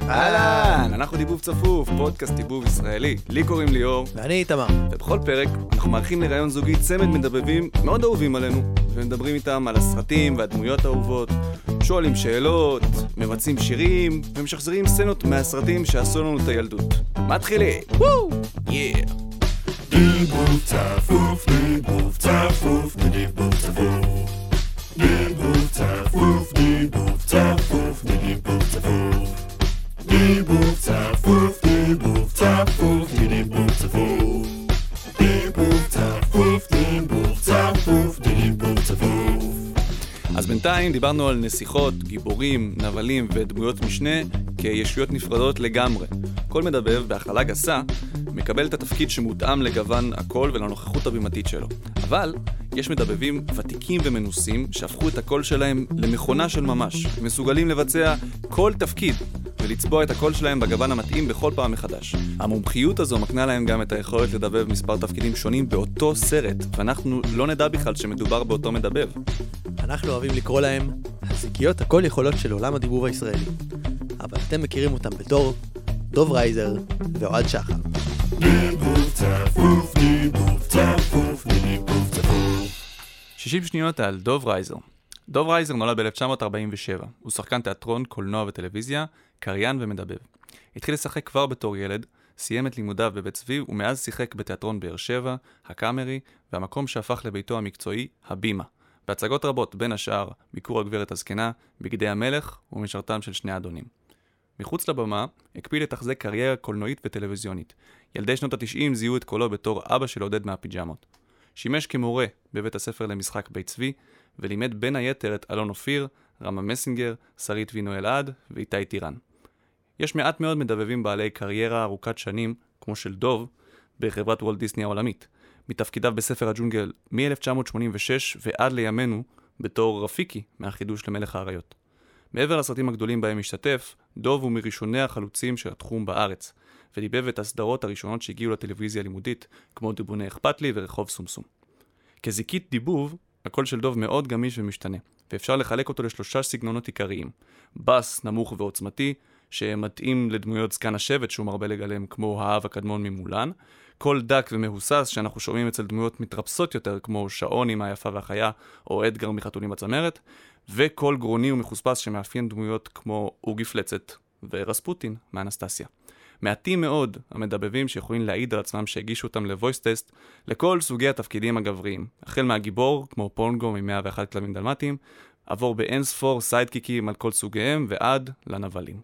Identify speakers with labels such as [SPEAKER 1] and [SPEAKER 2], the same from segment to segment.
[SPEAKER 1] אהלן, אנחנו דיבוב צפוף, פודקאסט דיבוב ישראלי. לי קוראים ליאור.
[SPEAKER 2] ואני איתמר.
[SPEAKER 1] ובכל פרק אנחנו מארחים לראיון זוגי צמד מדבבים מאוד אהובים עלינו, ומדברים איתם על הסרטים והדמויות האהובות, שואלים שאלות, מבצעים שירים, ומשחזרים סצנות מהסרטים שעשו לנו את הילדות. מתחילים! וואו! יאה!
[SPEAKER 3] דיבוב צפוף, דיבוב צפוף, דיבוב צפוף. דיבוב צפוף, דיבוב צפוף, דיבוב צפוף. דיבוב צפוף, דיבוב צפוף, דיבוב צפוף. דיבוב צפוף, דיבוב צפוף, דיבוב צפוף.
[SPEAKER 1] אז בינתיים דיברנו על נסיכות, גיבורים, נבלים ודמויות משנה כישויות נפרדות לגמרי. כל מדבב בהכללה גסה מקבל את התפקיד שמותאם לגוון הקול ולנוכחות הבימתית שלו. אבל יש מדבבים ותיקים ומנוסים שהפכו את הקול שלהם למכונה של ממש, מסוגלים לבצע כל תפקיד ולצבוע את הקול שלהם בגוון המתאים בכל פעם מחדש. המומחיות הזו מקנה להם גם את היכולת לדבב מספר תפקידים שונים באותו סרט, ואנחנו לא נדע בכלל שמדובר באותו מדבב.
[SPEAKER 2] אנחנו אוהבים לקרוא להם הזיקיות הכל יכולות של עולם הדיבוב הישראלי. אבל אתם מכירים אותם בתור דוב רייזר ואוהד שחר.
[SPEAKER 3] דיבוב צפוף, דיבוב צפוף, דיבוב צפוף.
[SPEAKER 1] 60 שניות על דוב רייזר. דוב רייזר נולד ב-1947. הוא שחקן תיאטרון, קולנוע וטלוויזיה, קריין ומדבב. התחיל לשחק כבר בתור ילד, סיים את לימודיו בבית צבי, ומאז שיחק בתיאטרון באר שבע, הקאמרי, והמקום שהפך לביתו המקצועי, הבימה. בהצגות רבות, בין השאר, ביקור הגברת הזקנה, בגדי המלך ומשרתם של שני אדונים. מחוץ לבמה, הקפיד לתחזק קריירה קולנועית וטלוויזיונית. ילדי שנות ה-90 זיהו את קולו בתור אבא של עודד מהפיג'מות. שימש כמורה בבית הספר למשחק בית צבי, ולימד בין היתר את אלון אופיר, רמה מסינגר, שרית וינו אלעד ואיתי טירן. יש מעט מאוד מדבבים בעלי קריירה ארוכת שנים, כמו של דוב, בחברת וולט דיסני העולמית. מתפקידיו בספר הג'ונגל מ-1986 ועד לימינו בתור רפיקי מהחידוש למלך האריות. מעבר לסרטים הגדולים בהם משתתף, דוב הוא מראשוני החלוצים של התחום בארץ, ודיבב את הסדרות הראשונות שהגיעו לטלוויזיה הלימודית, כמו דיבוני אכפת לי ורחוב סומסום. כזיקית דיבוב, הקול של דוב מאוד גמיש ומשתנה, ואפשר לחלק אותו לשלושה סגנונות עיקריים. בס, נמוך ועוצמתי, שמתאים לדמויות זקן השבט שהוא מרבה לגלם, כמו האב הקדמון ממולן, קול דק ומהוסס שאנחנו שומעים אצל דמויות מתרפסות יותר, כמו שעון עם היפה והחיה, או אדגר מחתולים בצמרת, וקול גרוני ומחוספס שמאפיין דמויות כמו אוגי פלצת ורספוטין מאנסטסיה. מעטים מאוד המדבבים שיכולים להעיד על עצמם שהגישו אותם לוויס טסט לכל סוגי התפקידים הגבריים, החל מהגיבור כמו פונגו מ-101 כלבים דלמטיים, עבור באינספור סיידקיקים על כל סוגיהם ועד לנבלים.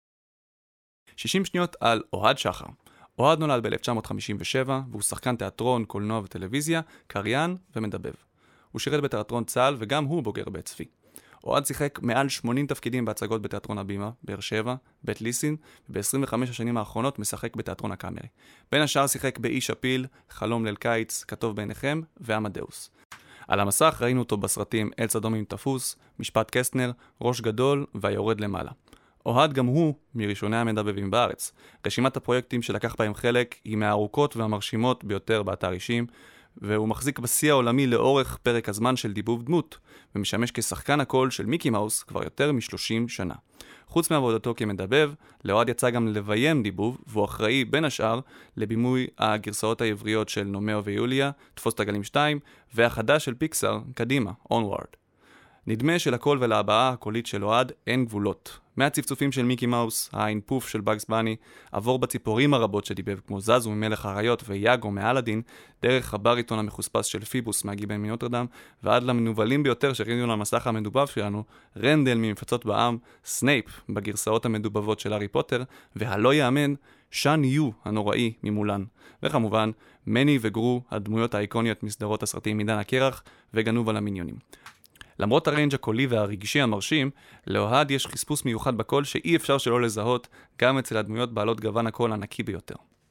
[SPEAKER 1] 60 שניות על אוהד שחר. אוהד נולד ב-1957 והוא שחקן תיאטרון, קולנוע וטלוויזיה, קריין ומדבב. הוא שירת בתיאטרון צה"ל וגם הוא בוגר בית צבי. אוהד שיחק מעל 80 תפקידים בהצגות בתיאטרון הבימה, באר שבע, בית ליסין, וב-25 השנים האחרונות משחק בתיאטרון הקאמרי. בין השאר שיחק באיש הפיל, חלום ליל קיץ, כתוב בעיניכם ועמדאוס. על המסך ראינו אותו בסרטים אל צדום עם תפוס, משפט קסטנר, ראש גדול והיורד למעלה. אוהד גם הוא מראשוני המדבבים בארץ. רשימת הפרויקטים שלקח בהם חלק היא מהארוכות והמרשימות ביותר באתר אישים, והוא מחזיק בשיא העולמי לאורך פרק הזמן של דיבוב דמות, ומשמש כשחקן הקול של מיקי מאוס כבר יותר מ-30 שנה. חוץ מעבודתו כמדבב, לאוהד יצא גם לביים דיבוב, והוא אחראי בין השאר לבימוי הגרסאות העבריות של נומאו ויוליה, תפוס את הגלים 2, והחדש של פיקסאר, קדימה, Onward. נדמה שלקול ולהבעה הקולית של אוהד אין גבולות. מהצפצופים של מיקי מאוס, העין פוף של בגס בני, עבור בציפורים הרבות שדיבב כמו זזו ממלך האריות ויאגו מאלאדין, דרך הבריטון המחוספס של פיבוס מהגיבן מנוטרדם, ועד למנובלים ביותר שראינו למסך המדובב שלנו, רנדל ממפצות בעם, סנייפ בגרסאות המדובבות של הארי פוטר, והלא יאמן, שן יו הנוראי ממולן. וכמובן, מני וגרו, הדמויות האיקוניות מסדרות הסרטים מדן הקרח וגנוב על המיניונים. למרות הריינג' הקולי והרגשי המרשים, לאוהד יש חספוס מיוחד בקול שאי אפשר שלא לזהות גם אצל הדמויות בעלות גוון הקול הנקי ביותר.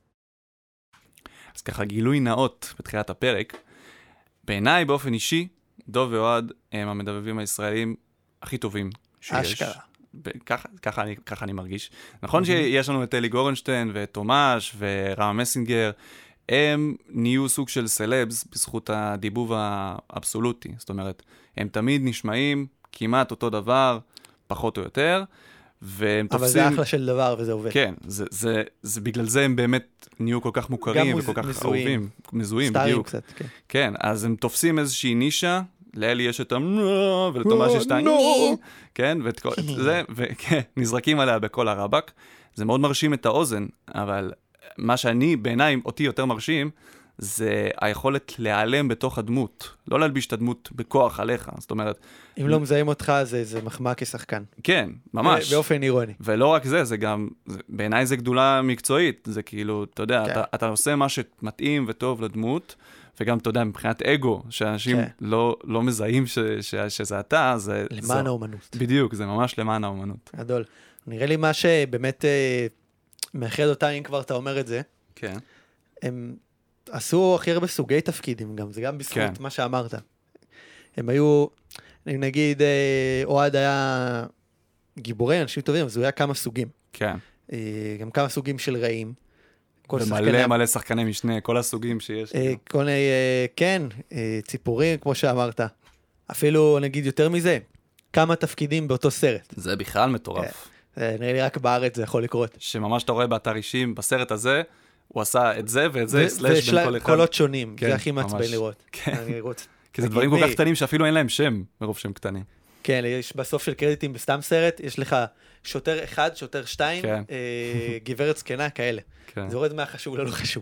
[SPEAKER 1] אז ככה גילוי נאות בתחילת הפרק, בעיניי באופן אישי, דוב ואוהד הם המדבבים הישראלים הכי טובים שיש.
[SPEAKER 2] אשכרה.
[SPEAKER 1] ככה אני מרגיש. נכון שיש לנו את אלי גורנשטיין ותומש ורמה מסינגר, הם נהיו סוג של סלבס בזכות הדיבוב האבסולוטי. זאת אומרת, הם תמיד נשמעים כמעט אותו דבר, פחות או יותר, והם
[SPEAKER 2] אבל
[SPEAKER 1] תופסים...
[SPEAKER 2] זה אחלה של דבר וזה עובד.
[SPEAKER 1] כן, זה בגלל זה הם באמת נהיו כל כך מוכרים וכל כך אהובים. מזוהים, בדיוק.
[SPEAKER 2] קצת, כן.
[SPEAKER 1] כן, אז הם תופסים איזושהי נישה, לאלי יש את ולתומש יש את כן, נזרקים עליה בכל הרבק. זה מאוד מרשים את האוזן, אבל מה שאני, בעיניי, אותי יותר מרשים, זה היכולת להיעלם בתוך הדמות, לא להלביש את הדמות בכוח עליך, זאת אומרת...
[SPEAKER 2] אם לא מזהים אותך, זה מחמאה כשחקן.
[SPEAKER 1] כן, ממש.
[SPEAKER 2] באופן אירוני.
[SPEAKER 1] ולא רק זה, זה גם, בעיניי זה גדולה מקצועית, זה כאילו, אתה יודע,
[SPEAKER 2] כן.
[SPEAKER 1] אתה עושה מה שמתאים וטוב לדמות, וגם, אתה יודע, מבחינת אגו, שאנשים
[SPEAKER 2] כן.
[SPEAKER 1] לא מזהים שזה אתה, זה...
[SPEAKER 2] למען האומנות.
[SPEAKER 1] בדיוק, זה ממש למען האומנות.
[SPEAKER 2] גדול. נראה לי מה שבאמת מאחד אותה, אם כבר אתה אומר את זה,
[SPEAKER 1] כן.
[SPEAKER 2] הם עשו הכי הרבה סוגי תפקידים גם, זה גם בזכות
[SPEAKER 1] כן.
[SPEAKER 2] מה שאמרת. הם היו, נגיד, אוהד היה גיבורי, אנשים טובים, אז הוא היה כמה סוגים.
[SPEAKER 1] כן.
[SPEAKER 2] גם כמה סוגים של רעים.
[SPEAKER 1] מלא שחקני משנה, כל הסוגים שיש.
[SPEAKER 2] כל מיני, כן, ציפורים, כמו שאמרת. אפילו, נגיד, יותר מזה, כמה תפקידים באותו סרט.
[SPEAKER 1] זה בכלל מטורף.
[SPEAKER 2] נראה לי רק בארץ זה יכול לקרות.
[SPEAKER 1] שממש אתה רואה באתר אישים, בסרט הזה, הוא עשה את זה ואת זה, סלש בין כל אחד.
[SPEAKER 2] קולות שונים,
[SPEAKER 1] כן,
[SPEAKER 2] זה הכי מעצבן
[SPEAKER 1] ממש.
[SPEAKER 2] לראות.
[SPEAKER 1] כן.
[SPEAKER 2] לראות.
[SPEAKER 1] כי זה דברים כל כך קטנים שאפילו אין להם שם, מרוב שהם קטנים.
[SPEAKER 2] כן, יש בסוף של קרדיטים בסתם סרט, יש לך שוטר 1, שוטר 2,
[SPEAKER 1] כן.
[SPEAKER 2] גברת זקנה, כאלה.
[SPEAKER 1] כן.
[SPEAKER 2] זה יורד מהחשוב ללא חשוב.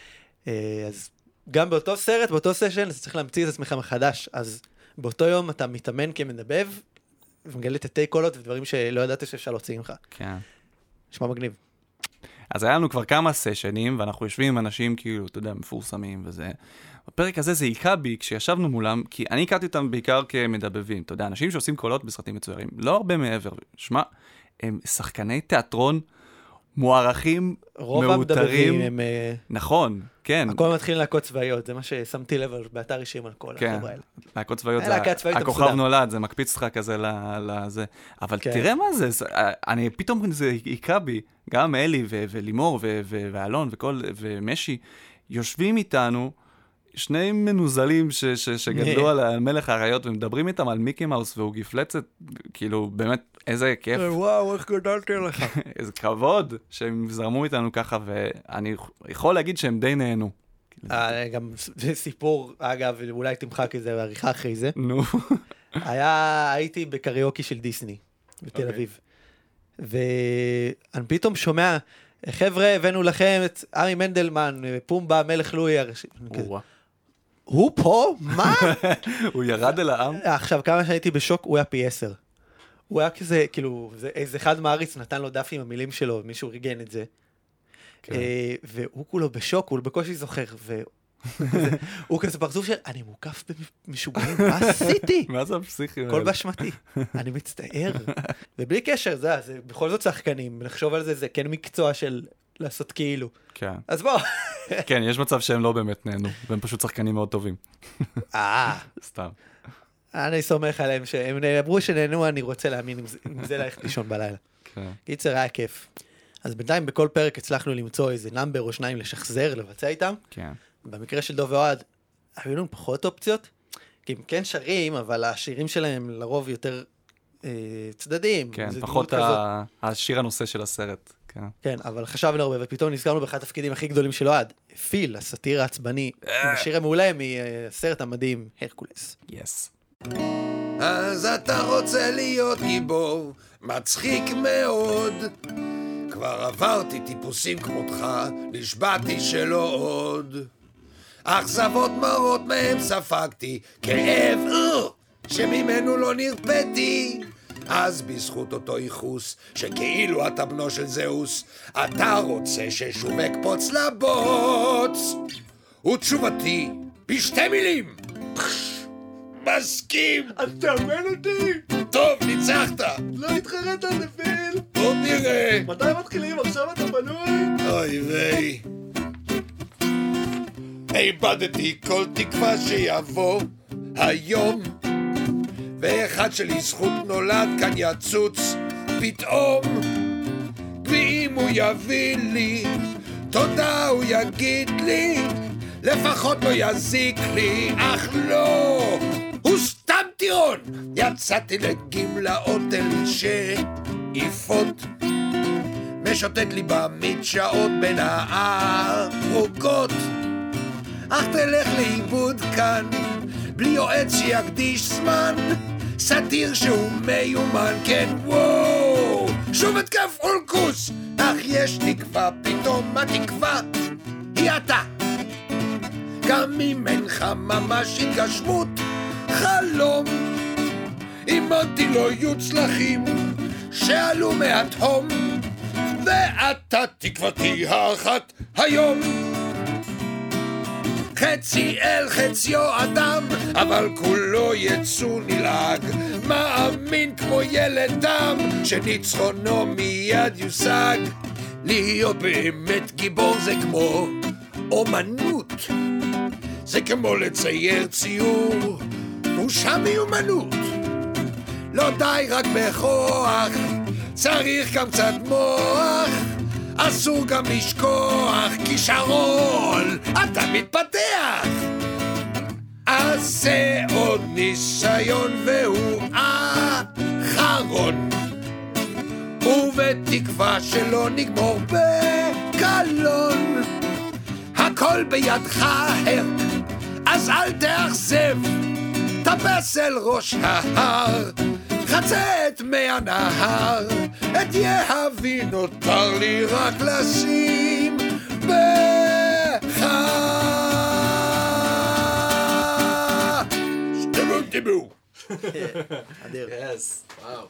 [SPEAKER 2] אז גם באותו סרט, באותו סשן, אתה צריך להמציא את עצמך מחדש. אז באותו יום אתה מתאמן כמדבב, ומגלה תתי קולות ודברים שלא ידעת שאפשר להוציא ממך.
[SPEAKER 1] כן.
[SPEAKER 2] נשמע מגניב.
[SPEAKER 1] אז היה לנו כבר כמה סשנים, ואנחנו יושבים עם אנשים כאילו, אתה יודע, מפורסמים וזה. בפרק הזה זה היכה בי כשישבנו מולם, כי אני הכרתי אותם בעיקר כמדבבים. אתה יודע, אנשים שעושים קולות בסרטים מצוירים, לא הרבה מעבר. שמע, הם שחקני תיאטרון מוערכים,
[SPEAKER 2] רוב
[SPEAKER 1] מאותרים.
[SPEAKER 2] המדבבים הם...
[SPEAKER 1] נכון, כן.
[SPEAKER 2] הכל מתחיל להקות צבאיות, זה מה ששמתי לב באתר אישים על כל
[SPEAKER 1] כן.
[SPEAKER 2] החברה האלה.
[SPEAKER 1] להקות צבאיות, זה הכוכב
[SPEAKER 2] המסודר.
[SPEAKER 1] נולד, זה מקפיץ לך כזה לזה. אבל
[SPEAKER 2] כן.
[SPEAKER 1] תראה מה זה, אני פתאום זה היכה בי, גם אלי ולימור ואלון ומשי, יושבים איתנו, שני מנוזלים שגדלו על מלך האריות, ומדברים איתם על מיקי מאוס והוא גפלצת, כאילו באמת איזה כיף.
[SPEAKER 2] וואו, איך גדלתי לך.
[SPEAKER 1] איזה כבוד שהם זרמו איתנו ככה, ואני יכול להגיד שהם די נהנו.
[SPEAKER 2] גם זה סיפור, אגב, אולי תמחק את זה בעריכה אחרי זה.
[SPEAKER 1] נו.
[SPEAKER 2] הייתי בקריוקי של דיסני, בתל אביב. ואני פתאום שומע, חבר'ה, הבאנו לכם את ארי מנדלמן, פומבה, מלך לואי. הוא פה? מה?
[SPEAKER 1] הוא ירד אל העם?
[SPEAKER 2] עכשיו, כמה שהייתי בשוק, הוא היה פי 10. הוא היה כזה, כאילו, איזה אחד מעריץ נתן לו דף עם המילים שלו, מישהו ריגן את זה. והוא כולו בשוק, הוא בקושי זוכר, והוא כזה פרצוף של, אני מוקף במשוגעים, מה עשיתי?
[SPEAKER 1] מה זה הפסיכי?
[SPEAKER 2] כל באשמתי, אני מצטער. ובלי קשר, זה בכל זאת שחקנים, לחשוב על זה, זה כן מקצוע של לעשות כאילו.
[SPEAKER 1] כן.
[SPEAKER 2] אז בוא.
[SPEAKER 1] כן, יש מצב שהם לא באמת נהנו, והם פשוט שחקנים מאוד טובים. סתם.
[SPEAKER 2] אני סומך עליהם, שהם אמרו שנהנו, אני רוצה להאמין אם זה ללכת לישון בלילה. קיצר, היה כיף. אז בינתיים בכל פרק הצלחנו למצוא איזה נאמבר או שניים לשחזר, לבצע איתם.
[SPEAKER 1] כן.
[SPEAKER 2] במקרה של דוב ואוהד, היו לנו פחות אופציות, כי הם כן שרים, אבל השירים שלהם לרוב יותר צדדים.
[SPEAKER 1] כן, פחות השיר הנושא של הסרט.
[SPEAKER 2] כן, אבל חשבנו הרבה, ופתאום נזכרנו באחד התפקידים הכי גדולים של אוהד, פיל, הסאטיר העצבני, עם השיר המעולה מהסרט המדהים, הרקולס.
[SPEAKER 1] יס.
[SPEAKER 3] אז אתה רוצה להיות גיבור, מצחיק מאוד. כבר עברתי טיפוסים כמותך, נשבעתי שלא עוד. אכזבות מרות מהם ספגתי, כאב שממנו לא נרפאתי. אז בזכות אותו ייחוס, שכאילו אתה בנו של זהוס, אתה רוצה ששוב אקפוץ לבוץ. ותשובתי, בשתי מילים, מסכים.
[SPEAKER 2] אז תאמן אותי!
[SPEAKER 3] טוב, ניצחת.
[SPEAKER 2] לא התחרט על נפיל!
[SPEAKER 3] עוד נראה.
[SPEAKER 2] מתי מתחילים? עכשיו אתה פנוי?
[SPEAKER 3] אוי ויי. איבדתי כל תקווה שיבוא היום, ואחד שלי זכות נולד כאן יצוץ פתאום. ואם הוא יביא לי תודה הוא יגיד לי, לפחות לא יזיק לי, אך לא, הוא סתם טירון. יצאתי לגמלאות אלישה, מעיפות, משוטט לי במדשאות בין הערוגות, אך תלך לאיבוד כאן, בלי יועץ שיקדיש זמן, סטיר שהוא מיומן, כן וואו, שוב התקף אולקוס, אך יש תקווה, פתאום התקווה היא אתה, גם ממנך ממש התגשמות, חלום, אם אותי לא יוצלחים, שעלו מהתהום, ואתה תקוותי האחת היום. חצי אל חציו אדם, אבל כולו יצוא נלעג, מאמין כמו ילד דם, שניצחונו מיד יושג. להיות באמת גיבור זה כמו אומנות, זה כמו לצייר ציור, ושם מיומנות. לא די רק בכוח, צריך גם קצת מוח, אסור גם לשכוח כישרון, אתה מתפתח. עשה עוד ניסיון והוא אחרון, ובתקווה שלא נגמור בקלון. הכל בידך הרק, אז אל תאכזב, טפס אל ראש ההר, חצה את מי הנהר, את יהבי נותר לי רק לשים בך. שתבו.
[SPEAKER 2] אדיר.
[SPEAKER 1] וואו.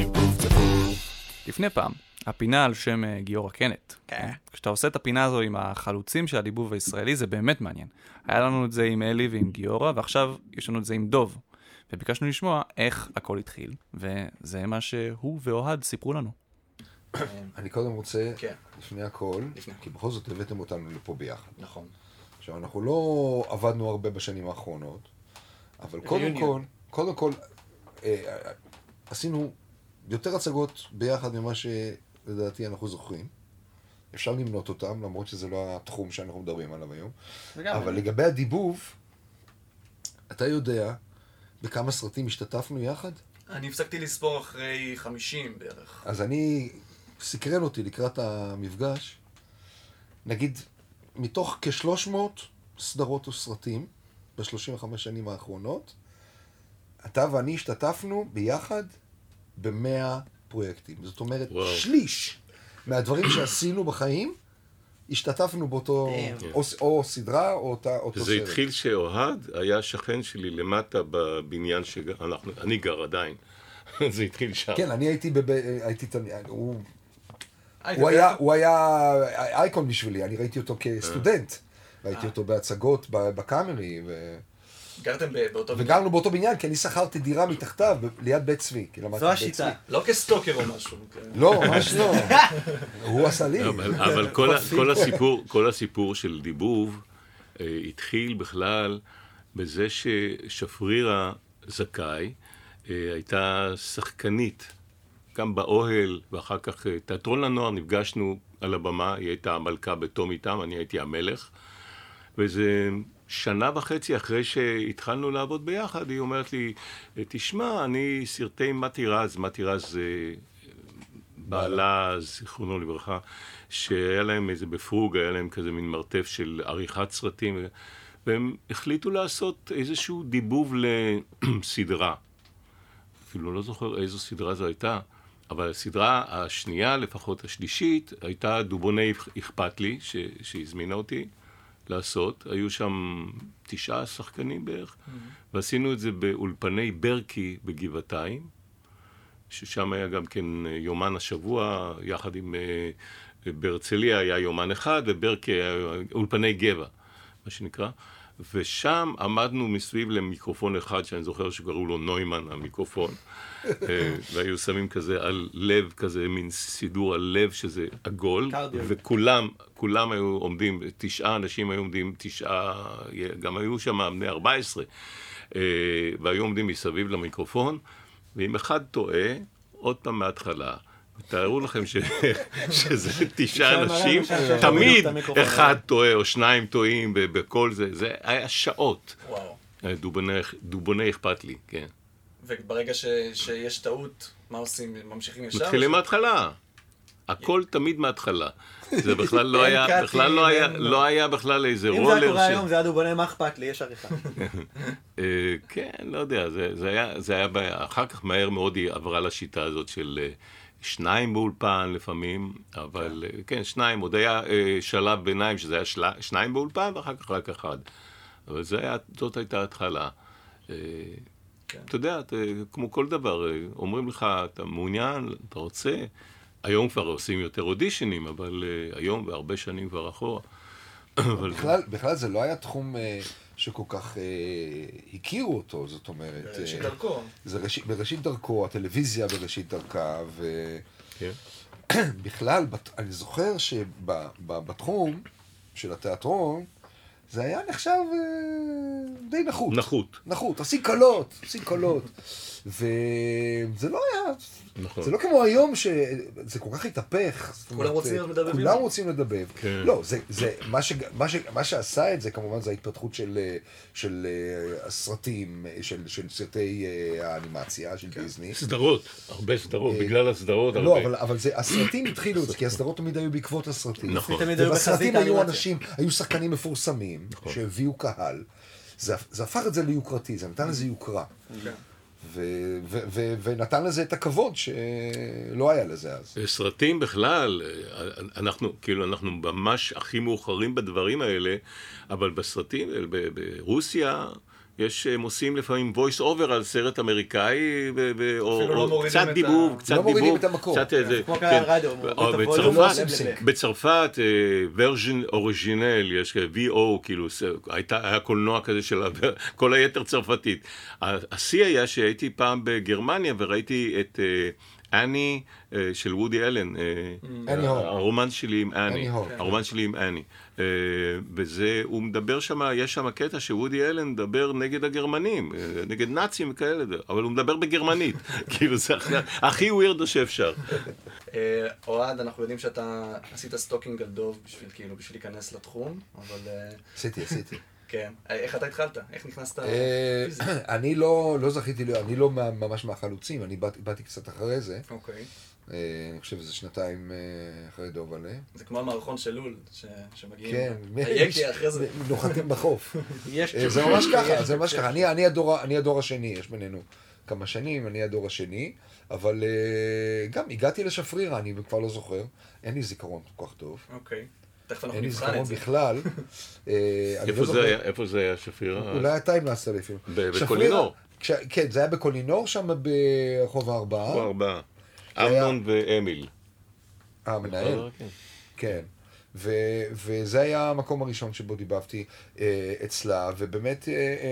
[SPEAKER 1] לפני פעם, הפינה על שם גיורא קנט. כשאתה עושה את הפינה הזו עם החלוצים של הדיבוב הישראלי, זה באמת מעניין. היה לנו את זה עם אלי ועם גיורא, ועכשיו יש לנו את זה עם דוב. וביקשנו לשמוע איך הכל התחיל, וזה מה שהוא ואוהד סיפרו לנו.
[SPEAKER 4] אני קודם רוצה, לפני הכל, כי בכל זאת הבאתם אותנו לפה ביחד.
[SPEAKER 2] נכון.
[SPEAKER 4] עכשיו, אנחנו לא עבדנו הרבה בשנים האחרונות, אבל קודם כל, עשינו יותר הצגות ביחד ממה שלדעתי אנחנו זוכרים. אפשר למנות אותם, למרות שזה לא התחום שאנחנו מדברים עליו היום. אבל לגבי הדיבוב, אתה יודע בכמה סרטים השתתפנו יחד?
[SPEAKER 1] אני הפסקתי לספור אחרי 50 בערך.
[SPEAKER 4] אז אני, סקרן אותי לקראת המפגש, נגיד, מתוך כ-300 סדרות וסרטים ב-35 שנים האחרונות, אתה ואני השתתפנו ביחד ב-100 פרויקטים. זאת אומרת, שליש מהדברים שעשינו בחיים, השתתפנו באותו, או סדרה, או אותו
[SPEAKER 5] זה
[SPEAKER 4] סרט.
[SPEAKER 5] התחיל שאוהד היה שכן שלי למטה בבניין אני גר עדיין. זה התחיל שם.
[SPEAKER 4] כן, אני הייתי הוא היה אייקון בשבילי, אני ראיתי אותו כסטודנט, ראיתי אותו בהצגות בקאמרי,
[SPEAKER 1] גרתם באותו בניין?
[SPEAKER 4] וגרנו באותו בניין, כי אני שכרתי דירה מתחתיו ליד בית צבי.
[SPEAKER 2] זו השיטה.
[SPEAKER 1] לא כסטוקר או משהו.
[SPEAKER 4] לא, ממש לא. הוא עשה לי.
[SPEAKER 5] אבל כל הסיפור של דיבוב התחיל בכלל בזה ששפרירה זכאי הייתה שחקנית, גם באוהל, ואחר כך תיאטרון לנוער, נפגשנו על הבמה, היא הייתה המלכה בתום איתם, אני הייתי המלך, וזה 1.5 שנה אחרי שהתחלנו לעבוד ביחד, היא אומרת לי, תשמע, אני סרטי מתי רז בעלה, זיכרונו לברכה, שהיה להם איזה בפרוג, היה להם כזה מין מרתף של עריכת סרטים, והם החליטו לעשות איזשהו דיבוב לסדרה. אפילו לא זוכר איזו סדרה זו הייתה, אבל הסדרה השנייה, לפחות השלישית, הייתה דובוני אכפת לי, שהזמינה אותי לעשות. היו שם 9 שחקנים בערך, ועשינו את זה באולפני ברקי בגבעתיים, ששם היה גם כן יומן השבוע, יחד עם בהרצליה היה יומן אחד, וברקי היה אולפני גבע, מה שנקרא. ושם עמדנו מסביב למיקרופון אחד, שאני זוכר שקראו לו נוימן, המיקרופון, והיו שמים כזה על לב, כזה מין סידור על לב שזה עגול, וכולם היו עומדים, 9 אנשים היו עומדים, 9, גם היו שם בני 14, והיו עומדים מסביב למיקרופון, ואם אחד טועה, עוד פעם מההתחלה, תארו לכם שזה 9 אנשים, תמיד אחד טועה או 2 טועים בכל זה, זה היה שעות.
[SPEAKER 1] וואו.
[SPEAKER 5] דובוני אכפת לי, כן.
[SPEAKER 1] וברגע שיש טעות, מה עושים? ממשיכים ישר?
[SPEAKER 5] מתחילים מההתחלה. הכל תמיד מההתחלה. זה בכלל לא היה, לא היה בכלל איזה רולר.
[SPEAKER 2] אם זה קורה היום, זה עד הוא בונה מה אכפת לי, יש עריכה.
[SPEAKER 5] כן, לא יודע, זה היה בעיה. אחר כך מהר מאוד היא עברה לשיטה הזאת של 2 באולפן לפעמים, אבל כן, 2, עוד היה שלב ביניים שזה היה 2 באולפן, ואחר כך רק 1. אבל זאת הייתה התחלה. אתה יודע, כמו כל דבר, אומרים לך, אתה מעוניין, אתה רוצה, היום כבר עושים יותר אודישנים, אבל היום והרבה שנים כבר אחורה.
[SPEAKER 4] בכלל זה לא היה תחום שכל כך הכירו אותו, זאת אומרת...
[SPEAKER 1] בראשית דרכו.
[SPEAKER 4] זה בראשית דרכו, הטלוויזיה בראשית דרכה, ובכלל, אני זוכר שבתחום של התיאטרון, זה היה נחשב די נחות. נחות, עושים קולות. וזה לא היה, זה לא כמו היום שזה כל כך התהפך.
[SPEAKER 1] כולם רוצים לדבב.
[SPEAKER 4] כולם רוצים לדבב. לא, מה שעשה את זה כמובן זה ההתפתחות של הסרטים, של סרטי האנימציה של דיסני.
[SPEAKER 5] סדרות, הרבה סדרות, בגלל הסדרות הרבה.
[SPEAKER 4] לא, אבל הסרטים התחילו את זה, כי הסדרות תמיד היו בעקבות הסרטים.
[SPEAKER 5] נכון.
[SPEAKER 4] ובסרטים היו אנשים, היו שחקנים מפורסמים, שהביאו קהל. זה הפך את זה ליוקרתי, זה נתן לזה יוקרה. ונתן לזה את הכבוד שלא היה לזה אז.
[SPEAKER 5] סרטים בכלל, אנחנו ממש הכי מאוחרים בדברים האלה, אבל בסרטים, ברוסיה, הם עושים לפעמים voice over על סרט אמריקאי, או קצת דיבוב,
[SPEAKER 4] לא מורידים את המקור.
[SPEAKER 2] כמו כאן הרדיו,
[SPEAKER 5] בצרפת, ורז'ן אוריג'ינל, יש VO, כאילו, היה קולנוע כזה של כל היתר צרפתית. השיא היה שהייתי פעם בגרמניה וראיתי את אני של וודי אלן, הרומן שלי עם אני. וזה, הוא מדבר שם, יש שם קטע שוודי אלן מדבר נגד הגרמנים, נגד נאצים וכאלה, אבל הוא מדבר בגרמנית, כאילו זה הכי ווירדו שאפשר.
[SPEAKER 1] אוהד, אנחנו יודעים שאתה עשית סטוקינג על דוב בשביל להיכנס לתחום, אבל...
[SPEAKER 4] עשיתי.
[SPEAKER 1] כן. איך אתה התחלת? איך נכנסת פיזית?
[SPEAKER 4] אני לא זכיתי, אני לא ממש מהחלוצים, אני באתי קצת אחרי זה.
[SPEAKER 1] אוקיי.
[SPEAKER 4] אני חושב שזה 2 אחרי דובלה.
[SPEAKER 1] זה כמו המערכון של לול, שמגיעים...
[SPEAKER 4] כן,
[SPEAKER 1] אחרי זה.
[SPEAKER 4] נוחתים בחוף. זה ממש ככה, אני הדור השני, יש בינינו כמה שנים, אני הדור השני, אבל גם הגעתי לשפרירה, אני כבר לא זוכר, אין לי זיכרון כל כך טוב.
[SPEAKER 1] אוקיי. תכף אנחנו
[SPEAKER 4] אין לי
[SPEAKER 1] נבחן את זה.
[SPEAKER 4] בכלל.
[SPEAKER 5] איפה זה היה שפירה?
[SPEAKER 4] אולי אתה המלצת לי אפילו.
[SPEAKER 5] בקולינור.
[SPEAKER 4] כן, זה היה בקולינור שם ברחוב 4.
[SPEAKER 5] רחוב 4. אמנון ואמיל.
[SPEAKER 4] המנהל. כן. וזה היה המקום הראשון שבו דיבבתי אצלה, ובאמת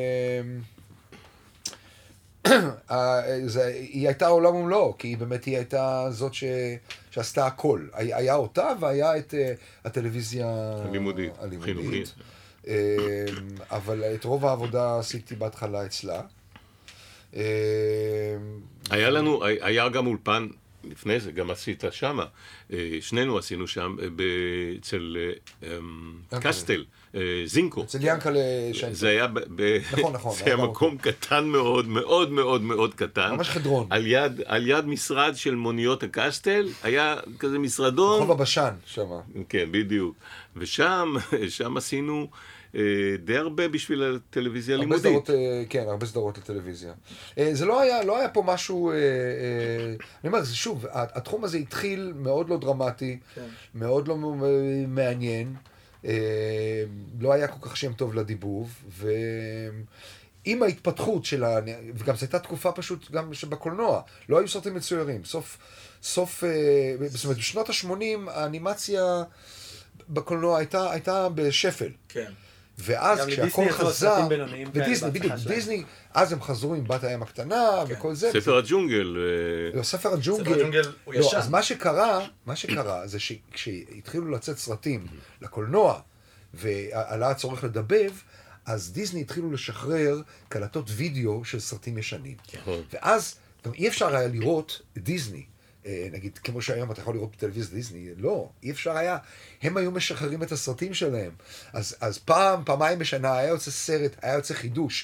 [SPEAKER 4] היא הייתה עולם ומלואו, כי באמת היא הייתה זאת שעשתה הכל. היה אותה והיה את הטלוויזיה
[SPEAKER 5] הלימודית, חינוכית.
[SPEAKER 4] אבל את רוב העבודה עשיתי בהתחלה אצלה.
[SPEAKER 5] היה גם אולפן, לפני זה גם עשית שמה, שנינו עשינו שם אצל קסטל, זינקו.
[SPEAKER 4] אצל ינקלה שיינפלד.
[SPEAKER 5] זה היה זה היה מקום קטן מאוד, מאוד מאוד מאוד קטן.
[SPEAKER 4] ממש חדרון.
[SPEAKER 5] על יד משרד של מוניות הקסטל, היה כזה משרדון.
[SPEAKER 4] רחוב הבשן שם.
[SPEAKER 5] כן, בדיוק. ושם עשינו די הרבה בשביל הטלוויזיה הלימודית.
[SPEAKER 4] כן, הרבה סדרות לטלוויזיה. זה לא היה פה משהו, אני אומר, שוב, התחום הזה התחיל מאוד לא דרמטי, מאוד לא מעניין, לא היה כל כך שם טוב לדיבוב, ועם ההתפתחות של וגם זו הייתה תקופה פשוט גם שבקולנוע, לא היו סרטים מצוירים. זאת אומרת, בשנות ה-80 האנימציה בקולנוע הייתה בשפל.
[SPEAKER 1] כן.
[SPEAKER 4] ואז כשהכל חזר, ודיסני, בדיוק, דיסני, אז הם חזרו עם בת הים הקטנה וכל זה.
[SPEAKER 5] ספר הג'ונגל.
[SPEAKER 4] ספר הג'ונגל הוא ישן. אז מה שקרה זה שכשהתחילו לצאת סרטים לקולנוע, ועלה הצורך לדבב, אז דיסני התחילו לשחרר קלטות וידאו של סרטים ישנים. ואז גם אי אפשר היה לראות דיסני. נגיד, כמו שהיום אתה יכול לראות בטלוויזיה דיסני, לא, אי אפשר היה. הם היו משחררים את הסרטים שלהם. אז פעמיים בשנה היה יוצא סרט, היה יוצא חידוש.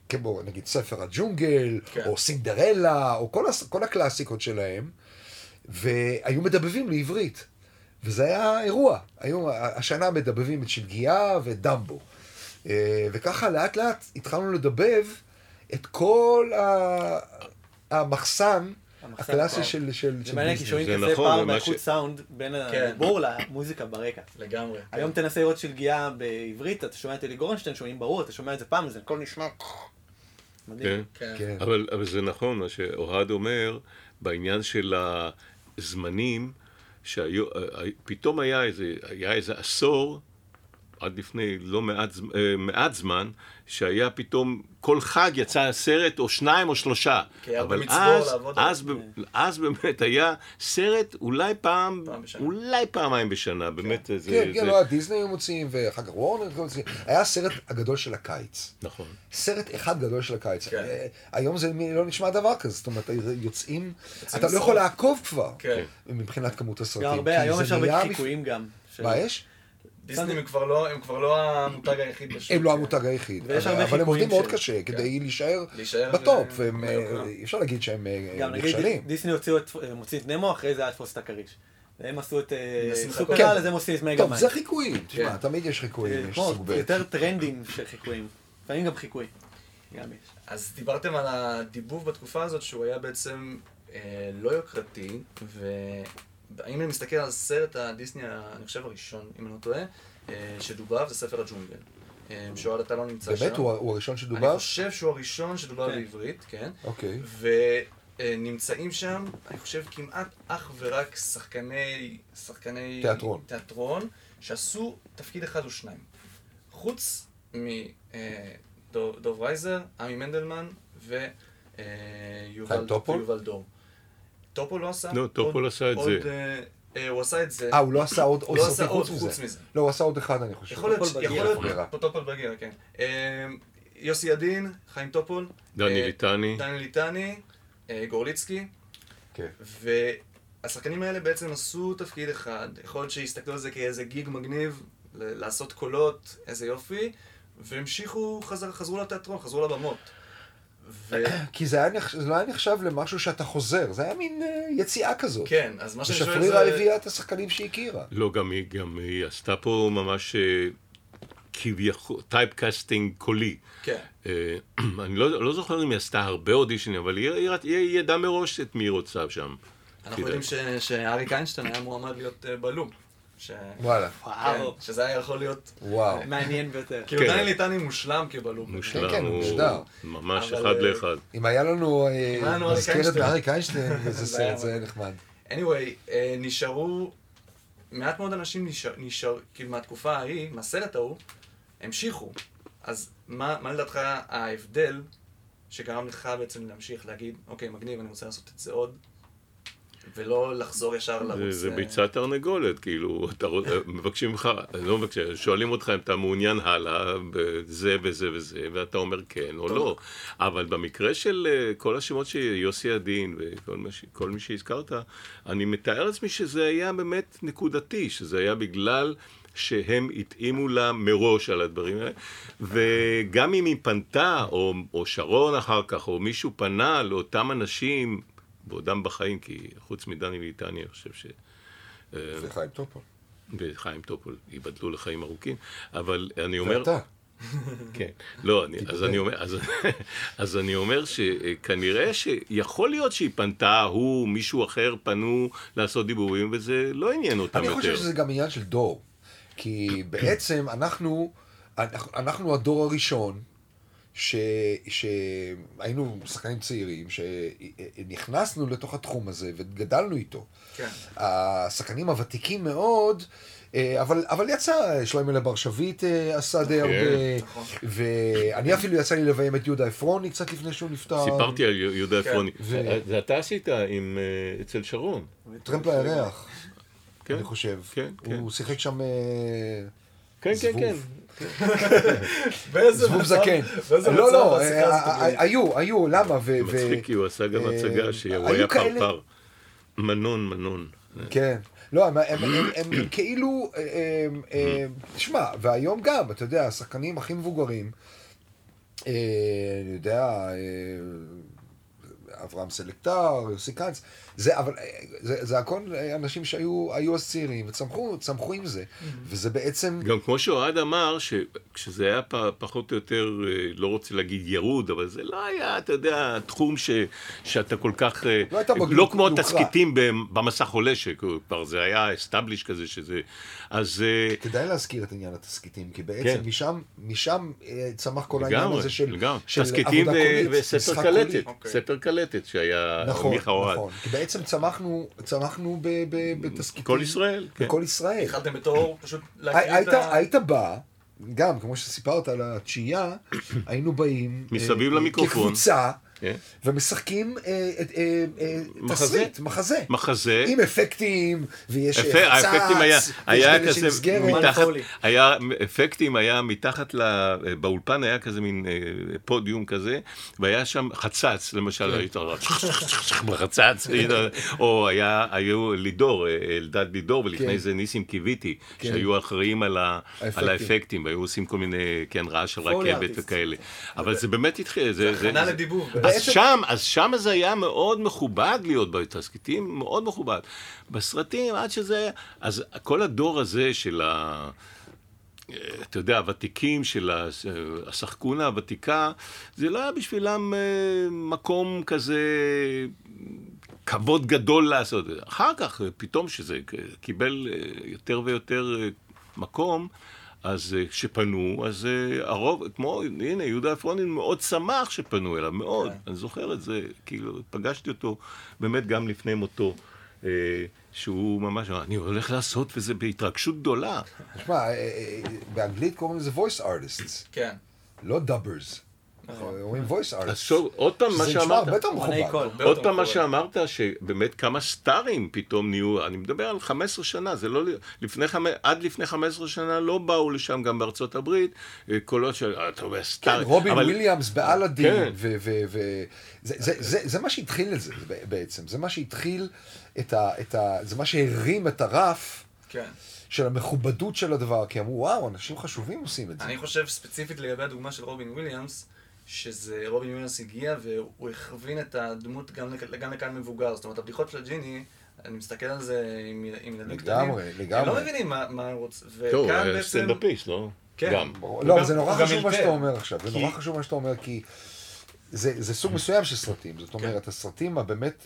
[SPEAKER 4] כמו נגיד ספר הג'ונגל, או סינדרלה, או כל הקלאסיקות שלהם, והיו מדבבים לעברית. וזה היה אירוע. השנה מדבבים את שלגיה ואת דמבו. וככה לאט לאט התחלנו לדבב את כל המחסן הקלאסי של דיסני.
[SPEAKER 2] זה מעניין, כי שומעים כזה פעם באיכות סאונד בין הדיבור למוזיקה ברקע.
[SPEAKER 6] לגמרי.
[SPEAKER 2] היום תנסה לראות שלגיה בעברית, אתה שומע את אלי גורנשטיין, שומעים ברור, אתה שומע את זה פעם, זה הכל נשמע מדהים.
[SPEAKER 5] כן. אבל זה נכון, מה שאוהד אומר, בעניין של הזמנים, פתאום היה איזה עשור, עד לפני לא מעט זמן, שהיה פתאום, כל חג יצא סרט או 2 או 3. אבל אז באמת היה סרט אולי פעמיים בשנה, באמת זה...
[SPEAKER 4] כן, לא, דיסני היו מוציאים, ואחר כך וורנר מוציאים. היה הסרט הגדול של הקיץ.
[SPEAKER 5] נכון.
[SPEAKER 4] סרט אחד גדול של הקיץ. היום זה לא נשמע דבר כזה, זאת אומרת, יוצאים, אתה לא יכול לעקוב כבר, מבחינת כמות הסרטים.
[SPEAKER 2] היום יש הרבה חיקויים גם.
[SPEAKER 4] מה יש?
[SPEAKER 6] דיסני הם כבר לא המותג היחיד בשוק.
[SPEAKER 4] הם לא המותג היחיד, אבל הם עובדים מאוד קשה כדי להישאר בטופ, אפשר להגיד שהם נכשלים.
[SPEAKER 2] נגיד דיסני מוציא את נמו, אחרי זה היה תפוס את הכריש. והם עשו את סופרל, אז הם עושים את מגה מן.
[SPEAKER 4] טוב, זה חיקויים, תשמע, תמיד יש חיקויים, יש סוג ב'.
[SPEAKER 2] יותר טרנדים של חיקויים, לפעמים גם חיקוי.
[SPEAKER 6] אז דיברתם על הדיבוב בתקופה הזאת, שהוא היה בעצם לא יוקרתי, אם אני מסתכל על סרט הדיסני, אני חושב הראשון, אם אני לא טועה, שדובב, זה ספר הג'ונגל. שואל, אתה לא נמצא שם.
[SPEAKER 4] באמת? הוא הראשון שדובב?
[SPEAKER 6] אני חושב שהוא הראשון שדובב בעברית, כן.
[SPEAKER 4] אוקיי.
[SPEAKER 6] ונמצאים שם, אני חושב, כמעט אך ורק שחקני תיאטרון, שעשו תפקיד אחד או שניים. חוץ מדוב רייזר, עמי מנדלמן ויובל דור. טופול לא עשה?
[SPEAKER 5] לא, טופול עשה את זה.
[SPEAKER 6] הוא עשה את זה.
[SPEAKER 4] הוא לא עשה עוד סרטים
[SPEAKER 6] חוץ מזה.
[SPEAKER 4] לא, הוא עשה עוד אחד, אני חושב.
[SPEAKER 6] יכול להיות טופול בגיר, כן. יוסי ידין, חיים טופול.
[SPEAKER 5] דני
[SPEAKER 6] ליטני, גורליצקי.
[SPEAKER 4] כן.
[SPEAKER 6] והשחקנים האלה בעצם עשו תפקיד אחד. יכול להיות שהסתכלו על זה כאיזה גיג מגניב, לעשות קולות, איזה יופי, והמשיכו, חזרו לתיאטרון, חזרו לבמות.
[SPEAKER 4] כי זה לא היה נחשב למשהו שאתה חוזר, זה היה מין יציאה כזאת.
[SPEAKER 6] כן, אז מה שאני שואל זה...
[SPEAKER 4] ושפרירה הביאה את השחקנים שהיא הכירה.
[SPEAKER 5] לא, גם היא עשתה פה ממש כביכול, טייפקאסטינג קולי.
[SPEAKER 6] כן.
[SPEAKER 5] אני לא זוכר אם היא עשתה הרבה אודישנים, אבל היא ידעה מראש את מי היא רוצה שם.
[SPEAKER 6] אנחנו יודעים שאריק איינשטיין היה מועמד להיות בלום.
[SPEAKER 4] וואלה.
[SPEAKER 2] וואו.
[SPEAKER 6] שזה היה יכול להיות
[SPEAKER 2] מעניין ביותר.
[SPEAKER 6] כאילו דני ליטני מושלם כבלום.
[SPEAKER 4] כן, הוא מושלם.
[SPEAKER 5] ממש אחד לאחד.
[SPEAKER 4] אם היה לנו מזכרת באריק איינשטיין, איזה סרט, זה היה נחמד.
[SPEAKER 6] anyway, נשארו, מעט מאוד אנשים כאילו מהתקופה ההיא, מהסרט ההוא, המשיכו. אז מה לדעתך ההבדל שגרם לך בעצם להמשיך להגיד, אוקיי, מגניב, אני רוצה לעשות את זה עוד? ולא לחזור ישר לרוץ...
[SPEAKER 5] זה ביצה תרנגולת, כאילו, מבקשים לך, לא מבקשים, שואלים אותך אם אתה מעוניין הלאה בזה וזה וזה, ואתה אומר כן או לא. אבל במקרה של כל השמות שיוסי הדין וכל מי שהזכרת, אני מתאר לעצמי שזה היה באמת נקודתי, שזה היה בגלל שהם התאימו לה מראש על הדברים האלה, וגם אם היא פנתה, או שרון אחר כך, או מישהו פנה לאותם אנשים, בעודם בחיים, כי חוץ מדני ליטני, אני חושב ש...
[SPEAKER 4] וחיים טופול.
[SPEAKER 5] וחיים טופול, ייבדלו לחיים ארוכים, אבל אני אומר...
[SPEAKER 4] ואתה.
[SPEAKER 5] כן, לא, אז אני אומר שכנראה שיכול להיות שהיא פנתה, הוא, מישהו אחר פנו לעשות דיבורים, וזה לא עניין אותם יותר.
[SPEAKER 4] אני חושב שזה גם עניין של דור, כי בעצם אנחנו הדור הראשון, שהיינו שחקנים צעירים, שנכנסנו לתוך התחום הזה וגדלנו איתו.
[SPEAKER 6] כן.
[SPEAKER 4] השחקנים הוותיקים מאוד, אבל יצא, שלמה בר שביט עשה די הרבה, ואני אפילו יצא לי לביים את יהודה עפרוני קצת לפני שהוא נפטר.
[SPEAKER 5] סיפרתי על יהודה עפרוני. זה אתה עשית אצל שרון.
[SPEAKER 4] טרמפ לירח, אני חושב. הוא שיחק שם זבוב.
[SPEAKER 6] זבוב
[SPEAKER 4] זקן. לא, היו, למה?
[SPEAKER 5] מצחיק, כי הוא עשה גם הצגה שהוא היה פרפר. מנון.
[SPEAKER 4] כן. לא, הם כאילו, תשמע, והיום גם, אתה יודע, השחקנים הכי מבוגרים, אני יודע, אברהם סלקטר, יוסי קנץ, אבל זה הכל אנשים שהיו אז צעירים וצמחו עם זה, וזה בעצם...
[SPEAKER 5] גם כמו שאוהד אמר, כשזה היה פחות או יותר, לא רוצה להגיד ירוד, אבל זה לא היה, אתה יודע, תחום שאתה כל כך... לא כמו התסקיטים במסך עולה, שכבר זה היה אסטאבליש כזה, שזה... אז...
[SPEAKER 4] כדאי להזכיר את עניין התסקיטים, כי בעצם משם צמח כל העניין הזה של
[SPEAKER 5] תסקיטים וספר קלטת, ספר קלטת שהיה מיכה אוהד.
[SPEAKER 4] נכון, כי בעצם צמחנו בתסקיטים.
[SPEAKER 5] כל ישראל.
[SPEAKER 4] בכל ישראל.
[SPEAKER 6] התחלתם בתור פשוט להקריא את ה...
[SPEAKER 4] היית בא, גם כמו שסיפרת על התשיעייה, היינו באים
[SPEAKER 5] מסביב למיקרופון.
[SPEAKER 4] כקבוצה, ומשחקים תסריט, מחזה. עם אפקטים, ויש חצץ,
[SPEAKER 5] היה כזה מתחת, אפקטים היה מתחת, באולפן היה כזה מין פודיום כזה, והיה שם חצץ, למשל, היית חצץ, או היו לידור, אלדד לידור, ולפני זה ניסים קיוויתי, שהיו אחראים על האפקטים, והיו עושים כל מיני, רעש של רכבת וכאלה. אבל זה באמת התחיל,
[SPEAKER 6] זה הכנה לדיבוב.
[SPEAKER 5] אז שם זה היה מאוד מכובד להיות בתסקיטים, מאוד מכובד. בסרטים, עד שזה היה... אז כל הדור הזה של אתה יודע, הוותיקים של השחקונה הוותיקה, זה לא היה בשבילם מקום כזה כבוד גדול לעשות. אחר כך, פתאום שזה קיבל יותר ויותר מקום, אז שפנו, אז הרוב, כמו, הנה, יהודה עפרוני מאוד שמח שפנו אליו, מאוד. אני זוכר את זה, כאילו, פגשתי אותו באמת גם לפני מותו, שהוא ממש, אני הולך לעשות, וזה בהתרגשות גדולה.
[SPEAKER 4] תשמע, באנגלית קוראים לזה voice artists.
[SPEAKER 6] כן.
[SPEAKER 4] לא dubbers. אומרים voice artists.
[SPEAKER 5] אז עוד פעם מה שאמרת,
[SPEAKER 4] זה נשמע הרבה יותר מכובד.
[SPEAKER 5] עוד פעם מה שאמרת, שבאמת כמה סטארים פתאום נהיו, אני מדבר על 15 שנה, זה לא, עד לפני 15 שנה לא באו לשם גם בארצות הברית, קולות של, אתה אומר, סטארים.
[SPEAKER 4] כן, רובין וויליאמס באלאדין, זה מה שהתחיל את זה בעצם, זה מה שהתחיל זה מה שהרים את הרף. כן. של המכובדות של הדבר, כי אמרו, וואו, אנשים חשובים עושים את זה.
[SPEAKER 6] אני חושב ספציפית לגבי הדוגמה של רובין וויליאמס, שזה רובין וויליאמס הגיע והוא הכווין את הדמות גם לקהל מבוגר. זאת אומרת, הבדיחות של הג'יני, אני מסתכל על זה עם ילדים קטנים.
[SPEAKER 4] לגמרי.
[SPEAKER 6] הם לא מבינים מה הוא רוצה.
[SPEAKER 5] טוב, סטנדאפיסט, לא?
[SPEAKER 6] כן.
[SPEAKER 4] לא, אבל זה נורא חשוב מה שאתה אומר עכשיו. זה נורא חשוב מה שאתה אומר, כי זה סוג מסוים של סרטים. זאת אומרת, הסרטים הבאמת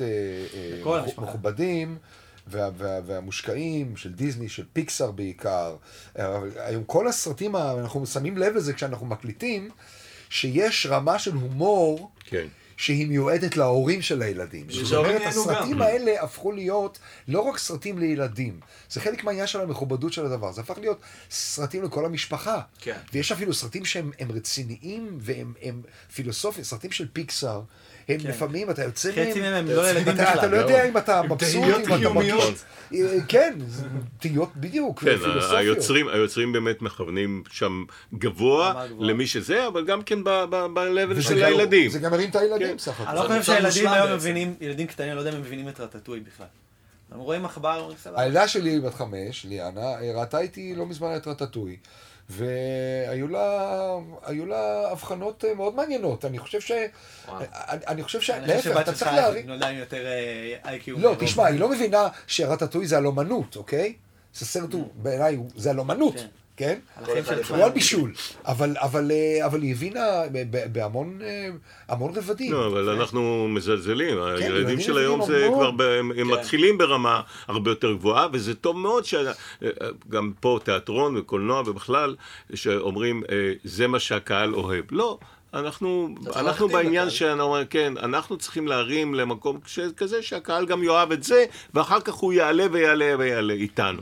[SPEAKER 4] מכובדים, והמושקעים של דיזני, של פיקסאר בעיקר, היום כל הסרטים, אנחנו שמים לב לזה כשאנחנו מקליטים, שיש רמה של הומור,
[SPEAKER 5] כן.
[SPEAKER 4] שהיא מיועדת להורים של הילדים. זאת אומרת, הסרטים האלה הפכו להיות לא רק סרטים לילדים, זה חלק מהעניין של המכובדות של הדבר, זה הפך להיות סרטים לכל המשפחה.
[SPEAKER 6] כן.
[SPEAKER 4] ויש אפילו סרטים שהם רציניים והם פילוסופיים, סרטים של פיקסאר, הם לפעמים, אתה יוצא מהם...
[SPEAKER 2] חצי מהם לא ילדים בכלל.
[SPEAKER 4] אתה לא יודע אם אתה מבסוט, אם אתה מרגיש... כן, תהיות בדיוק,
[SPEAKER 5] פילוסופיות. היוצרים באמת מכוונים שם גבוה למי שזה, אבל גם כן בלבל של הילדים.
[SPEAKER 4] זה גם מרים את הילדים, סך הכל.
[SPEAKER 2] אני לא חושב שהילדים היום מבינים, ילדים קטנים, אני לא יודע אם הם מבינים את רטטוי בכלל. הם רואים עכבר,
[SPEAKER 4] הילדה שלי בת 5, ליאנה, ראתה איתי לא מזמן את רטטוי. והיו לה הבחנות מאוד מעניינות. אני חושב להפך, אתה צריך להרים...
[SPEAKER 2] אני לא יודע אם יותר איי-קיו...
[SPEAKER 4] לא, תשמע, היא לא מבינה שרטטוי זה על אומנות, אוקיי? זה סרט, בעיניי, זה על אומנות, כן? לא על בישול. אבל היא הבינה בהמון רבדים.
[SPEAKER 5] לא, אבל אנחנו מזלזלים. הילדים של היום זה כבר, הם מתחילים ברמה הרבה יותר גבוהה, וזה טוב מאוד שגם פה תיאטרון וקולנוע ובכלל, שאומרים, זה מה שהקהל אוהב. לא. אנחנו בעניין כן, אנחנו צריכים להרים למקום כזה שהקהל גם יאהב את זה, ואחר כך הוא יעלה ויעלה איתנו.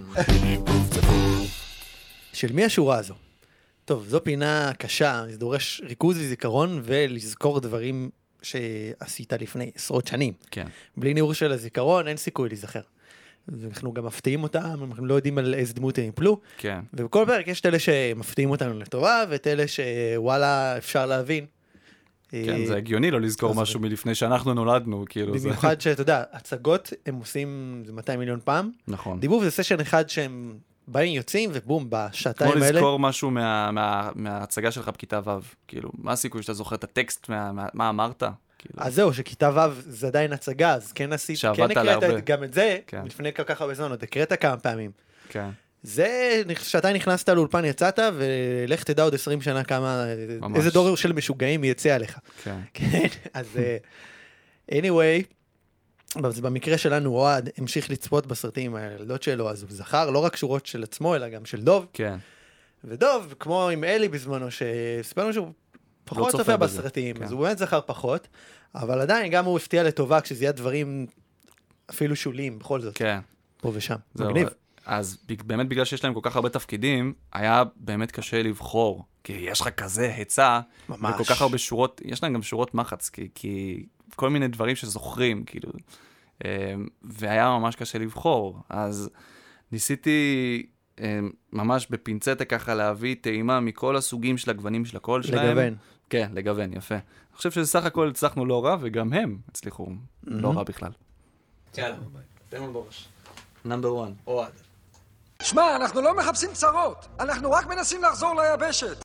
[SPEAKER 2] של מי השורה הזו? טוב, זו פינה קשה, זה דורש ריכוז וזיכרון ולזכור דברים שעשית לפני עשרות שנים.
[SPEAKER 1] כן.
[SPEAKER 2] בלי ניעור של הזיכרון אין סיכוי להיזכר. אנחנו גם מפתיעים אותם, אנחנו לא יודעים על איזה דמות הם יפלו.
[SPEAKER 1] כן.
[SPEAKER 2] ובכל פרק יש את אלה שמפתיעים אותנו לטובה, ואת אלה שוואלה אפשר להבין.
[SPEAKER 1] כן, זה הגיוני לא לזכור משהו מלפני שאנחנו נולדנו, כאילו.
[SPEAKER 2] במיוחד שאתה יודע, הצגות הם עושים 200 מיליון פעם.
[SPEAKER 1] נכון.
[SPEAKER 2] דיבוב זה סשן אחד שהם באים יוצאים ובום,
[SPEAKER 1] כמו
[SPEAKER 2] בשעתיים האלה.
[SPEAKER 1] לזכור משהו מההצגה שלך בכיתה ו', כאילו, מה הסיכוי שאתה זוכר את הטקסט, מה אמרת?
[SPEAKER 2] אז זהו, שכיתה ו' זה עדיין הצגה, אז כן עשית, כן הקראת גם את זה, לפני כל כך הרבה זמן, עוד הקראת כמה פעמים.
[SPEAKER 1] כן.
[SPEAKER 2] זה, שאתה נכנסת לאולפן יצאת, ולך תדע עוד 20 שנה כמה, איזה דור של משוגעים יצא עליך.
[SPEAKER 1] כן.
[SPEAKER 2] כן, אז anyway, במקרה שלנו אוהד המשיך לצפות בסרטים עם הילדות שלו, אז הוא זכר לא רק שורות של עצמו, אלא גם של דוב.
[SPEAKER 1] כן.
[SPEAKER 2] ודוב, כמו עם אלי בזמנו, שספרנו שהוא פחות צופה בסרטים, אז הוא באמת זכר פחות, אבל עדיין גם הוא הפתיע לטובה כשזה דברים אפילו שוליים, בכל זאת.
[SPEAKER 1] כן.
[SPEAKER 2] פה ושם. מגניב.
[SPEAKER 1] אז באמת בגלל שיש להם כל כך הרבה תפקידים, היה באמת קשה לבחור, כי יש לך כזה היצע,
[SPEAKER 2] ממש.
[SPEAKER 1] וכל כך הרבה שורות, יש להם גם שורות מחץ, כי כל מיני דברים שזוכרים, כאילו, והיה ממש קשה לבחור, אז ניסיתי ממש בפינצטה ככה להביא טעימה מכל הסוגים של הגוונים של הקול שלהם.
[SPEAKER 2] לגוון.
[SPEAKER 1] כן, לגוון, יפה. אני חושב שסך הכל הצלחנו לא רע, וגם הם הצליחו לא רע בכלל.
[SPEAKER 6] יאללה, תן בראש. נאמבר 1, אוהד.
[SPEAKER 3] שמע, אנחנו לא מחפשים צרות, אנחנו רק מנסים לחזור ליבשת.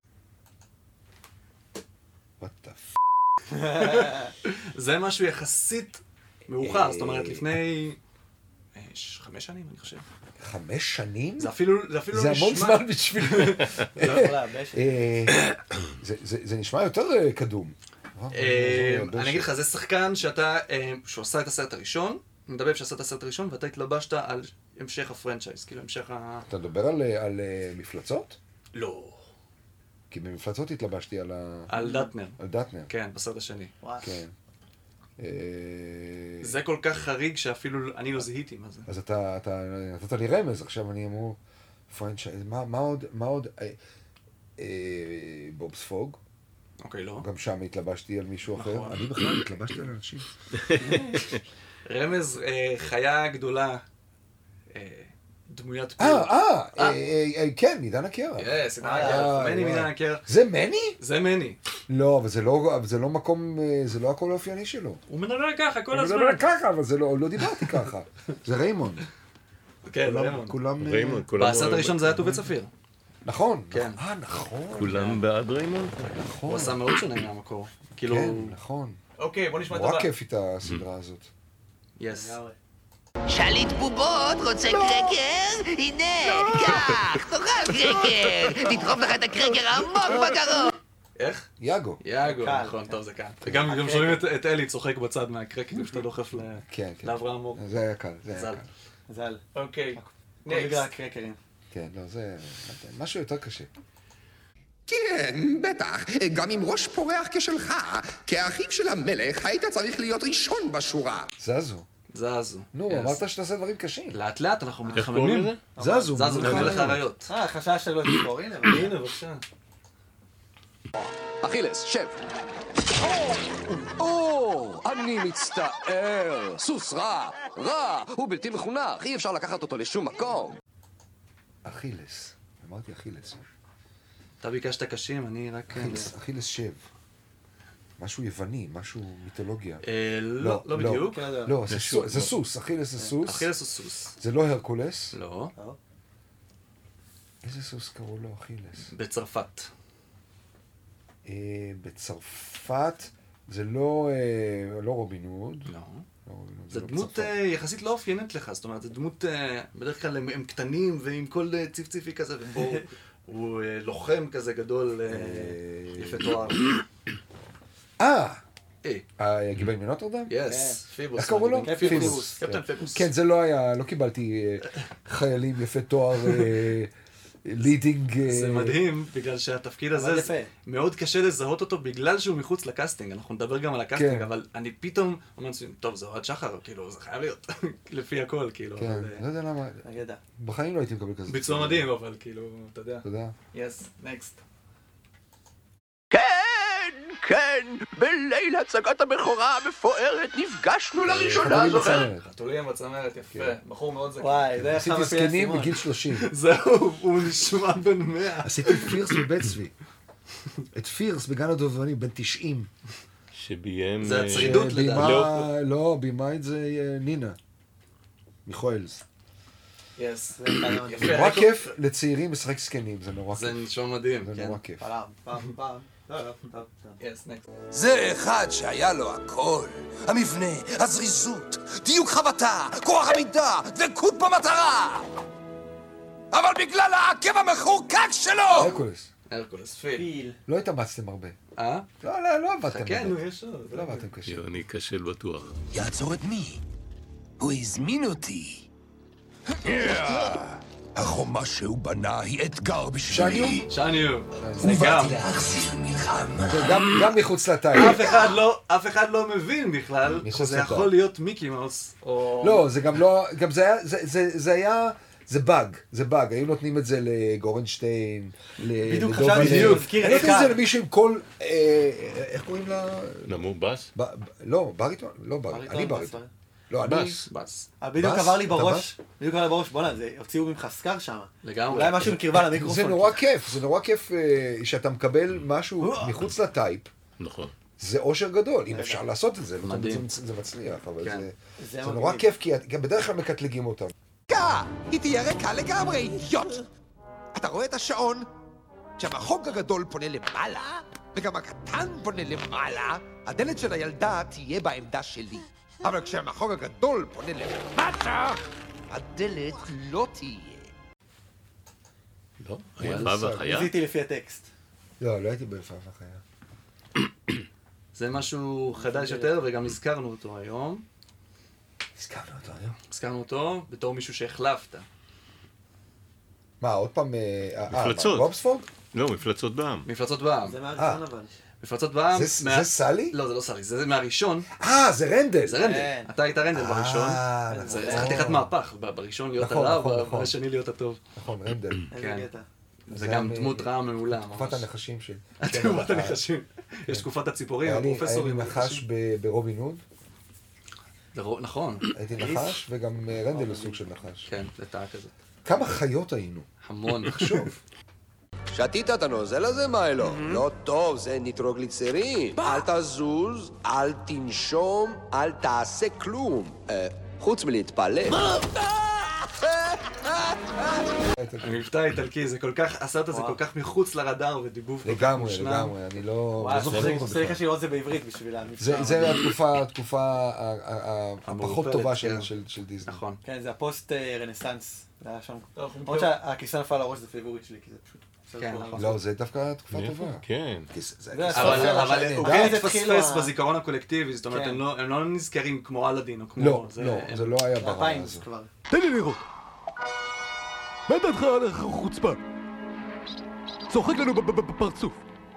[SPEAKER 4] What the
[SPEAKER 6] זה משהו יחסית מאוחר, זאת אומרת, לפני 5 שנים, אני חושב.
[SPEAKER 4] 5 שנים?
[SPEAKER 6] זה אפילו
[SPEAKER 4] זה המון זמן בשביל...
[SPEAKER 6] זה
[SPEAKER 4] זה נשמע יותר קדום.
[SPEAKER 6] אני אגיד לך, זה שחקן שהוא עשה את הסרט הראשון, מדבר שעשה את הסרט הראשון, ואתה התלבשת על המשך הפרנצ'ייז, כאילו המשך ה...
[SPEAKER 4] אתה מדבר על מפלצות?
[SPEAKER 6] לא.
[SPEAKER 4] כי במפלצות התלבשתי
[SPEAKER 6] על דטנר.
[SPEAKER 4] על דטנר.
[SPEAKER 6] כן, בסרט השני.
[SPEAKER 4] כן.
[SPEAKER 6] זה כל כך חריג שאפילו אני לא זיהיתי מה זה.
[SPEAKER 4] אז אתה נתת לי רמז, עכשיו אני אמור... פרנצ'ייז, מה עוד? בוב ספוג.
[SPEAKER 6] אוקיי, לא.
[SPEAKER 4] גם שם התלבשתי על מישהו אחר. אני בכלל התלבשתי על אנשים.
[SPEAKER 6] רמז, חיה גדולה, דמוית
[SPEAKER 4] כן, עידן הקרח.
[SPEAKER 6] יס, עידן הקרח, מני מעידן הקרח.
[SPEAKER 4] זה מני?
[SPEAKER 6] זה מני.
[SPEAKER 4] לא, אבל זה לא מקום, זה לא הכל האופייני שלו.
[SPEAKER 6] הוא מדבר ככה כל הזמן.
[SPEAKER 4] הוא מדבר ככה, אבל לא דיברתי ככה. זה ריימונד.
[SPEAKER 6] כן, ריימונד.
[SPEAKER 4] כולם...
[SPEAKER 6] בסרט הראשון זה היה טובי צפיר.
[SPEAKER 4] נכון.
[SPEAKER 6] כן.
[SPEAKER 4] נכון.
[SPEAKER 5] כולם בעד ריימונד?
[SPEAKER 4] נכון.
[SPEAKER 6] הוא עשה מאוד שונה מהמקור.
[SPEAKER 4] כן, נכון.
[SPEAKER 6] אוקיי, בוא נשמע את הבא.
[SPEAKER 4] נורא כיף איתה הסדרה הזאת.
[SPEAKER 6] יס.
[SPEAKER 7] שליט בובות, רוצה קרקר? הנה, קח, תאכל קרקר. תדחוף לך את הקרקר עמוק בגרון.
[SPEAKER 6] איך?
[SPEAKER 4] יאגו.
[SPEAKER 6] יאגו, נכון, טוב, זה קל. וגם שומעים את אלי צוחק בצד מהקרקרים שאתה דוחף לאברהם מור.
[SPEAKER 4] זה היה קל, זה היה קל.
[SPEAKER 2] מזל.
[SPEAKER 6] אוקיי.
[SPEAKER 2] בגלל הקרקרים.
[SPEAKER 4] כן, לא, זה משהו יותר קשה.
[SPEAKER 8] כן, בטח, גם עם ראש פורח כשלך, כאחיו של המלך היית צריך להיות ראשון בשורה.
[SPEAKER 4] זזו.
[SPEAKER 6] זזו.
[SPEAKER 4] נו, אמרת שתעשה דברים קשים.
[SPEAKER 6] לאט לאט אנחנו מתחממים.
[SPEAKER 4] זזו.
[SPEAKER 6] זזו מלך האריות.
[SPEAKER 2] חשש שלא תזכור, הנה.
[SPEAKER 6] הנה, בבקשה.
[SPEAKER 8] אכילס, שב. אני מצטער. סוס רע, הוא בלתי מחונך, אי אפשר לקחת אותו לשום מקום.
[SPEAKER 4] אכילס. אמרתי אכילס.
[SPEAKER 6] אתה ביקשת קשים, אני רק...
[SPEAKER 4] אכילס שב. משהו יווני, משהו מיתולוגיה.
[SPEAKER 6] לא בדיוק.
[SPEAKER 4] לא, זה סוס, אכילס זה סוס.
[SPEAKER 6] אכילס הוא סוס.
[SPEAKER 4] זה לא הרקולס.
[SPEAKER 6] לא.
[SPEAKER 4] איזה סוס קראו לו אכילס?
[SPEAKER 6] בצרפת.
[SPEAKER 4] בצרפת זה לא רובין הוד.
[SPEAKER 6] לא. זה דמות יחסית לא אופיינת לך, זאת אומרת, זה דמות, בדרך כלל הם קטנים ועם כל ציפציפי כזה, ופה הוא לוחם כזה גדול, יפה תואר.
[SPEAKER 4] גיבוי מנוטרדם?
[SPEAKER 6] יס, פיבוס.
[SPEAKER 4] איך קראו לו?
[SPEAKER 6] פיבוס. קפטן פיבוס.
[SPEAKER 4] כן, זה לא היה, לא קיבלתי חיילים יפה תואר לידינג.
[SPEAKER 6] זה מדהים, בגלל שהתפקיד הזה, מאוד קשה לזהות אותו בגלל שהוא מחוץ לקאסטינג. אנחנו נדבר גם על הקאסטינג, אבל אני פתאום אומר, טוב, זה אוהד שחר, כאילו, זה חייב להיות, לפי הכל, כאילו.
[SPEAKER 4] כן, לא יודע למה. בחיים לא הייתי מקבל כזה.
[SPEAKER 6] ביצוע מדהים, אבל כאילו, אתה יודע.
[SPEAKER 4] תודה.
[SPEAKER 6] יס, נקסט.
[SPEAKER 8] כן, בליל הצגת הבכורה המפוארת נפגשנו לראשונה, זוכר?
[SPEAKER 6] חתולים בצמרת, יפה, בחור מאוד זקן.
[SPEAKER 2] וואי, זה
[SPEAKER 4] עשיתי זקנים בגיל 30.
[SPEAKER 6] זהו, הוא נשמע בן 100.
[SPEAKER 4] עשיתי פירס בבית צבי. את פירס בגן הדובדבנים, בן 90.
[SPEAKER 5] שביים...
[SPEAKER 6] זה הצרידות לדעת.
[SPEAKER 4] לא, בימה את זה נינה. מיכאלס.
[SPEAKER 6] יס.
[SPEAKER 4] נורא כיף לצעירים לשחק זקנים, זה נורא
[SPEAKER 6] זה
[SPEAKER 4] כיף.
[SPEAKER 6] נשמע מדהים.
[SPEAKER 4] זה נורא כיף.
[SPEAKER 2] פעם.
[SPEAKER 6] יס, נקסט.
[SPEAKER 3] זה אחד שהיה לו הכל. המבנה, הזריזות, דיוק חבטה, כוח עמידה, דבקות במטרה. אבל בגלל העקב המחורקק שלו!
[SPEAKER 4] הרקולס.
[SPEAKER 6] הרקולס, פיל.
[SPEAKER 4] לא התאמצתם הרבה. לא עבדתם
[SPEAKER 6] חכה, נו,
[SPEAKER 4] הרבה.
[SPEAKER 6] יש עוד.
[SPEAKER 4] לא עבדתם קשה.
[SPEAKER 5] אני כשל בטוח.
[SPEAKER 3] יעצור את מי? הוא הזמין אותי. החומה שהוא בנה היא אתגר בשבילי.
[SPEAKER 6] שניו. זה גם.
[SPEAKER 3] ובאתי להחזיר מלחם.
[SPEAKER 4] גם מחוץ לתאים.
[SPEAKER 6] אף אחד לא מבין בכלל,
[SPEAKER 4] מחוץ
[SPEAKER 6] זה
[SPEAKER 4] לתא.
[SPEAKER 6] יכול להיות מיקי מאוס, או...
[SPEAKER 4] לא, זה גם לא, גם זה היה, זה באג, היו נותנים את זה לגורנשטיין,
[SPEAKER 2] בדיוק
[SPEAKER 4] לדוב
[SPEAKER 2] חשבתי
[SPEAKER 4] הלב.
[SPEAKER 2] שהוא הזכיר
[SPEAKER 4] היו
[SPEAKER 2] את
[SPEAKER 4] נותנים את זה
[SPEAKER 2] זה.
[SPEAKER 4] למישהו עם קול, איך קוראים לה?
[SPEAKER 5] נמור בס?
[SPEAKER 4] לא, בריטון? לא בריטון, אני בריטון. לא, אני...
[SPEAKER 5] בס.
[SPEAKER 2] בדיוק
[SPEAKER 4] בס?
[SPEAKER 2] עבר לי
[SPEAKER 4] אתה
[SPEAKER 2] בראש, בוא'נה, זה הוציאו ממך סקר שם.
[SPEAKER 6] לגמרי.
[SPEAKER 2] אולי משהו עם קרבה למיקרופון.
[SPEAKER 4] זה נורא כיף שאתה מקבל משהו מחוץ לטייפ.
[SPEAKER 5] נכון.
[SPEAKER 4] זה אושר גדול, אם אפשר לעשות את זה, לא
[SPEAKER 6] מדהים.
[SPEAKER 4] תמיד זה מצליח, אבל
[SPEAKER 6] כן.
[SPEAKER 4] זה נורא כיף, כי גם בדרך כלל מקטלגים אותם.
[SPEAKER 8] היא תהיה ריקה לגמרי, אידיוט! אתה רואה את השעון? כשהמחוג הגדול פונה למעלה, וגם הקטן פונה למעלה, הדלת של הילדה תהיה בעמדה שלי. אבל כשהמחוג הגדול פונה למטה, הדלת לא תהיה.
[SPEAKER 5] לא? היפה והחיה?
[SPEAKER 2] עשיתי לפי הטקסט.
[SPEAKER 4] לא הייתי ביפה וחיה.
[SPEAKER 6] זה משהו חדש יותר, וגם הזכרנו אותו היום. הזכרנו אותו בתור מישהו שהחלפת.
[SPEAKER 4] מה, עוד פעם...
[SPEAKER 5] מפלצות.
[SPEAKER 4] רובספורד?
[SPEAKER 5] לא, מפלצות בעם.
[SPEAKER 6] מפלצות בעם.
[SPEAKER 2] זה מהראשון אבל.
[SPEAKER 6] מפלצות בעם.
[SPEAKER 4] זה סלי?
[SPEAKER 6] לא, זה לא סלי, זה מהראשון.
[SPEAKER 4] זה רנדל.
[SPEAKER 6] זה רנדל. אתה היית רנדל בראשון.
[SPEAKER 4] נכון.
[SPEAKER 6] זה חתיכת מהפך, בראשון להיות
[SPEAKER 4] נכון,
[SPEAKER 6] הרע,
[SPEAKER 4] נכון.
[SPEAKER 6] בשני להיות הטוב.
[SPEAKER 4] נכון, רנדל.
[SPEAKER 6] כן.
[SPEAKER 2] איזה קטע.
[SPEAKER 6] זה גם דמות רעה מעולה.
[SPEAKER 4] תקופת הנחשים שלי.
[SPEAKER 6] תקופת הנחשים. יש תקופת הציפורים,
[SPEAKER 4] היה לי
[SPEAKER 6] הפרופסורים.
[SPEAKER 4] נחש ברובין הוד.
[SPEAKER 6] נכון.
[SPEAKER 4] הייתי נחש, וגם רנדל הוא סוג של נחש.
[SPEAKER 6] כן, זה טעה כזאת.
[SPEAKER 4] כמה חיות היינו?
[SPEAKER 6] המון.
[SPEAKER 4] תחשוב.
[SPEAKER 9] שתית את הנוזל הזה, מיילו? לא טוב, זה ניטרוגליצרין. אל תזוז, אל תנשום, אל תעשה כלום. חוץ מלהתפלא.
[SPEAKER 6] המבטא האיטלקי, זה כל כך, הסרט הזה כל כך מחוץ לרדאר ודיבוב כל כך
[SPEAKER 4] לגמרי,
[SPEAKER 6] מושלם.
[SPEAKER 4] אני לא
[SPEAKER 2] וואי,
[SPEAKER 4] זוכר אותו
[SPEAKER 2] עושה לי
[SPEAKER 4] בכלל.
[SPEAKER 2] חשוב לראות את זה בעברית בשביל המבצע.
[SPEAKER 4] זה התקופה הפחות
[SPEAKER 6] המעורפלת,
[SPEAKER 4] טובה
[SPEAKER 6] כן.
[SPEAKER 4] של דיסני.
[SPEAKER 6] נכון.
[SPEAKER 2] כן, זה הפוסט רנסאנס. זה היה שם.
[SPEAKER 6] אנחנו
[SPEAKER 2] למרות שהכיסא נפל לראש זה פייבוריט שלי, כי זה פשוט...
[SPEAKER 6] כן,
[SPEAKER 4] לא, זה דווקא תקופה טובה.
[SPEAKER 5] כן.
[SPEAKER 6] אבל הוא כן
[SPEAKER 2] התחיל
[SPEAKER 6] התפספס בזיכרון הקולקטיבי, זאת אומרת,
[SPEAKER 2] כן.
[SPEAKER 6] הם לא נזכרים כמו אלאדין או כמו...
[SPEAKER 4] לא, זה לא היה ברמה
[SPEAKER 2] 2000
[SPEAKER 4] הזו.
[SPEAKER 2] כבר.
[SPEAKER 10] תן לי לראות. מה דעתך על חוצפה? צוחק לנו בפרצוף.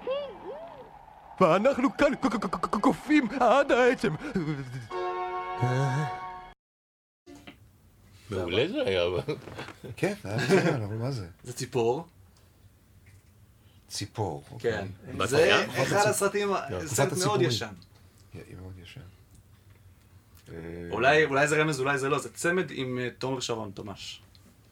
[SPEAKER 10] ואנחנו כאן קופים עד העצם.
[SPEAKER 5] מעולה זה היה.
[SPEAKER 4] כן, היה מצוין, אבל מה זה?
[SPEAKER 6] זה ציפור.
[SPEAKER 4] ציפור.
[SPEAKER 6] כן.
[SPEAKER 5] בת
[SPEAKER 6] זה
[SPEAKER 5] חיה?
[SPEAKER 6] אחד הסרטים, סרט מאוד
[SPEAKER 4] הציפורים.
[SPEAKER 6] ישן.
[SPEAKER 4] מאוד ישן.
[SPEAKER 6] אולי זה רמז, אולי זה לא, זה צמד עם תומר שרון, תומש.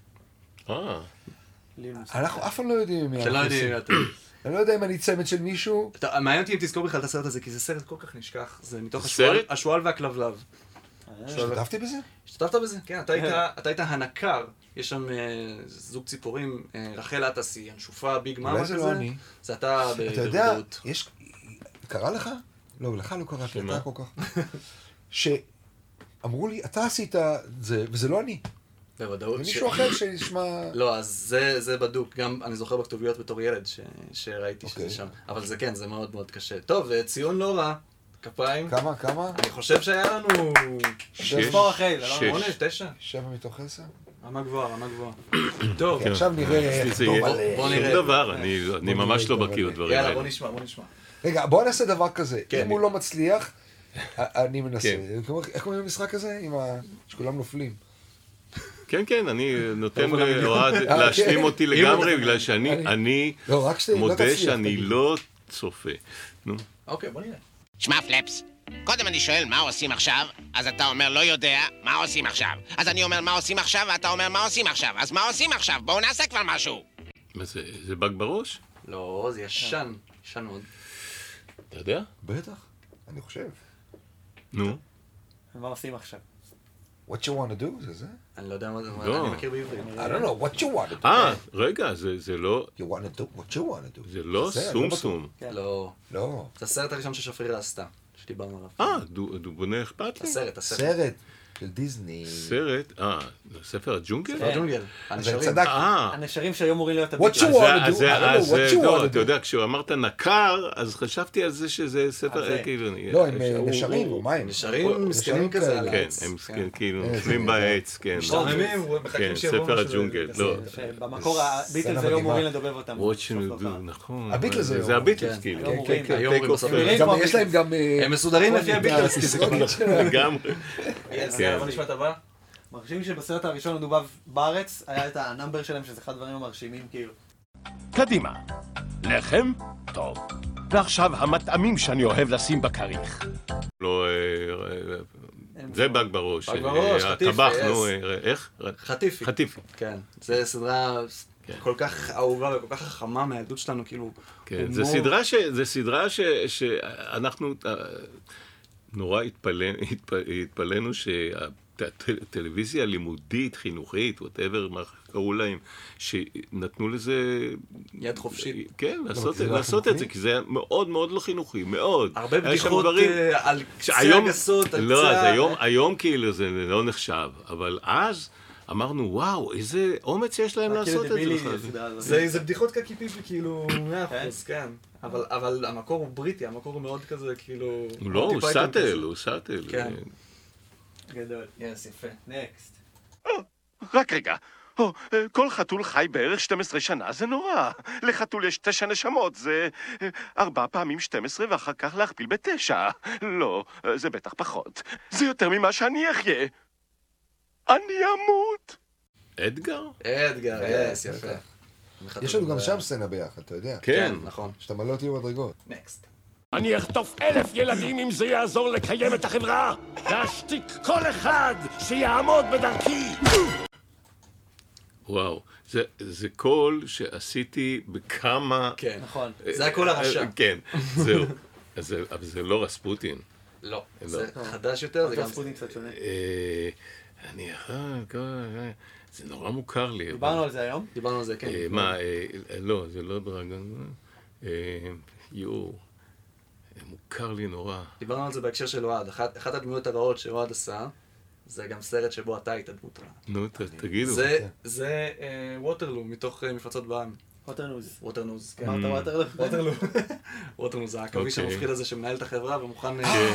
[SPEAKER 4] אנחנו אף פעם לא יודעים מי
[SPEAKER 6] שלא
[SPEAKER 4] אנחנו
[SPEAKER 6] יודעים
[SPEAKER 4] עושים.
[SPEAKER 6] מי
[SPEAKER 4] אני לא יודע אם אני צמד של מישהו.
[SPEAKER 6] מעניין אותי אם תזכור בכלל את הסרט הזה, כי זה סרט כל כך נשכח. זה מתוך
[SPEAKER 5] סרט?
[SPEAKER 6] השועל והכלבלב.
[SPEAKER 4] השתתפתי בזה?
[SPEAKER 6] השתתפת בזה? כן, אתה היית הנקר. יש שם זוג ציפורים, רחל עטסי, ינשופה, ביג מאמה
[SPEAKER 4] אולי
[SPEAKER 6] כזה.
[SPEAKER 4] זה לא אני.
[SPEAKER 6] זה אתה
[SPEAKER 4] אתה יודע,
[SPEAKER 6] בוודאות.
[SPEAKER 4] קרה לך? לא, לך לא קרה, כי אתה כל כך... שאמרו לי, אתה עשית זה, וזה לא אני.
[SPEAKER 6] בוודאות.
[SPEAKER 4] ומישהו אחר שישמע...
[SPEAKER 6] לא, אז זה בדוק. גם אני זוכר בכתוביות בתור ילד שראיתי שזה שם. אבל זה כן, זה מאוד מאוד קשה. טוב, ציון לא רע. כפיים.
[SPEAKER 4] כמה?
[SPEAKER 6] אני חושב שהיה לנו...
[SPEAKER 5] 6.
[SPEAKER 2] ספור אחרי, זה לא
[SPEAKER 6] 8, 9.
[SPEAKER 4] 7 מתוך 10?
[SPEAKER 6] רמה גבוהה. טוב.
[SPEAKER 4] עכשיו נראה איך דום על...
[SPEAKER 6] בוא נראה.
[SPEAKER 5] שום דבר, אני ממש לא בקיא בדברים האלה.
[SPEAKER 6] יאללה, בוא נשמע.
[SPEAKER 4] רגע, בוא נעשה דבר כזה.
[SPEAKER 6] כן.
[SPEAKER 4] אם הוא לא מצליח, אני מנסה.
[SPEAKER 5] כן.
[SPEAKER 4] איך קוראים למשחק הזה? שכולם נופלים.
[SPEAKER 5] כן, אני נותן לאוהד להשלים אותי לגמרי, בגלל שאני מודה שאני לא צופה. נו.
[SPEAKER 6] אוקיי, בוא נראה.
[SPEAKER 7] שמע פלפס, קודם אני שואל מה עושים עכשיו, אז אתה אומר לא יודע מה עושים עכשיו. אז אני אומר מה עושים עכשיו, ואתה אומר מה עושים עכשיו. אז מה עושים עכשיו? בואו נעשה כבר משהו.
[SPEAKER 5] מה זה באג בראש?
[SPEAKER 6] לא, זה ישן מאוד.
[SPEAKER 5] אתה יודע?
[SPEAKER 4] בטח, אני חושב.
[SPEAKER 5] נו.
[SPEAKER 2] מה עושים עכשיו?
[SPEAKER 4] What you want to do, זה?
[SPEAKER 6] אני לא יודע מה זה,
[SPEAKER 5] לא.
[SPEAKER 6] אני מכיר בעברית.
[SPEAKER 4] I don't know, what you want to do.
[SPEAKER 5] רגע, זה לא...
[SPEAKER 4] You want to do, what you want to do.
[SPEAKER 5] זה לא סום.
[SPEAKER 6] לא.
[SPEAKER 4] לא.
[SPEAKER 6] זה הסרט הראשון ששפרירה עשתה, שדיברנו עליו.
[SPEAKER 5] דובונה אכפת לי?
[SPEAKER 6] הסרט.
[SPEAKER 4] סרט של דיסני.
[SPEAKER 5] סרט? ספר הג'ונגל?
[SPEAKER 6] ספר הג'ונגל. הנשרים.
[SPEAKER 4] צדקתי.
[SPEAKER 2] הנשרים שהיו אמורים להיות
[SPEAKER 4] What you want to do, I don't know, what you want to
[SPEAKER 5] אתה יודע, כשהוא אמרת נקר, אז חשבתי על זה שזה ספר, כאילו...
[SPEAKER 4] לא, הם נשרים או מים.
[SPEAKER 6] נשרים מסכנים כזה על
[SPEAKER 5] כן,
[SPEAKER 6] העץ.
[SPEAKER 5] הם כאילו נופלים בעץ, כן.
[SPEAKER 6] משתעממים, מחכים שיבואו
[SPEAKER 5] ספר
[SPEAKER 6] משהו.
[SPEAKER 5] הג'ונגל, לא.
[SPEAKER 2] במקור הביטלס היו אמורים לדובב אותם.
[SPEAKER 5] What you do, נכון.
[SPEAKER 4] הביטלס
[SPEAKER 5] זה הביטלס, כאילו.
[SPEAKER 6] היו אומרים בסוף.
[SPEAKER 4] גם יש להם גם...
[SPEAKER 6] הם מסודרים לפי הביטלס.
[SPEAKER 5] לגמרי.
[SPEAKER 6] בוא נשמע את הבא.
[SPEAKER 2] מרשים שבסרט הראשון הוא דובב בארץ, היה את הנאמבר שלהם, שזה אחד הדברים המרשימים, כאילו.
[SPEAKER 11] קדימה. לחם? טוב. ועכשיו המטעמים שאני אוהב לשים בכריך.
[SPEAKER 5] לא, זה באג בראש.
[SPEAKER 6] באג בראש, חטיפי,
[SPEAKER 5] הטבח, נו, איך?
[SPEAKER 6] חטיפי.
[SPEAKER 5] חטיפי.
[SPEAKER 6] כן, זה סדרה כל כך אהובה וכל כך חכמה מהילדות שלנו, כאילו...
[SPEAKER 5] כן, זה סדרה שאנחנו נורא התפלאנו שהטלוויזיה לימודית, חינוכית, whatever, מה קראו להם, שנתנו לזה...
[SPEAKER 6] יד חופשית.
[SPEAKER 5] כן, לעשות את זה, כי זה היה מאוד מאוד לא חינוכי, מאוד.
[SPEAKER 6] הרבה בדיחות על קצה הגסות, על
[SPEAKER 5] לא,
[SPEAKER 6] קצה...
[SPEAKER 5] אז היום כאילו זה לא נחשב, אבל אז... אמרנו, וואו, איזה אומץ יש להם לעשות את זה.
[SPEAKER 6] זה בדיחות קקיפיפי, כאילו, 100%, כן. אבל המקור הוא בריטי, המקור הוא מאוד כזה, כאילו...
[SPEAKER 5] לא, הוא סאטל.
[SPEAKER 6] כן.
[SPEAKER 2] גדול. יפה. נקסט.
[SPEAKER 11] רק רגע. כל חתול חי בערך 12 שנה, זה נורא. לחתול יש 9 נשמות, זה 4 פעמים 12 ואחר כך להכפיל ב9. לא, זה בטח פחות. זה יותר ממה שאני אחיה. אני אמות.
[SPEAKER 5] אדגר?
[SPEAKER 6] אדגר, יפה.
[SPEAKER 4] יש לנו גם שם סצנה ביחד, אתה יודע.
[SPEAKER 5] כן,
[SPEAKER 6] נכון.
[SPEAKER 4] שאתה מלא אותי במדרגות.
[SPEAKER 6] נקסט.
[SPEAKER 11] אני אחטוף 1000 ילדים אם זה יעזור לקיים את החברה. להשתיק כל אחד שיעמוד בדרכי.
[SPEAKER 5] וואו, זה קול שעשיתי בכמה...
[SPEAKER 6] כן, נכון. זה הקול הרשע.
[SPEAKER 5] כן, זהו. אבל זה לא רספוטין.
[SPEAKER 6] לא, זה חדש יותר, זה גם...
[SPEAKER 2] רספוטין קצת שונה.
[SPEAKER 5] זה נורא מוכר לי.
[SPEAKER 2] דיברנו על זה היום?
[SPEAKER 6] דיברנו על זה, כן.
[SPEAKER 5] מה, לא, זה לא דרגון. מוכר לי נורא.
[SPEAKER 6] דיברנו על זה בהקשר של אוהד. אחת הדמויות הרעות שאוהד עשה, זה גם סרט שבו אתה היית דמות רעה.
[SPEAKER 5] נו, תגידו.
[SPEAKER 6] זה ווטרלו, מתוך מפלצות בעם. ווטרנוז.
[SPEAKER 2] אמרת ווטרלו?
[SPEAKER 6] ווטרנוז, העכביש המפחיד הזה שמנהל את החברה ומוכן...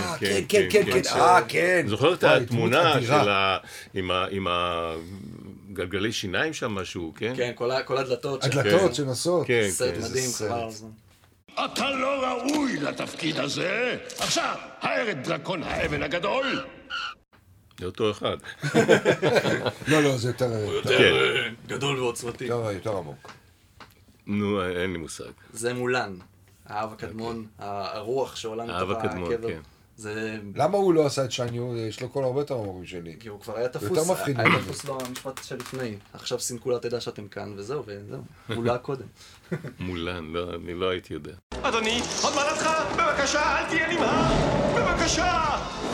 [SPEAKER 4] כן.
[SPEAKER 5] זוכר את התמונה עם הגלגלי שיניים שם משהו, כן?
[SPEAKER 6] כן, כל הדלתות.
[SPEAKER 4] הדלתות שנוסעות.
[SPEAKER 6] סרט מדהים, חבל על הזמן.
[SPEAKER 11] אתה לא ראוי לתפקיד הזה. עכשיו, הער את דרקון האבן הגדול.
[SPEAKER 5] זה אותו אחד.
[SPEAKER 4] לא, זה יותר...
[SPEAKER 6] גדול ועוצמתי.
[SPEAKER 4] יותר עמוק.
[SPEAKER 5] נו, אין לי מושג.
[SPEAKER 6] זה מולן, האב הקדמון, הרוח שעולה מתוך הקבר.
[SPEAKER 5] האב הקדמון, כן.
[SPEAKER 4] למה הוא לא עשה את שניו? יש לו קול הרבה יותר עמוק שלי.
[SPEAKER 6] כי הוא כבר היה תפוס במשפט שלפני. עכשיו סינקו לה תדע שאתם כאן, וזהו. מולה קודם.
[SPEAKER 5] מולן, לא, אני לא הייתי יודע.
[SPEAKER 11] אדוני, עוד מעלתך, בבקשה, אל תהיה נמהר, בבקשה!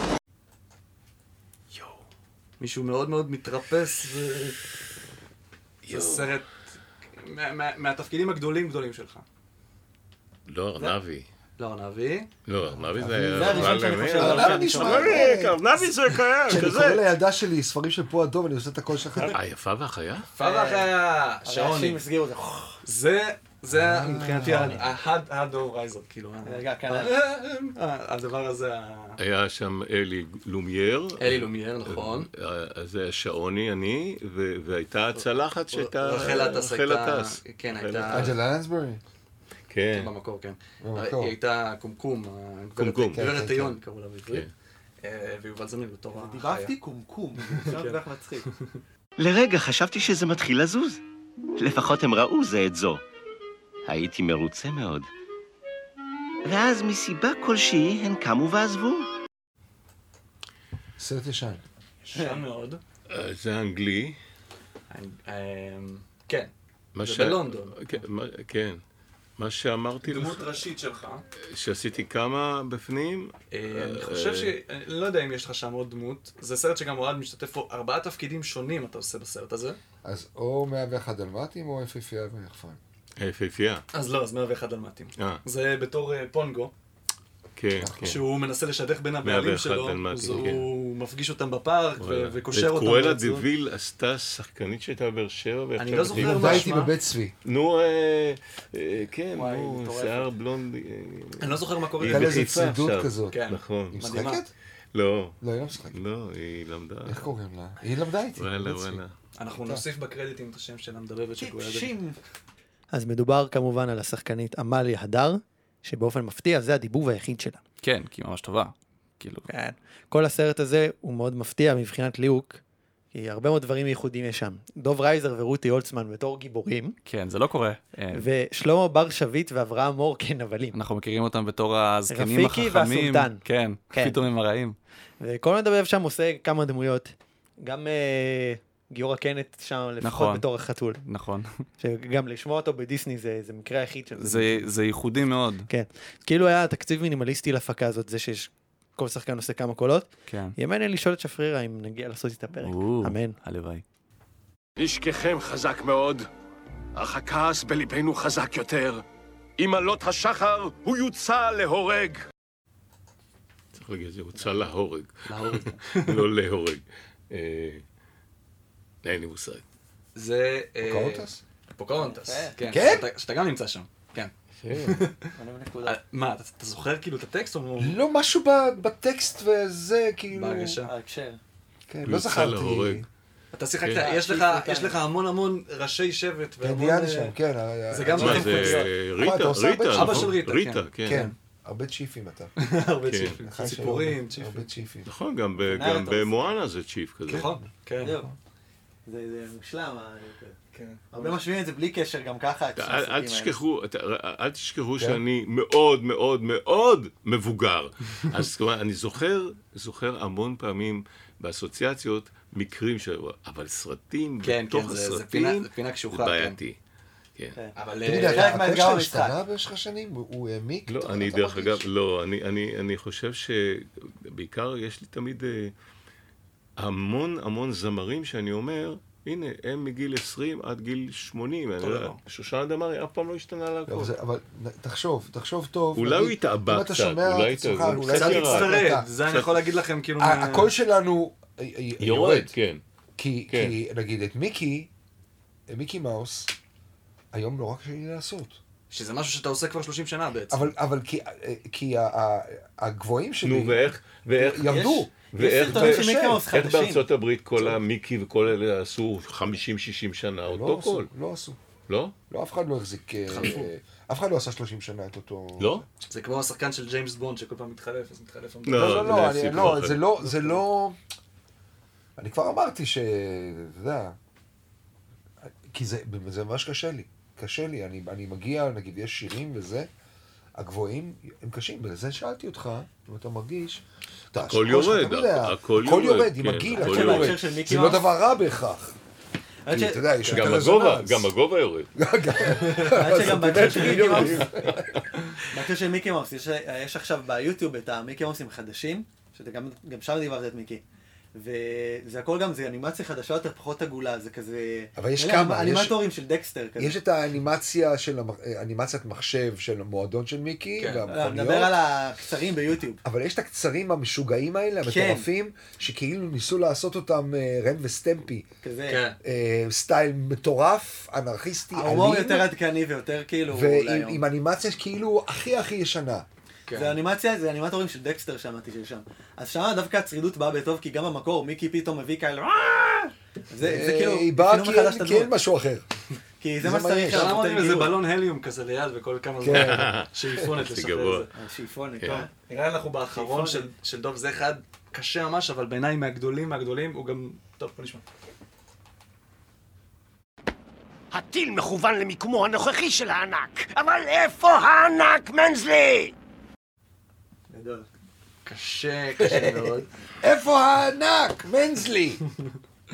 [SPEAKER 6] מישהו מאוד מאוד מתרפס, זה סרט מהתפקידים הגדולים שלך.
[SPEAKER 5] לא, ארנבי.
[SPEAKER 6] לא, ארנבי?
[SPEAKER 5] לא, ארנבי זה...
[SPEAKER 2] זה הראשון שאני חושב עליו.
[SPEAKER 5] ארנבי זה כזה.
[SPEAKER 4] כשאני קורא לילדה שלי ספרים של פה אדום, אני עושה את הקול שלך.
[SPEAKER 5] יפה והחיה?
[SPEAKER 6] יפה והחיה,
[SPEAKER 2] שעונים.
[SPEAKER 6] זה מבחינתי הדוב רייזר, כאילו. הדבר הזה...
[SPEAKER 5] היה שם אלי לומייר.
[SPEAKER 6] אלי לומייר, נכון.
[SPEAKER 5] זה השעוני, אני, והייתה הצלחת שהייתה...
[SPEAKER 6] רחל הטס הייתה... כן,
[SPEAKER 4] הייתה... אנג'לה לנסברי.
[SPEAKER 5] כן.
[SPEAKER 6] במקור, כן. היא הייתה קומקום, גברת איון, קראו לה בעברית. ויובל זמיר בתור החיה.
[SPEAKER 2] דיברתי קומקום, זה כל כך מצחיק.
[SPEAKER 12] לרגע חשבתי שזה מתחיל לזוז. לפחות הם ראו זה את זו. הייתי מרוצה מאוד. ואז מסיבה כלשהי הן קמו ועזבו.
[SPEAKER 4] סרט ישן.
[SPEAKER 6] ישן מאוד.
[SPEAKER 5] זה אנגלי.
[SPEAKER 6] כן. זה בלונדון.
[SPEAKER 5] כן. מה שאמרתי לך...
[SPEAKER 6] דמות ראשית שלך.
[SPEAKER 5] שעשיתי כמה בפנים.
[SPEAKER 6] אני חושב אני לא יודע אם יש לך שם עוד דמות. זה סרט שגם אוהד משתתף פה. 4 תפקידים שונים אתה עושה בסרט הזה.
[SPEAKER 4] אז או 101 דלמטים או יפהפייה ויחפן.
[SPEAKER 5] יפהפייה.
[SPEAKER 6] אז לא, אז 101 דלמטים. זה בתור פונגו.
[SPEAKER 5] כן, כן.
[SPEAKER 6] שהוא מנסה לשדך בין הבעלים שלו, אז הוא מפגיש אותם בפארק וקושר אותם.
[SPEAKER 5] קרואלה דוויל עשתה שחקנית שהייתה בבאר שבע.
[SPEAKER 6] אני לא זוכר
[SPEAKER 4] מה הייתי בבית צבי.
[SPEAKER 5] נו, כן, נו, שיער בלונד.
[SPEAKER 6] אני לא זוכר מה קורה.
[SPEAKER 4] הייתה לזה צרידות כזאת.
[SPEAKER 5] נכון.
[SPEAKER 4] היא משחקת?
[SPEAKER 5] לא.
[SPEAKER 4] לא, היא לא משחקת.
[SPEAKER 5] לא, היא למדה.
[SPEAKER 4] איך קוראים לה? היא למדה איתי.
[SPEAKER 5] וואלה.
[SPEAKER 6] אנחנו נוסיף בקרדיטים את השם של המדבבת של קרואלה דוויל.
[SPEAKER 2] אז מדובר כמובן על השחקנית עמליה הדר, שבאופן מפתיע זה הדיבוב היחיד שלה.
[SPEAKER 1] כן, כי היא ממש טובה. כאילו.
[SPEAKER 2] כן. כל הסרט הזה הוא מאוד מפתיע מבחינת ליהוק, כי הרבה מאוד דברים ייחודיים יש שם. דוב רייזר ורותי הולצמן בתור גיבורים.
[SPEAKER 1] כן, זה לא קורה.
[SPEAKER 2] ושלמה בר שביט ואברהם מור כנבלים.
[SPEAKER 1] אנחנו מכירים אותם בתור הזקנים החכמים.
[SPEAKER 2] רפיקי והסולטן.
[SPEAKER 1] כן, פתאום הם הרעים.
[SPEAKER 2] וכל מדבב שם עושה כמה דמויות. גם גיורא קנט שם לפחות בתור החתול.
[SPEAKER 1] נכון.
[SPEAKER 2] שגם לשמוע אותו בדיסני זה מקרה היחיד של זה.
[SPEAKER 1] זה ייחודי מאוד.
[SPEAKER 2] כן. כאילו היה תקציב מינימליסטי להפקה הזאת, זה שיש כל שחקן עושה כמה קולות.
[SPEAKER 1] כן.
[SPEAKER 2] יאמן אין לשאול את שפרירה אם נגיע לעשות את הפרק. אמן.
[SPEAKER 1] הלוואי.
[SPEAKER 11] נשככם חזק מאוד, אך הכעס בליבנו חזק יותר. עם עלות השחר הוא יוצא להורג.
[SPEAKER 5] צריך להגיד, זה הוצא להורג. לא להורג. אין לי מושג.
[SPEAKER 6] זה...
[SPEAKER 4] פוקהונטס?
[SPEAKER 6] פוקהונטס.
[SPEAKER 4] כן?
[SPEAKER 6] שאתה גם נמצא שם. כן. מה, אתה זוכר כאילו את הטקסט או...
[SPEAKER 4] לא, משהו בטקסט וזה, כאילו...
[SPEAKER 6] בהרגשה.
[SPEAKER 4] כן, לא זכרתי.
[SPEAKER 6] אתה שיחקת, יש לך המון ראשי שבט.
[SPEAKER 4] דיאנה שם, כן.
[SPEAKER 6] זה גם...
[SPEAKER 5] זה ריטה.
[SPEAKER 6] אבא של ריטה,
[SPEAKER 5] כן.
[SPEAKER 4] הרבה צ'יפים אתה.
[SPEAKER 6] הרבה צ'יפים. ציפורים, צ'יפים.
[SPEAKER 4] הרבה צ'יפים.
[SPEAKER 5] נכון, גם במואנה זה צ'יפ כזה.
[SPEAKER 6] נכון, כן.
[SPEAKER 2] זה מושלם. הרבה משווים את זה בלי קשר גם ככה.
[SPEAKER 5] אל תשכחו שאני מאוד מאוד מאוד מבוגר. אז אני זוכר המון פעמים באסוציאציות מקרים אבל סרטים בתוך הסרטים זה בעייתי.
[SPEAKER 2] אבל
[SPEAKER 4] תגיד, הקול השתנה במשך השנים? הוא העמיק?
[SPEAKER 5] לא, אני דרך אגב, לא, אני חושב שבעיקר יש לי תמיד המון זמרים שאני אומר, הנה, הם מגיל 20 עד גיל 80, שושנה דמארי אף פעם לא השתנה להכל.
[SPEAKER 4] אבל תחשוב טוב.
[SPEAKER 5] אולי הוא התאבא קצת, אולי
[SPEAKER 6] קצת הצטרד, זה אני יכול להגיד לכם כאילו...
[SPEAKER 4] הקול שלנו
[SPEAKER 5] יורד, כן.
[SPEAKER 4] כי נגיד את מיקי מאוס, היום לא רק שלי לעשות.
[SPEAKER 6] שזה משהו שאתה עושה כבר 30 שנה בעצם.
[SPEAKER 4] אבל כי הגבוהים שלי
[SPEAKER 5] ירדו. ואיך בארצות הברית כל המיקי וכל אלה עשו 50-60 שנה אותו קול?
[SPEAKER 4] לא עשו.
[SPEAKER 5] לא?
[SPEAKER 4] לא, אף אחד לא החזיק... אף אחד לא עשה 30 שנה את אותו...
[SPEAKER 5] לא?
[SPEAKER 6] זה כמו השחקן של ג'יימס בונד שכל פעם מתחלף, אז מתחלף...
[SPEAKER 4] לא, זה לא... אני כבר אמרתי אתה יודע... כי זה ממש קשה לי. אני מגיע, נגיד, יש שירים וזה, הגבוהים הם קשים. בזה שאלתי אותך, אם אתה מרגיש...
[SPEAKER 5] הכל יורד,
[SPEAKER 4] הכל יורד, עם הגיל, הכל יורד. זה לא דבר רע בהכרח.
[SPEAKER 5] גם הגובה יורד.
[SPEAKER 2] שגם בהקשר של מיקי מאוס, יש עכשיו ביוטיוב את המיקי מאוסים החדשים, שגם שם דיברת את מיקי. וזה הכל גם, זה אנימציה חדשה יותר, פחות עגולה, זה כזה...
[SPEAKER 4] אבל יש כמה,
[SPEAKER 2] אנימטורים של דקסטר כזה.
[SPEAKER 4] יש את האנימציה של, אנימציית מחשב של המועדון של מיקי,
[SPEAKER 2] והמכוניות. נדבר על הקצרים ביוטיוב.
[SPEAKER 4] אבל יש את הקצרים המשוגעים האלה, המטורפים, שכאילו ניסו לעשות אותם רן וסטמפי.
[SPEAKER 2] כזה.
[SPEAKER 4] סטייל מטורף, אנרכיסטי, אלים.
[SPEAKER 2] ההומור יותר עדכני ויותר כאילו...
[SPEAKER 4] ועם אנימציה כאילו הכי ישנה.
[SPEAKER 2] זה אנימציה, זה אנימטורים של דקסטר שמעתי של שם. אז שם דווקא הצרידות באה בטוב, כי גם במקור מיקי פתאום מביא כאלה... זה כאילו...
[SPEAKER 4] היא באה כי אין משהו אחר.
[SPEAKER 2] כי זה מה שצריך.
[SPEAKER 6] שם אמרתי איזה בלון הליום כזה ליד וכל כמה זמן. שאיפונת לשחרר את זה.
[SPEAKER 2] שאיפונת,
[SPEAKER 6] טוב. נראה לי אנחנו באחרון של דוב, זה אחד קשה ממש, אבל בעיניי מהגדולים, הוא גם... טוב, בוא נשמע.
[SPEAKER 13] הטיל מכוון למיקומו הנוכחי של הענק, אבל איפה הענק, מנזלי?
[SPEAKER 2] גדול.
[SPEAKER 6] קשה מאוד.
[SPEAKER 4] איפה הענק, מנזלי?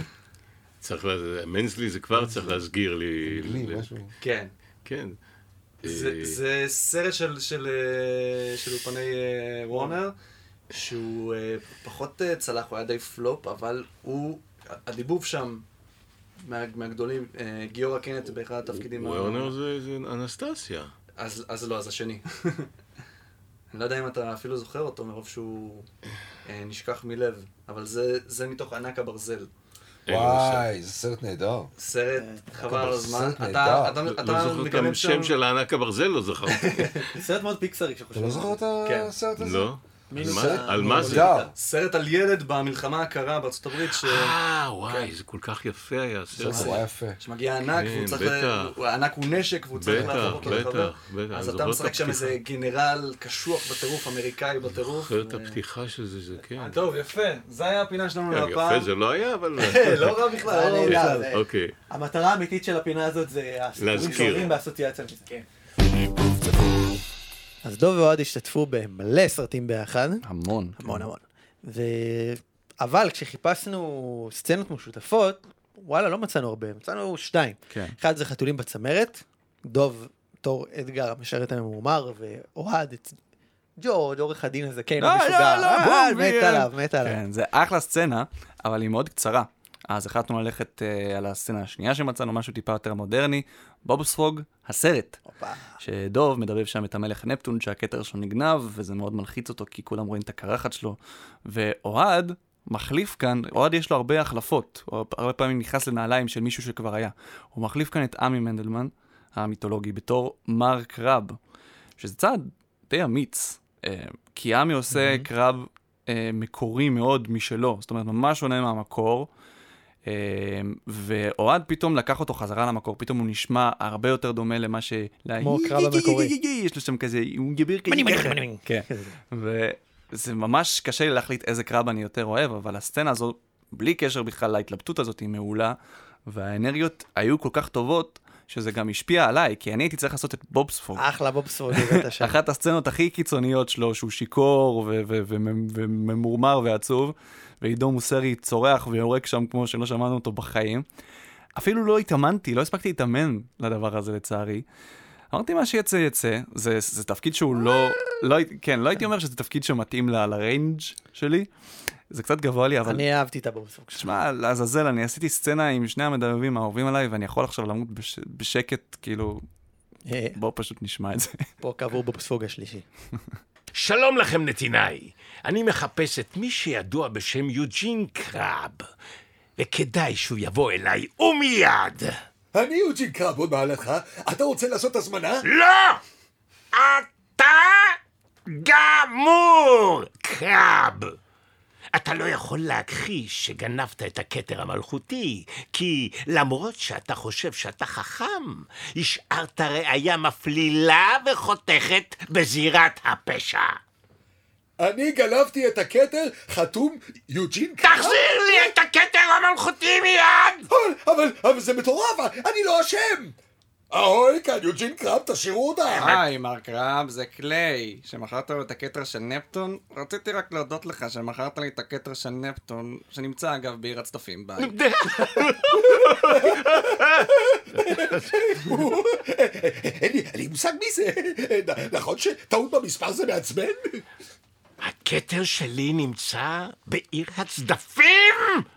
[SPEAKER 5] מנזלי זה כבר צריך להסגיר לי.
[SPEAKER 4] משהו.
[SPEAKER 6] כן.
[SPEAKER 5] כן.
[SPEAKER 6] זה סרט של אולפני וורנר, שהוא פחות צלח, הוא היה די פלופ, אבל הדיבוב שם מהגדולים, גיורא קנט באחד התפקידים.
[SPEAKER 5] וורנר זה אנסטסיה.
[SPEAKER 6] אז לא, אז השני. אני לא יודע אם אתה אפילו זוכר אותו מרוב שהוא נשכח מלב, אבל זה מתוך ענק הברזל.
[SPEAKER 4] וואי, זה סרט נהדר.
[SPEAKER 6] סרט חבל על הזמן.
[SPEAKER 5] אתה זוכר את השם של הענק הברזל, לא זוכר.
[SPEAKER 2] זה סרט מאוד פיקסרי.
[SPEAKER 4] אתה לא זוכר את הסרט הזה?
[SPEAKER 5] לא. על מה זה?
[SPEAKER 6] סרט על ילד במלחמה הקרה בארצות הברית
[SPEAKER 5] וואי, זה כל כך יפה היה.
[SPEAKER 4] זה היה יפה.
[SPEAKER 6] שמגיע ענק, הענק הוא נשק והוא צריך להפוך אותו לחבר. אז אתה משחק שם איזה גנרל קשוח בטירוף, אמריקאי בטירוף.
[SPEAKER 5] זוכר את הפתיחה של זה, כן.
[SPEAKER 6] טוב, יפה. זה היה הפינה שלנו להפעם.
[SPEAKER 5] יפה, זה לא היה, אבל...
[SPEAKER 6] לא רע בכלל.
[SPEAKER 5] אוקיי.
[SPEAKER 2] המטרה האמיתית של הפינה הזאת זה הסיפורים שעוברים באסוציאציה. אז דוב ואוהד השתתפו במלא סרטים ביחד.
[SPEAKER 1] המון.
[SPEAKER 2] המון. אבל כשחיפשנו סצנות משותפות, וואלה, לא מצאנו הרבה, מצאנו 2.
[SPEAKER 1] כן.
[SPEAKER 2] אחד זה חתולים בצמרת, דוב תור אדגר, המשרת הממומר, ואוהד את ג'ורג' עורך הדין הזה, כן, המשוגע. מת עליו.
[SPEAKER 1] כן, זה אחלה סצנה, אבל היא מאוד קצרה. אז החלטנו ללכת על הסצנה השנייה שמצאנו, משהו טיפה יותר מודרני, בובספרוג, הסרט. שדוב מדבב שם את המלך נפטון, שהכתר שלו נגנב, וזה מאוד מלחיץ אותו, כי כולם רואים את הקרחת שלו. ואוהד מחליף כאן, אוהד יש לו הרבה החלפות, הוא הרבה פעמים נכנס לנעליים של מישהו שכבר היה. הוא מחליף כאן את עמי מנדלמן, המיתולוגי, בתור מר קרב, שזה צעד די אמיץ, כי עמי עושה קרב מקורי מאוד משלו, זאת אומרת, ממש שונה מהמקור, ואוהד פתאום לקח אותו חזרה למקור, פתאום הוא נשמע הרבה יותר דומה למה
[SPEAKER 2] כמו קרב המקורי.
[SPEAKER 1] יש לו שם כזה, הוא גביר כזה. כן. וזה ממש קשה לי להחליט איזה קרב אני יותר אוהב, אבל הסצנה הזו, בלי קשר בכלל להתלבטות הזאת, היא מעולה, והאנרגיות היו כל כך טובות, שזה גם השפיע עליי, כי אני הייתי צריך לעשות את בובספוג.
[SPEAKER 2] אחלה בובספוג.
[SPEAKER 1] אחת הסצנות הכי קיצוניות שלו, שהוא שיקור וממורמר ועצוב, ועידו מוסרי צורח ויורק שם כמו שלא שמענו אותו בחיים. אפילו לא התאמנתי, לא הספקתי להתאמן לדבר הזה לצערי. אמרתי מה שיצא יצא, זה תפקיד שהוא לא הייתי אומר שזה תפקיד שמתאים לריינג' שלי. זה קצת גבוה לי, אבל...
[SPEAKER 2] אני אהבתי את הבובספוג.
[SPEAKER 1] שמע, לעזאזל, אני עשיתי סצנה עם שני המדבבים האהובים עליי, ואני יכול עכשיו למות בשקט, כאילו... בואו פשוט נשמע את זה.
[SPEAKER 2] פה קבור בובספוג השלישי.
[SPEAKER 13] שלום לכם נתיניי, אני מחפש את מי שידוע בשם יוג'ין קרב, וכדאי שהוא יבוא אליי ומיד.
[SPEAKER 10] אני יוג'ין קרב, עוד מעלתך, אתה רוצה לעשות הזמנה?
[SPEAKER 13] לא! אתה גמור, קרב! אתה לא יכול להכחיש שגנבת את הכתר המלכותי, כי למרות שאתה חושב שאתה חכם, השארת ראיה מפלילה וחותכת בזירת הפשע.
[SPEAKER 10] אני גנבתי את הכתר חתום יוג'ין קרב?
[SPEAKER 13] תחזיר לי את הכתר המלכותי מיד!
[SPEAKER 10] אבל זה מטורף, אני לא אשם! אהוי, כאן יוג'ין קרב, תשאירו אותה.
[SPEAKER 14] היי, מר קרב, זה קליי. שמכרת לו את הכתר של נפטון? רציתי רק להודות לך שמכרת לי את הכתר של נפטון, שנמצא אגב בעיר הצדפים. ביי.
[SPEAKER 10] אין לי מושג מי זה. נכון שטעות במספר זה מעצבן?
[SPEAKER 13] הכתר שלי נמצא בעיר הצדפים!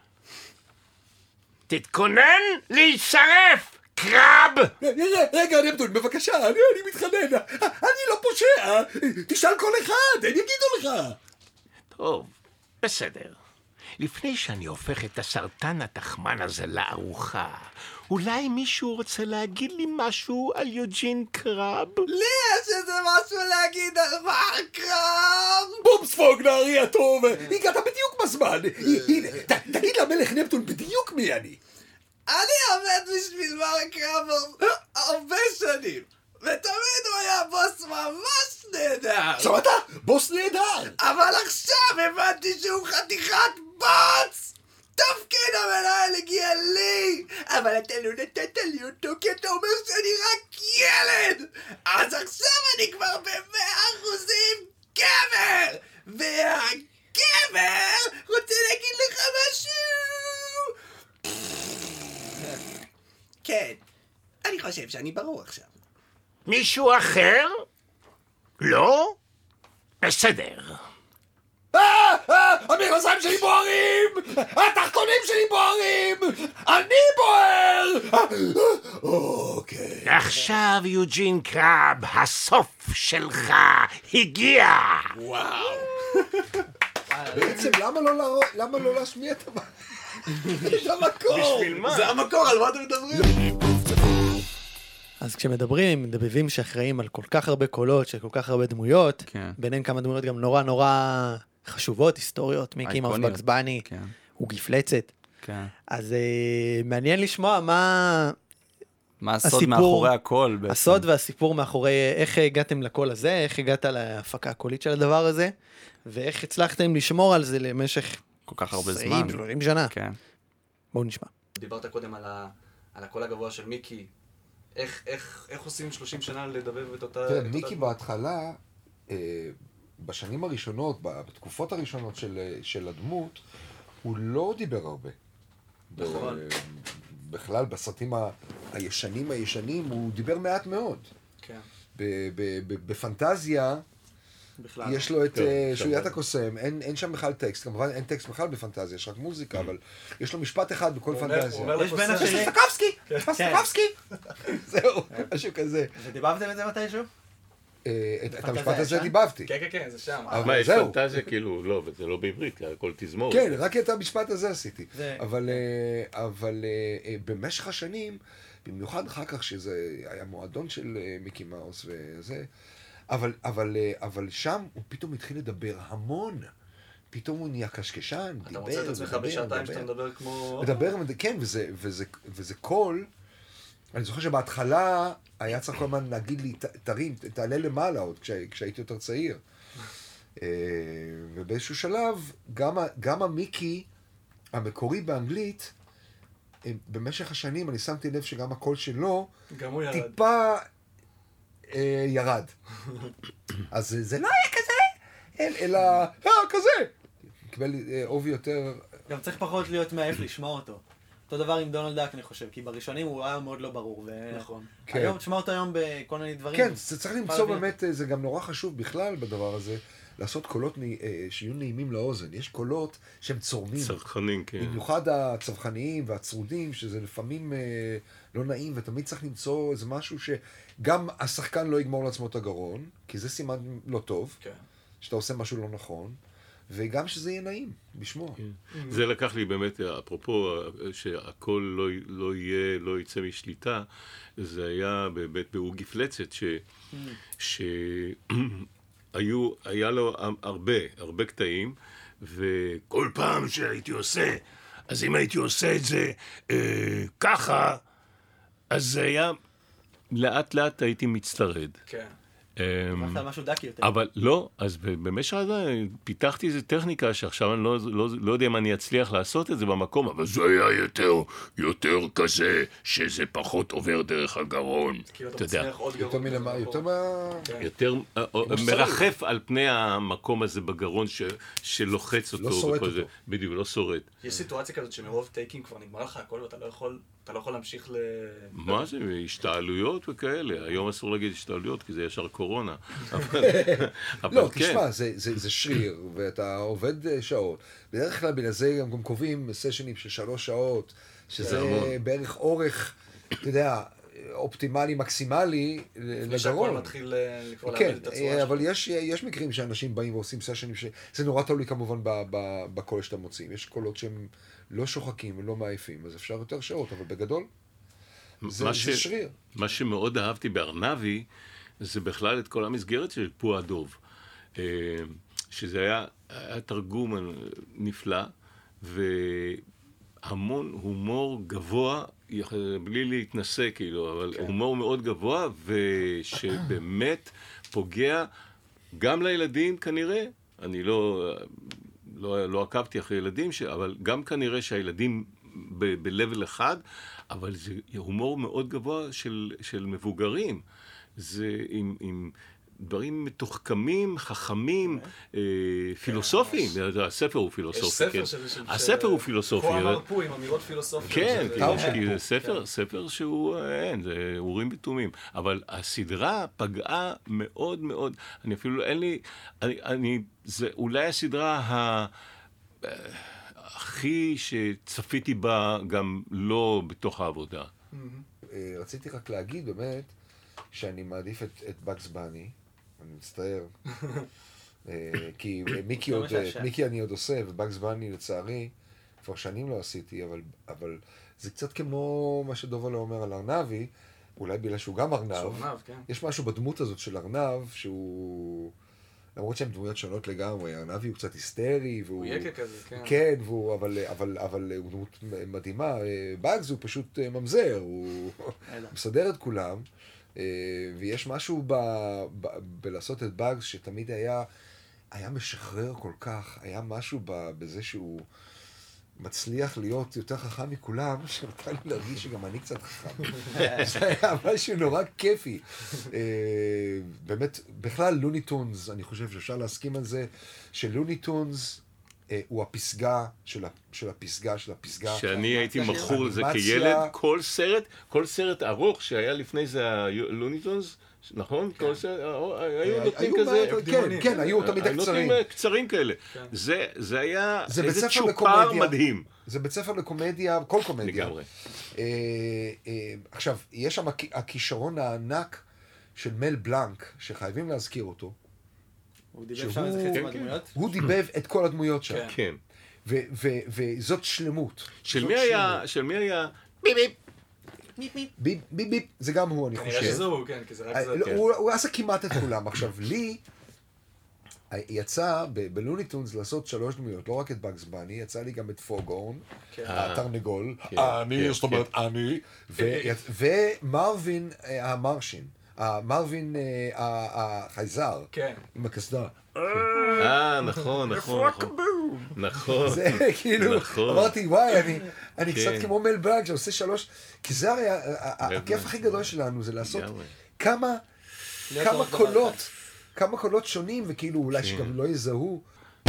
[SPEAKER 13] תתכונן להישרף! קרב!
[SPEAKER 10] רגע, נפטון, בבקשה, אני מתחנן. אני לא פושע. תשאל כל אחד, הם יגידו לך.
[SPEAKER 13] טוב, בסדר. לפני שאני הופך את הסרטן התחמן הזה לארוחה, אולי מישהו רוצה להגיד לי משהו על יוג'ין קרב?
[SPEAKER 15] לי יש איזה משהו להגיד על מר קרב!
[SPEAKER 10] בובספוג, נערי הטוב, הגעת בדיוק בזמן. הנה, תגיד למלך נפטון בדיוק מי אני.
[SPEAKER 15] אני עובד בשביל מר קרב הרבה שנים, ותמיד הוא היה בוס ממש נהדר.
[SPEAKER 10] שמעת? בוס נהדר.
[SPEAKER 15] אבל עכשיו הבנתי שהוא חתיכת בוץ! תפקיד המנהל הגיע לי, אבל אתה לא נתת לי אותו כי אתה אומר שאני רק ילד. אז עכשיו אני כבר ב100% גבר, והגבר רוצה להגיד לך משהו. כן, אני חושב שאני ברור עכשיו.
[SPEAKER 13] מישהו אחר? לא? בסדר.
[SPEAKER 8] המכנסיים שלי בוערים! התחתונים שלי בוערים! אני בוער! אוקיי.
[SPEAKER 13] עכשיו, יוג'ין קרב, הסוף שלך הגיע!
[SPEAKER 14] וואו.
[SPEAKER 4] בעצם למה לא להשמיע את המקור?
[SPEAKER 14] בשביל מה? זה המקור, על מה אתם מדברים?
[SPEAKER 2] אז כשמדברים עם מדבבים שאחראים על כל כך הרבה קולות, של כל כך הרבה דמויות,
[SPEAKER 1] כן.
[SPEAKER 2] ביניהם כמה דמויות גם נורא נורא חשובות, היסטוריות, מיקי מאוס, בגס בני,
[SPEAKER 1] כן.
[SPEAKER 2] הוא גיפלצת.
[SPEAKER 1] כן.
[SPEAKER 2] אז מעניין לשמוע מה
[SPEAKER 1] הסוד מאחורי הקול בעצם.
[SPEAKER 2] הסוד והסיפור מאחורי איך הגעתם לקול הזה, איך הגעת להפקה הקולית של הדבר הזה, ואיך הצלחתם לשמור על זה למשך
[SPEAKER 1] כל כך הרבה זמן.
[SPEAKER 2] 20 שנה.
[SPEAKER 1] כן.
[SPEAKER 2] בואו נשמע.
[SPEAKER 6] דיברת קודם על הקול הגבוה של מיקי. איך עושים 30 שנה לדבב את אותה...
[SPEAKER 4] תראה, מיקי בהתחלה, בשנים הראשונות, בתקופות הראשונות של הדמות, הוא לא דיבר הרבה.
[SPEAKER 6] נכון.
[SPEAKER 4] בכלל, בסרטים הישנים, הוא דיבר מעט מאוד.
[SPEAKER 6] כן.
[SPEAKER 4] בפנטזיה,
[SPEAKER 6] בכלל.
[SPEAKER 4] יש לו את שוית הקוסם, אין שם בכלל טקסט, כמובן אין טקסט בכלל בפנטזיה, יש רק מוזיקה, אבל יש לו משפט אחד בכל פנטזיה.
[SPEAKER 2] יש בין השני...
[SPEAKER 4] פסטקובסקי! זהו, משהו כזה.
[SPEAKER 2] ודיבבתם את זה מתישהו?
[SPEAKER 4] את המשפט הזה דיבבתי.
[SPEAKER 6] כן, זה שם.
[SPEAKER 5] מה, יש פנטזיה כאילו, לא, זה לא בעברית, הכל תזמור.
[SPEAKER 4] כן, רק את המשפט הזה עשיתי. אבל במשך השנים, במיוחד אחר כך שזה היה מועדון של מיקי מאוס וזה, אבל שם הוא פתאום התחיל לדבר המון. פתאום הוא נהיה קשקשן, דיבר.
[SPEAKER 6] אתה מוצא את עצמך בשעתיים שאתה מדבר כמו...
[SPEAKER 4] מדבר, כן, וזה קול. אני זוכר שבהתחלה היה צריך כל הזמן להגיד לי, תרים, תעלה למעלה עוד, כשהייתי יותר צעיר. ובאיזשהו שלב, גם המיקי המקורי באנגלית, במשך השנים אני שמתי לב שגם הקול שלו, טיפה ירד. אז זה לא היה כזה, אלא כזה. קיבל עובי יותר...
[SPEAKER 2] גם צריך פחות להיות מעף לשמוע אותו. אותו דבר עם דונלד דאק, אני חושב, כי בראשונים הוא היה מאוד לא ברור.
[SPEAKER 6] נכון.
[SPEAKER 2] היום, תשמע אותו היום בכל מיני דברים.
[SPEAKER 4] כן, זה צריך למצוא באמת, זה גם נורא חשוב בכלל בדבר הזה, לעשות קולות שיהיו נעימים לאוזן. יש קולות שהם צורמים.
[SPEAKER 5] צרכנים, כן.
[SPEAKER 4] במיוחד הצווחניים והצרודים, שזה לפעמים לא נעים, ותמיד צריך למצוא איזה משהו שגם השחקן לא יגמור לעצמו את הגרון, כי זה סימן לא טוב, שאתה עושה משהו לא נכון. וגם שזה יהיה נעים, לשמוע.
[SPEAKER 5] זה לקח לי באמת, אפרופו שהכל לא יצא משליטה, זה היה באמת באוגי פלצת, שהיה לו הרבה קטעים, וכל פעם שהייתי עושה, אז אם הייתי עושה את זה ככה, אז זה היה, לאט לאט הייתי מצטרד.
[SPEAKER 6] כן.
[SPEAKER 2] משהו דקי יותר.
[SPEAKER 5] אבל לא, אז במשך הזה פיתחתי איזו טכניקה שעכשיו אני לא יודע אם אני אצליח לעשות את זה במקום, אבל זה היה יותר כזה, שזה פחות עובר דרך הגרון.
[SPEAKER 6] אתה יודע.
[SPEAKER 5] יותר מרחף על פני המקום הזה בגרון שלוחץ אותו.
[SPEAKER 4] לא שורד אותו.
[SPEAKER 5] בדיוק, לא שורד.
[SPEAKER 6] יש סיטואציה כזאת שמרוב טייקים כבר נגמר לך הכל ואתה לא יכול להמשיך
[SPEAKER 5] מה זה? השתעלויות וכאלה. היום אסור להגיד השתעלויות כי זה ישר קורונה.
[SPEAKER 4] לא, תשמע, זה שריר, ואתה עובד שעות. בדרך כלל בגלל זה גם קובעים סשנים של 3 שעות, שזה בערך אורך, אתה יודע, אופטימלי, מקסימלי לגרון.
[SPEAKER 6] שהכל מתחיל כבר להעמיד את הצורה שלו.
[SPEAKER 4] אבל יש מקרים שאנשים באים ועושים סשנים שזה נורא תלוי כמובן בקול שאתם מוצאים. יש קולות שהם לא שוחקים ולא מעייפים, אז אפשר יותר שעות, אבל בגדול זה שריר.
[SPEAKER 5] מה שמאוד אהבתי בארנבי, זה בכלל את כל המסגרת של פוע דוב. שזה היה תרגום נפלא, והמון הומור גבוה, בלי להתנסה כאילו, אבל הומור מאוד גבוה, ושבאמת פוגע גם לילדים כנראה, אני לא עקבתי אחרי ילדים, אבל גם כנראה שהילדים בלבל אחד, אבל זה הומור מאוד גבוה של מבוגרים. זה עם דברים מתוחכמים, חכמים, פילוסופיים. הספר הוא פילוסופי. הספר הוא פילוסופי.
[SPEAKER 6] כה אמר פה עם אמירות פילוסופיות.
[SPEAKER 5] כן, ספר שהוא, אין, זה אורים ותומים. אבל הסדרה פגעה מאוד מאוד. אני אפילו, אין לי, זה אולי הסדרה הכי שצפיתי בה גם לא בתוך העבודה.
[SPEAKER 4] רציתי רק להגיד באמת שאני מעדיף את בגס בני, אני מצטער, כי מיקי אני עוד עושה, ובגס בני לצערי כבר שנים לא עשיתי, אבל זה קצת כמו מה שדובל אומר על ארנבי, אולי בגלל שהוא גם ארנב, יש משהו בדמות הזאת של ארנב שהוא... למרות שהן דמויות שונות לגמרי, ארנבי הוא קצת היסטרי, והוא...
[SPEAKER 6] הוא יקה כזה, כן.
[SPEAKER 4] כן, אבל הוא דמות מדהימה. בגס הוא פשוט ממזר, הוא מסדר את כולם, ויש משהו בלעשות את בגס שתמיד היה משחרר כל כך, היה משהו בזה שהוא מצליח להיות יותר חכם מכולם, שנתן לי להרגיש שגם אני קצת חכם. זה היה משהו נורא כיפי. באמת, בכלל לוני טונס, אני חושב שאפשר להסכים על זה, שלוני טונס הוא הפסגה של הפסגה של הפסגה.
[SPEAKER 5] שאני הייתי מכור לזה כילד, כל סרט ארוך שהיה לפני זה לוני טונס, נכון? היו נותנים כזה...
[SPEAKER 4] כן, היו תמיד הקצרים.
[SPEAKER 5] קצרים כאלה. זה היה איזה צ'ופר מדהים.
[SPEAKER 4] זה בית ספר לקומדיה, כל קומדיה.
[SPEAKER 5] לגמרי.
[SPEAKER 4] עכשיו, יש שם הכישרון הענק של מל בלנק, שחייבים להזכיר אותו.
[SPEAKER 2] הוא דיבב שם איזה חצי מהדמויות?
[SPEAKER 4] הוא דיבב את כל הדמויות שם.
[SPEAKER 5] כן.
[SPEAKER 4] וזאת שלמות.
[SPEAKER 5] של מי היה?
[SPEAKER 4] ביב ביב, זה גם הוא, אני חושב.
[SPEAKER 6] נראה שזה הוא, כן, כי זה רק זה.
[SPEAKER 4] הוא עשה כמעט את כולם. עכשיו, לי יצא בלוניטונס לעשות 3 דמויות, לא רק את בגס בני, יצא לי גם את פוגורן, התרנגול, אני, זאת אומרת, אני, ומרווין המרשין, מרווין החייזר, עם הקסדה.
[SPEAKER 5] נכון. נכון.
[SPEAKER 4] זה כאילו, אמרתי, וואי, אני קצת כמו מל בלנק שעושה 3, כי זה הרי, הכיף הכי גדול שלנו זה לעשות כמה קולות שונים, וכאילו אולי שגם לא יזהו.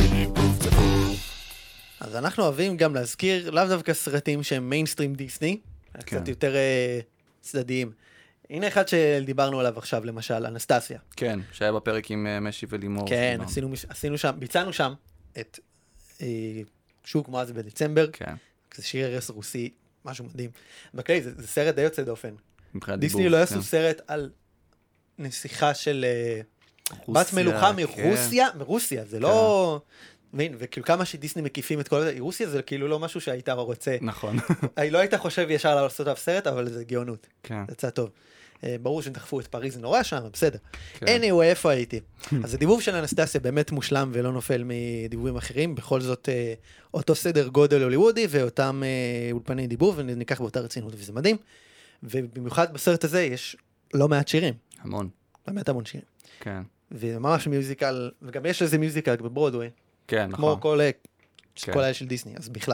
[SPEAKER 2] אז אנחנו אוהבים גם להזכיר לאו דווקא סרטים שהם מיינסטרים דיסני, קצת יותר צדדיים. הנה אחד שדיברנו עליו עכשיו, למשל, אנסטסיה.
[SPEAKER 1] כן, שהיה בפרק עם משי ולימור.
[SPEAKER 2] כן, עשינו שם, ביצענו שם את שוק מועז בדצמבר. כן. זה שיר הרס רוסי, משהו מדהים. בכלי, זה סרט די יוצא דופן. דיסני לא יעשו סרט על נסיכה של בת מלוכה מרוסיה, זה לא... וכאילו כמה שדיסני מקיפים את כל זה, רוסיה זה כאילו לא משהו שהיית רוצה.
[SPEAKER 1] נכון.
[SPEAKER 2] לא היית חושב ישר לעשות עליו סרט, אבל זה גאונות. כן. זה יצא טוב. ברור שדחפו את פריז נורא שם, בסדר. anyway, איפה הייתי? אז הדיבוב של אנסטסיה באמת מושלם ולא נופל מדיבובים אחרים, בכל זאת אותו סדר גודל הוליוודי ואותם אולפני דיבוב, וניקח באותה רצינות, וזה מדהים. ובמיוחד בסרט הזה יש לא מעט שירים.
[SPEAKER 1] המון.
[SPEAKER 2] באמת המון שירים.
[SPEAKER 1] כן.
[SPEAKER 2] וממש מיוזיקל, וגם יש איזה מיוזיקל בברודווי.
[SPEAKER 1] כן,
[SPEAKER 2] כמו כל האלה של דיסני, אז בכלל.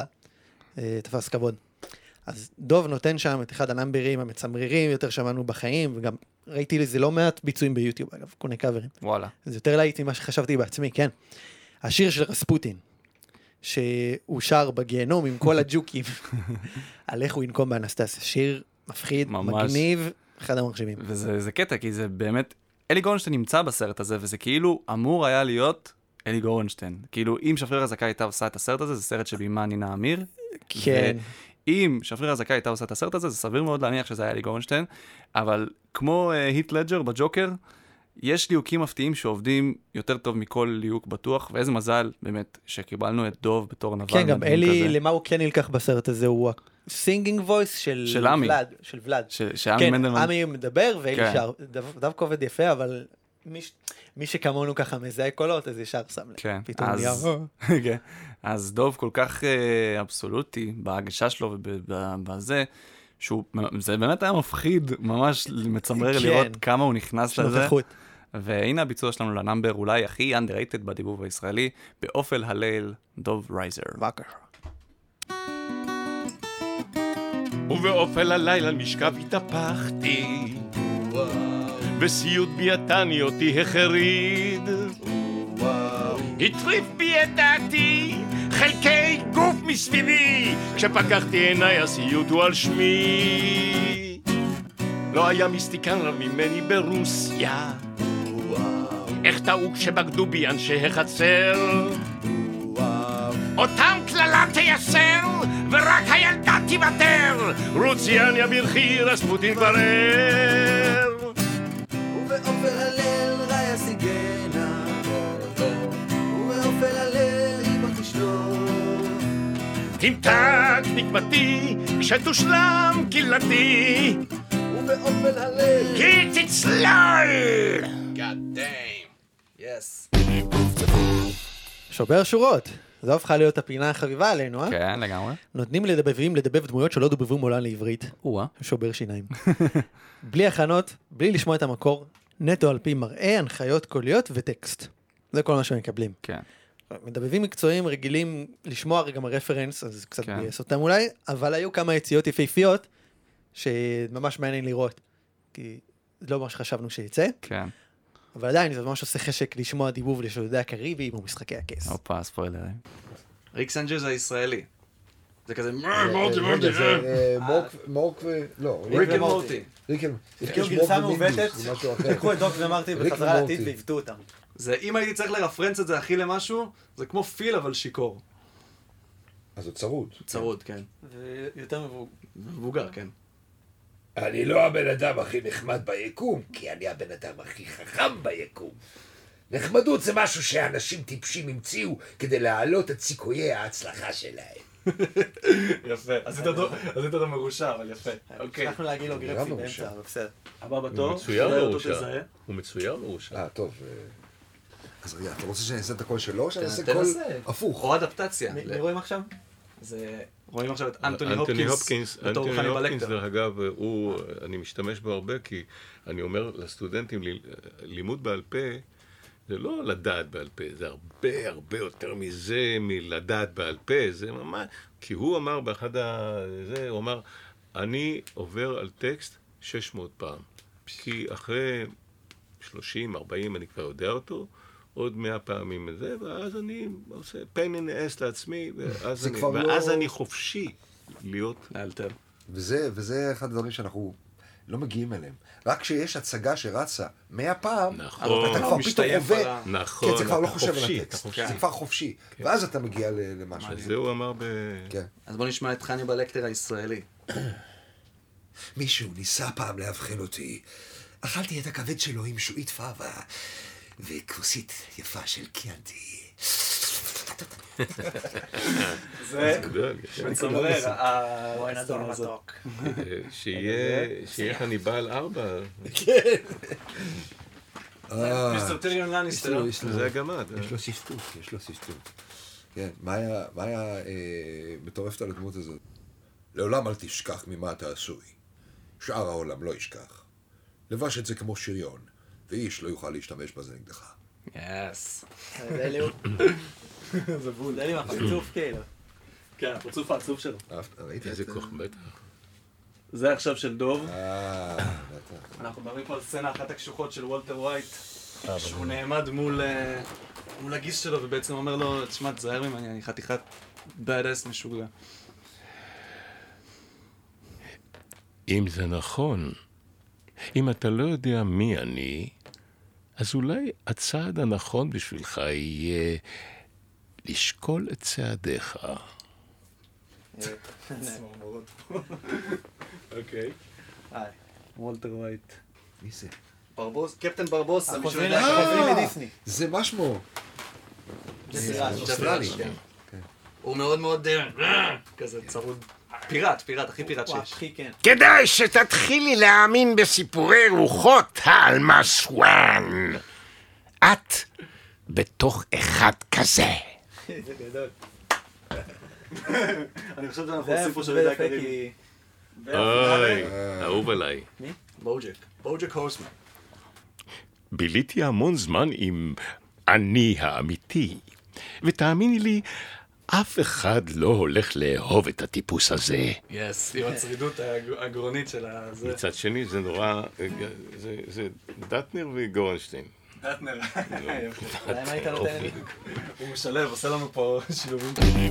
[SPEAKER 2] תפס כבוד. אז דוב נותן שם את אחד הנאמברים המצמרירים, יותר שמענו בחיים, וגם ראיתי לזה לא מעט ביצועים ביוטיוב, אגב, קוני קאברים.
[SPEAKER 1] וואלה.
[SPEAKER 2] זה יותר להיט ממה שחשבתי בעצמי, כן. השיר של רספוטין, שהוא שר בגיהנום עם כל הג'וקים, על איך הוא ינקום באנסטסיה. שיר מפחיד, מגניב, אחד המרשימים.
[SPEAKER 1] וזה קטע, כי זה באמת, אלי גורנשטיין נמצא בסרט הזה, וזה כאילו אמור היה להיות אלי גורנשטיין. כאילו, אם שפריר הזכאי הייתה עושה את הסרט הזה, זה סרט שבימה נינה אמיר.
[SPEAKER 2] כן.
[SPEAKER 1] אם שפריר הזכאי הייתה עושה את הסרט הזה, זה סביר מאוד להניח שזה היה אלי גורנשטיין, אבל כמו היט לג'ר בג'וקר, יש ליהוקים מפתיעים שעובדים יותר טוב מכל ליהוק בטוח, ואיזה מזל באמת שקיבלנו את דוב בתור נבל.
[SPEAKER 2] כן, גם אלי, למה הוא כן נלקח בסרט הזה, הוא הסינגינג וויס של ולד. של ולד.
[SPEAKER 1] שעמי מנדלמן.
[SPEAKER 2] כן, עמי מדבר ואלי שר. דווקא עובד יפה, אבל מי שכמונו ככה מזהה קולות, אז ישר שם לב.
[SPEAKER 1] כן,
[SPEAKER 2] פתאום
[SPEAKER 1] נהיה. אז דוב כל כך אבסולוטי בהגשה שלו ובזה, זה באמת היה מפחיד, ממש מצמרר לראות כמה הוא נכנס לזה. והנה הביצוע שלנו לנאמבר אולי הכי underrated בדיבוב הישראלי, באופל הליל, דוב רייזר.
[SPEAKER 2] בבקשה.
[SPEAKER 13] ובאופל הליל על משכב התהפכתי,
[SPEAKER 5] וסיוט ביתני אותי החריד. הטריף בי את דעתי חלקי גוף מסביבי, כשפקחתי עיניי הסיוט הוא על שמי. לא היה מיסטיקן רב ממני ברוסיה, איך טעו כשבגדו בי אנשי החצר. אותם כללה תייסר ורק הילדה תיוותר, רוציאניה ברכי רספוטין ברר.
[SPEAKER 15] ובאופל הלל ריה סיגנה, ובאופל הלל אמא תשלום,
[SPEAKER 5] תמתק נקמתי כשתושלם קהילתי,
[SPEAKER 15] ובאופל הלל
[SPEAKER 5] כי תצלול.
[SPEAKER 6] God damn. Yes.
[SPEAKER 2] שובר שורות. זו הפכה להיות הפינה החביבה עלינו, אה?
[SPEAKER 1] כן, לגמרי.
[SPEAKER 2] נותנים לדבבים לדבב דמויות שלא דובבו מעולם לעברית. שובר שיניים. בלי הכנות, בלי לשמוע את המקור, נטו על פי מראה, הנחיות קוליות וטקסט. זה כל מה שמקבלים.
[SPEAKER 1] כן.
[SPEAKER 2] מדבבים מקצועיים רגילים לשמוע גם הרפרנס, אז קצת בייס אותם אולי, אבל היו כמה יציאות יפהפיות שממש מעניין לראות. כי זה לא מה שחשבנו שיצא.
[SPEAKER 1] כן.
[SPEAKER 2] אבל עדיין זה ממש עושה חשק לשמוע דיבוב לשודדי הקריביים ומשחקי הכס.
[SPEAKER 1] הופה, ספוילרים.
[SPEAKER 6] ריק סנג'ר זה הישראלי. זה כזה
[SPEAKER 4] מורק ו... לא.
[SPEAKER 6] ריק ומורטי.
[SPEAKER 2] כאילו גרסה מעוותת, לקחו את דוק ומרטי בחזרה לעתיד ועיוותו אותם.
[SPEAKER 6] זה, אם הייתי צריך לרפרנס את זה הכי למשהו, זה כמו פיל אבל שיקור.
[SPEAKER 4] אז זה צרוד.
[SPEAKER 6] צרוד, כן.
[SPEAKER 2] זה יותר
[SPEAKER 6] מבוגר, כן.
[SPEAKER 3] אני לא הבן אדם הכי נחמד ביקום, כי אני הבן אדם הכי חכם ביקום. נחמדות זה משהו שאנשים טיפשים המציאו כדי להעלות את סיכויי ההצלחה שלהם.
[SPEAKER 6] יפה. אז היית אותו מרושע, אבל יפה. אוקיי.
[SPEAKER 2] הצלחנו להגיד לו גרפסי באמצע, אבל בסדר.
[SPEAKER 6] הבא בתור.
[SPEAKER 5] הוא מצויר מרושע.
[SPEAKER 4] טוב. אז רגע, אתה רוצה שאני אעשה את הקול שלו או שאני אעשה קול הפוך?
[SPEAKER 6] או אדפטציה.
[SPEAKER 2] מי רואים עכשיו?
[SPEAKER 6] רואים עכשיו את אנטוני הופקינס בתור חניבל לקטר.
[SPEAKER 5] דרך אגב, אני משתמש בו הרבה כי אני אומר לסטודנטים, לימוד בעל פה זה לא לדעת בעל פה, זה הרבה הרבה יותר מזה מלדעת בעל פה, זה ממש, כי הוא אמר באחד הזה, הוא אמר, אני עובר על טקסט 600 פעם, כי אחרי 30, 40 אני כבר יודע אותו, עוד 100 פעמים את זה, ואז אני עושה pain in the ass לעצמי, ואז אני חופשי להיות
[SPEAKER 6] לאלתר.
[SPEAKER 4] וזה אחד הדברים שאנחנו לא מגיעים אליהם. רק כשיש הצגה שרצה 100 פעם, אתה כבר פתאום עובד, כי אתה כבר לא חושב על הטקסט, זה כבר חופשי, ואז אתה מגיע למשהו.
[SPEAKER 5] זה הוא אמר
[SPEAKER 6] אז בוא נשמע את חניבל לקטר הישראלי.
[SPEAKER 3] מישהו ניסה פעם להבחן אותי. אכלתי את הכבד שלו עם שועית פאבה וכוסית יפה של קיאנטי.
[SPEAKER 6] זה מצמרר,
[SPEAKER 2] וואינדור מתוק.
[SPEAKER 5] שיהיה חניבל 4.
[SPEAKER 6] כן. מיסטר טיריון לניסטר.
[SPEAKER 5] זה הגמד.
[SPEAKER 4] יש לו סיסטות. כן, מה היה מטורפת על הדמות הזאת?
[SPEAKER 3] לעולם אל תשכח ממה אתה עשוי. שאר העולם לא ישכח. לבש את זה כמו שריון, ואיש לא יוכל להשתמש בזה נגדך.
[SPEAKER 6] יס.
[SPEAKER 2] זה בול. זה לי מהפרצוף כאילו.
[SPEAKER 6] כן, הפרצוף העצוב שלו.
[SPEAKER 4] ראיתי
[SPEAKER 5] איזה כוח בטח.
[SPEAKER 6] זה עכשיו של דוב.
[SPEAKER 4] בטח.
[SPEAKER 6] אנחנו מדברים פה על סצנה אחת הקשוחות של וולטר ווייט, שהוא נעמד מול הגיס שלו ובעצם אומר לו, תשמע, תזהר ממני, אני חתיכת badass משוגע.
[SPEAKER 5] אם זה נכון, אם אתה לא יודע מי אני, אז אולי הצעד הנכון בשבילך יהיה לשקול את צעדיך.
[SPEAKER 6] אוקיי. היי, וולטר ווייט.
[SPEAKER 4] מי זה?
[SPEAKER 6] קפטן ברבוסה.
[SPEAKER 2] חוזרים לדיסני.
[SPEAKER 4] זה מה שמו?
[SPEAKER 6] אוסטרלי. הוא מאוד מאוד כזה צרוד. פיראט, הכי פיראט שיש.
[SPEAKER 13] כדאי שתתחילי להאמין בסיפורי רוחות האלמסואן. את בתוך אחד כזה.
[SPEAKER 2] זה גדול.
[SPEAKER 6] אני חושב שאנחנו עושים פה של ידע קריבי.
[SPEAKER 5] אוי, אהוב עליי.
[SPEAKER 6] מי? בוג'ק הורסמן.
[SPEAKER 5] ביליתי המון זמן עם אני האמיתי, ותאמיני לי,
[SPEAKER 13] אף אחד לא הולך לאהוב את הטיפוס הזה.
[SPEAKER 6] יס, עם הצרידות הגרונית של הזה.
[SPEAKER 5] מצד שני, זה נורא... זה דטנר וגורנשטיין.
[SPEAKER 6] דטנר. מה היית נותן? הוא משלב, עושה לנו פה שילובים.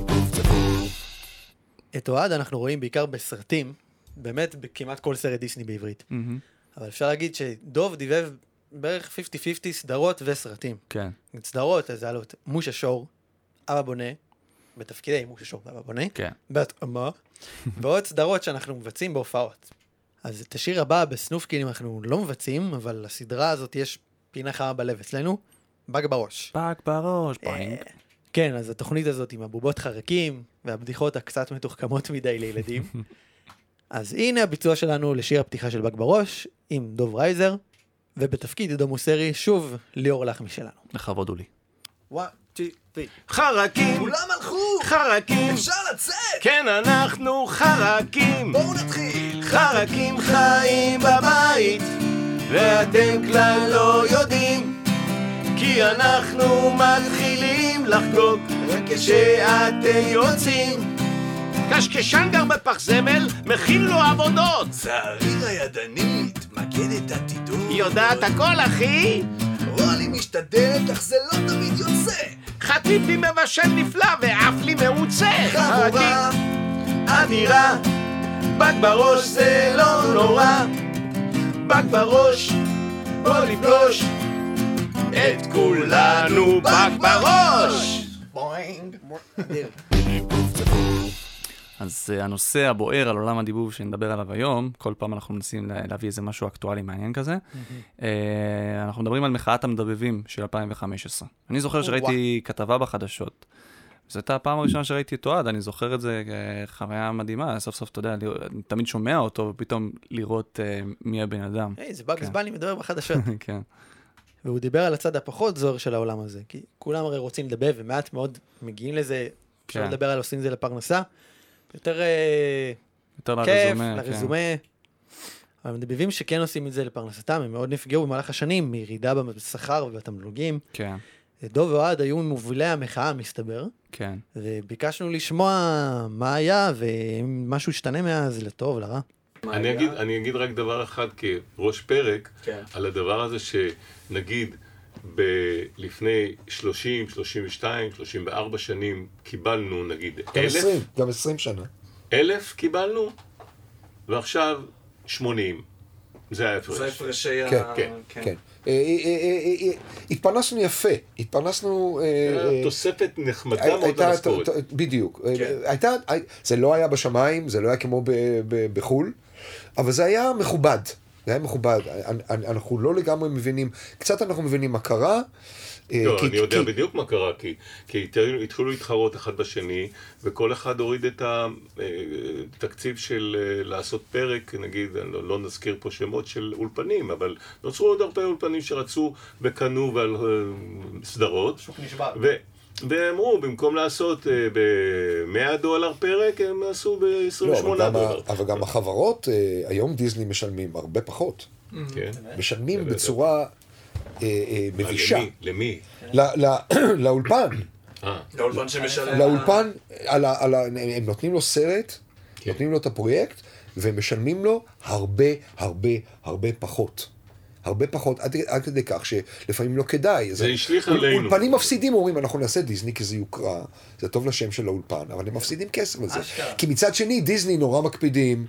[SPEAKER 2] את אוהד אנחנו רואים בעיקר בסרטים, באמת כמעט כל סרט דיסני בעברית. אבל אפשר להגיד שדוב דיבב בערך 50-50 סדרות וסרטים.
[SPEAKER 1] כן.
[SPEAKER 2] סדרות, אז היה לו את מושה שור, אבא בונה, בתפקידי מושה שור ואבא בונה,
[SPEAKER 1] כן.
[SPEAKER 2] בהתאמה, ועוד סדרות שאנחנו מבצעים בהופעות. אז את השיר הבא בסנופקינים אנחנו לא מבצעים, אבל לסדרה הזאת יש פינה חמה בלב אצלנו, בג בראש.
[SPEAKER 1] בג בראש, פאינג.
[SPEAKER 2] כן, אז התוכנית הזאת עם הבובות חרקים, והבדיחות הקצת מתוחכמות מדי לילדים. אז הנה הביצוע שלנו לשיר הפתיחה של בג בראש, עם דוב רייזר, ובתפקיד עידו מוסרי, שוב ליאור לחמי שלנו.
[SPEAKER 1] לכבוד הוא לי.
[SPEAKER 2] 1, 2, 3.
[SPEAKER 13] חרקים!
[SPEAKER 14] כולם הלכו!
[SPEAKER 13] חרקים!
[SPEAKER 14] אפשר לצאת!
[SPEAKER 13] כן, אנחנו חרקים!
[SPEAKER 14] בואו נתחיל!
[SPEAKER 13] חרקים חיים בבית, ואתם כלל לא יודעים, כי אנחנו מתחילים לחגוג רק כשאתם יוצאים. קשקשן גר בפח זמל, מכין לו עבודות.
[SPEAKER 14] שעריר הידנית, מגדת עתידות.
[SPEAKER 13] היא יודעת הכל, אחי?
[SPEAKER 14] רולי משתדלת, אך זה לא תמיד יוצא.
[SPEAKER 13] חטיפי מבשל נפלא, ואף לי מעוצה.
[SPEAKER 14] חבורה
[SPEAKER 13] אדירה, בג בראש זה לא נורא. בג בראש, בוא נפגוש את כולנו בג בראש.
[SPEAKER 14] בוינג.
[SPEAKER 1] אז הנושא הבוער על עולם הדיבוב שנדבר עליו היום, כל פעם אנחנו מנסים להביא איזה משהו אקטואלי מעניין כזה. אנחנו מדברים על מחאת המדבבים של 2015. אני זוכר שראיתי כתבה בחדשות. זו הייתה הפעם הראשונה שראיתי את אוהד, אני זוכר את זה כחוויה מדהימה, סוף סוף, אתה יודע, אני תמיד שומע אותו, ופתאום לראות מי הבן אדם.
[SPEAKER 2] היי, זה בגס בני מדבר בחדשות.
[SPEAKER 1] כן.
[SPEAKER 2] והוא דיבר על הצד הפחות זוהר של העולם הזה, כי כולם הרי רוצים לדבר, ומעט מאוד מגיעים לזה, אפשר לדבר על עושים זה לפרנסה, יותר כיף, לרזומה. אבל המדבבים שכן עושים את זה לפרנסתם, הם מאוד נפגעו במהלך השנים, מירידה בשכר ובתמלוגים.
[SPEAKER 1] כן.
[SPEAKER 2] דוב ואוהד היו ממובילי המחאה, מסתבר.
[SPEAKER 1] כן.
[SPEAKER 2] וביקשנו לשמוע מה היה, ומשהו השתנה מאז, לטוב, לרע.
[SPEAKER 5] אני אגיד רק דבר אחד כראש פרק, על הדבר הזה שנגיד לפני 30, 32, 34 שנים קיבלנו נגיד 1,000.
[SPEAKER 4] גם 20 שנה.
[SPEAKER 5] 1,000 קיבלנו, ועכשיו 80. זה ההפרש.
[SPEAKER 6] זה הפרשי ה...
[SPEAKER 4] כן. התפרנסנו יפה, התפרנסנו...
[SPEAKER 5] תוספת נחמדה מאוד למשכורת.
[SPEAKER 4] בדיוק. זה לא היה בשמיים, זה לא היה כמו בחול, אבל זה היה מכובד. זה היה מכובד. אנחנו לא לגמרי מבינים, קצת אנחנו מבינים מה קרה.
[SPEAKER 5] לא, אני יודע בדיוק מה קרה, כי התחילו להתחרות אחד בשני, וכל אחד הוריד את התקציב של לעשות פרק, נגיד, לא נזכיר פה שמות של אולפנים, אבל נוצרו עוד הרבה אולפנים שרצו וקנו ועל סדרות.
[SPEAKER 2] שוק נשבר.
[SPEAKER 5] ואמרו, במקום לעשות $100 פרק, הם עשו $28.
[SPEAKER 4] אבל גם החברות, היום דיסני משלמים הרבה פחות. משלמים בצורה... מבישה.
[SPEAKER 5] למי?
[SPEAKER 4] לאולפן.
[SPEAKER 6] לאולפן שמשלם.
[SPEAKER 4] לאולפן, הם נותנים לו סרט, נותנים לו את הפרויקט, ומשלמים לו הרבה פחות. הרבה פחות, עד כדי כך שלפעמים לא כדאי.
[SPEAKER 5] זה השליך עלינו.
[SPEAKER 4] אולפנים מפסידים, אומרים, אנחנו נעשה דיסני כי זה יוקרה, זה טוב לשם של האולפן, אבל הם מפסידים כסף על זה. כי מצד שני, דיסני נורא מקפידים,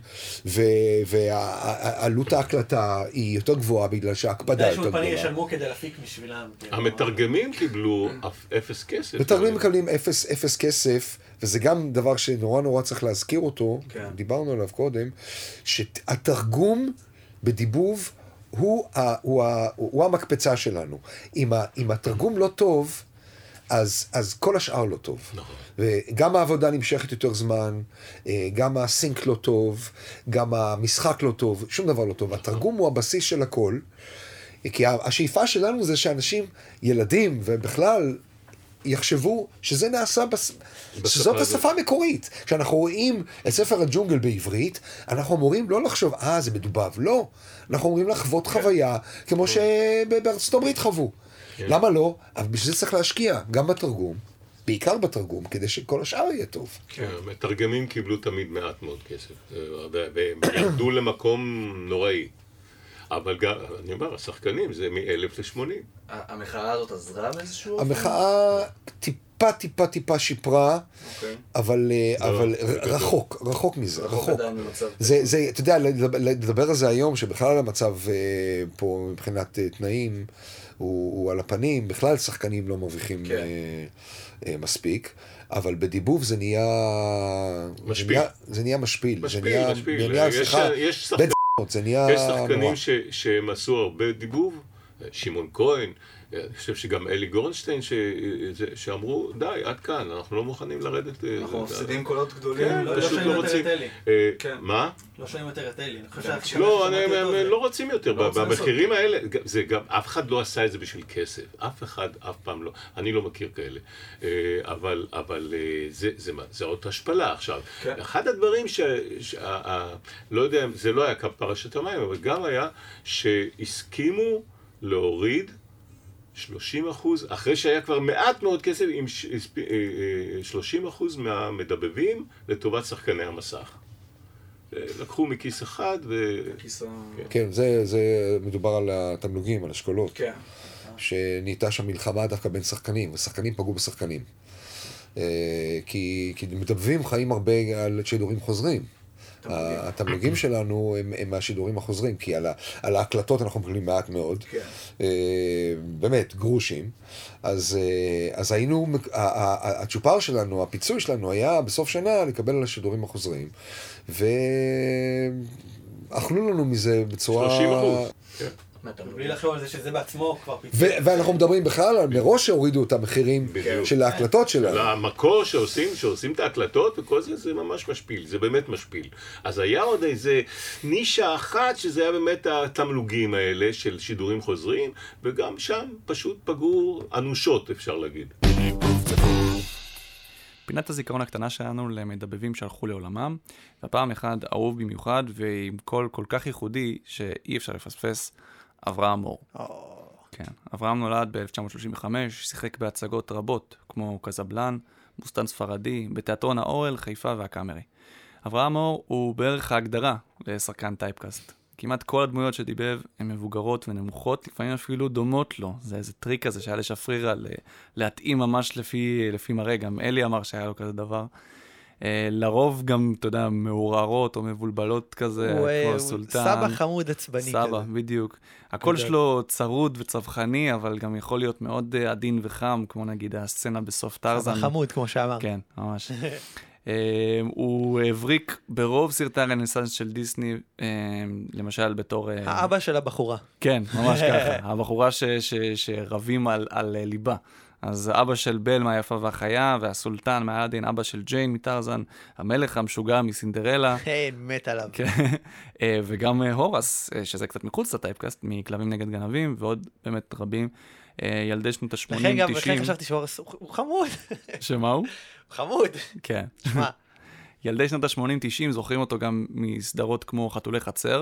[SPEAKER 4] ועלות ההקלטה היא יותר גבוהה בגלל שההקפדה יותר גבוהה.
[SPEAKER 2] אולפנים ישלמו כדי להפיק בשבילם.
[SPEAKER 5] המתרגמים קיבלו 0 כסף.
[SPEAKER 4] מתרגמים מקבלים 0 כסף, וזה גם דבר שנורא צריך להזכיר אותו, דיברנו עליו קודם, שהתרגום בדיבוב הוא המקפצה שלנו. אם התרגום לא טוב, אז כל השאר לא טוב. וגם העבודה נמשכת יותר זמן, גם הסינק לא טוב, גם המשחק לא טוב, שום דבר לא טוב. התרגום הוא הבסיס של הכל, כי השאיפה שלנו זה שאנשים, ילדים ובכלל, יחשבו שזה נעשה, שזאת השפה המקורית. כשאנחנו רואים את ספר הג'ונגל בעברית, אנחנו אמורים לא לחשוב, זה מדובב, לא. אנחנו אמורים לחוות חוויה, כמו שבארצות הברית חוו. למה לא? אבל בשביל זה צריך להשקיע, גם בתרגום, בעיקר בתרגום, כדי שכל השאר יהיה טוב.
[SPEAKER 5] כן, מתרגמים קיבלו תמיד מעט מאוד כסף, והם ירדו למקום נוראי. אבל גם, אני אומר, השחקנים זה מ-1000 ל-80.
[SPEAKER 6] המחאה הזאת עזרה באיזשהו אופן?
[SPEAKER 4] המחאה טיפה שיפרה, אבל רחוק מזה, רחוק. זה, אתה יודע, לדבר על זה היום, שבכלל המצב פה מבחינת תנאים, הוא על הפנים, בכלל שחקנים לא מרוויחים מספיק, אבל בדיבוב זה נהיה משפיל. זה נהיה משפיל. יש
[SPEAKER 5] שחקנים שהם עשו הרבה דיבוב, שמעון כהן, אני חושב שגם אלי גורנשטיין שאמרו, די, עד כאן, אנחנו לא מוכנים לרדת.
[SPEAKER 6] אנחנו מפסידים קולות גדולים.
[SPEAKER 5] כן, פשוט לא רוצים. מה?
[SPEAKER 6] לא שומעים יותר את אלי.
[SPEAKER 5] לא, הם לא רוצים יותר. במחירים האלה, זה גם, אף אחד לא עשה את זה בשביל כסף. אף אחד, אף פעם לא. אני לא מכיר כאלה. אבל זה עוד השפלה עכשיו. אחד הדברים לא יודע, זה לא היה פרשת המים, אבל גם היה שהסכימו להוריד 30%, אחרי שהיה כבר מעט מאוד כסף, עם 30% מהמדבבים לטובת שחקני המסך. לקחו מכיס אחד
[SPEAKER 4] כן, זה מדובר על התמלוגים, על אשכולות. שנהייתה שם מלחמה דווקא בין שחקנים, ושחקנים פגעו בשחקנים. כי מדבבים חיים הרבה על שידורים חוזרים. התמלוגים שלנו הם מהשידורים החוזרים, כי על ההקלטות אנחנו מקבלים מעט מאוד, באמת, גרושים. אז היינו, הצ'ופר שלנו, הפיצוי שלנו היה בסוף שנה לקבל על השידורים החוזרים, ואכלו לנו מזה בצורה...
[SPEAKER 5] 30%.
[SPEAKER 2] בלי לחשוב על זה שזה בעצמו כבר פיצוי.
[SPEAKER 4] ואנחנו מדברים בכלל על מראש שהורידו את המחירים של ההקלטות שלנו.
[SPEAKER 5] המקור שעושים את ההקלטות וכל זה, זה ממש משפיל, זה באמת משפיל. אז היה עוד איזה נישה אחת שזה היה באמת התמלוגים האלה של שידורים חוזרים, וגם שם פשוט פגעו אנושות, אפשר להגיד.
[SPEAKER 1] פינת הזיכרון הקטנה שלנו למדבבים שהלכו לעולמם, והפעם אחד אהוב במיוחד ועם קול כל כך ייחודי שאי אפשר לפספס, אברהם מור. כן, אברהם נולד ב-1935, שיחק בהצגות רבות, כמו קזבלן, בוסטן ספרדי, בתיאטרון האורל, חיפה והקאמרי. אברהם מור הוא בערך ההגדרה לשחקן טייפקאסט. כמעט כל הדמויות שדיבב הן מבוגרות ונמוכות, לפעמים אפילו דומות לו. זה איזה טריק כזה שהיה לשפריר על להתאים ממש לפי מראה, גם אלי אמר שהיה לו כזה דבר. לרוב גם, אתה יודע, מעוררות או מבולבלות כזה, כמו סולטן.
[SPEAKER 2] סבא חמוד עצבני כזה.
[SPEAKER 1] סבא, בדיוק. הקול שלו צרוד וצווחני, אבל גם יכול להיות מאוד עדין וחם, כמו נגיד הסצנה בסוף טרזן.
[SPEAKER 2] סבא חמוד, כמו שאמר.
[SPEAKER 1] כן, ממש. הוא הבריק ברוב סרטי הרנסנס של דיסני, למשל בתור...
[SPEAKER 2] האבא של הבחורה.
[SPEAKER 1] כן, ממש ככה. הבחורה שרבים על ליבה. אז אבא של בל מהיפה והחיה, והסולטן מהאדין, אבא של ג'יין מטרזן, המלך המשוגע מסינדרלה.
[SPEAKER 2] כן, מת עליו.
[SPEAKER 1] וגם הורס, שזה קצת מחוץ לטייפקאסט, מכלבים נגד גנבים, ועוד באמת רבים. ילדי שנות ה-80-90.
[SPEAKER 2] לכן חשבתי שהורס הוא חמוד.
[SPEAKER 1] שמה הוא?
[SPEAKER 2] חמוד.
[SPEAKER 1] כן.
[SPEAKER 2] שמע.
[SPEAKER 1] ילדי שנות ה-80-90 זוכרים אותו גם מסדרות כמו חתולי חצר.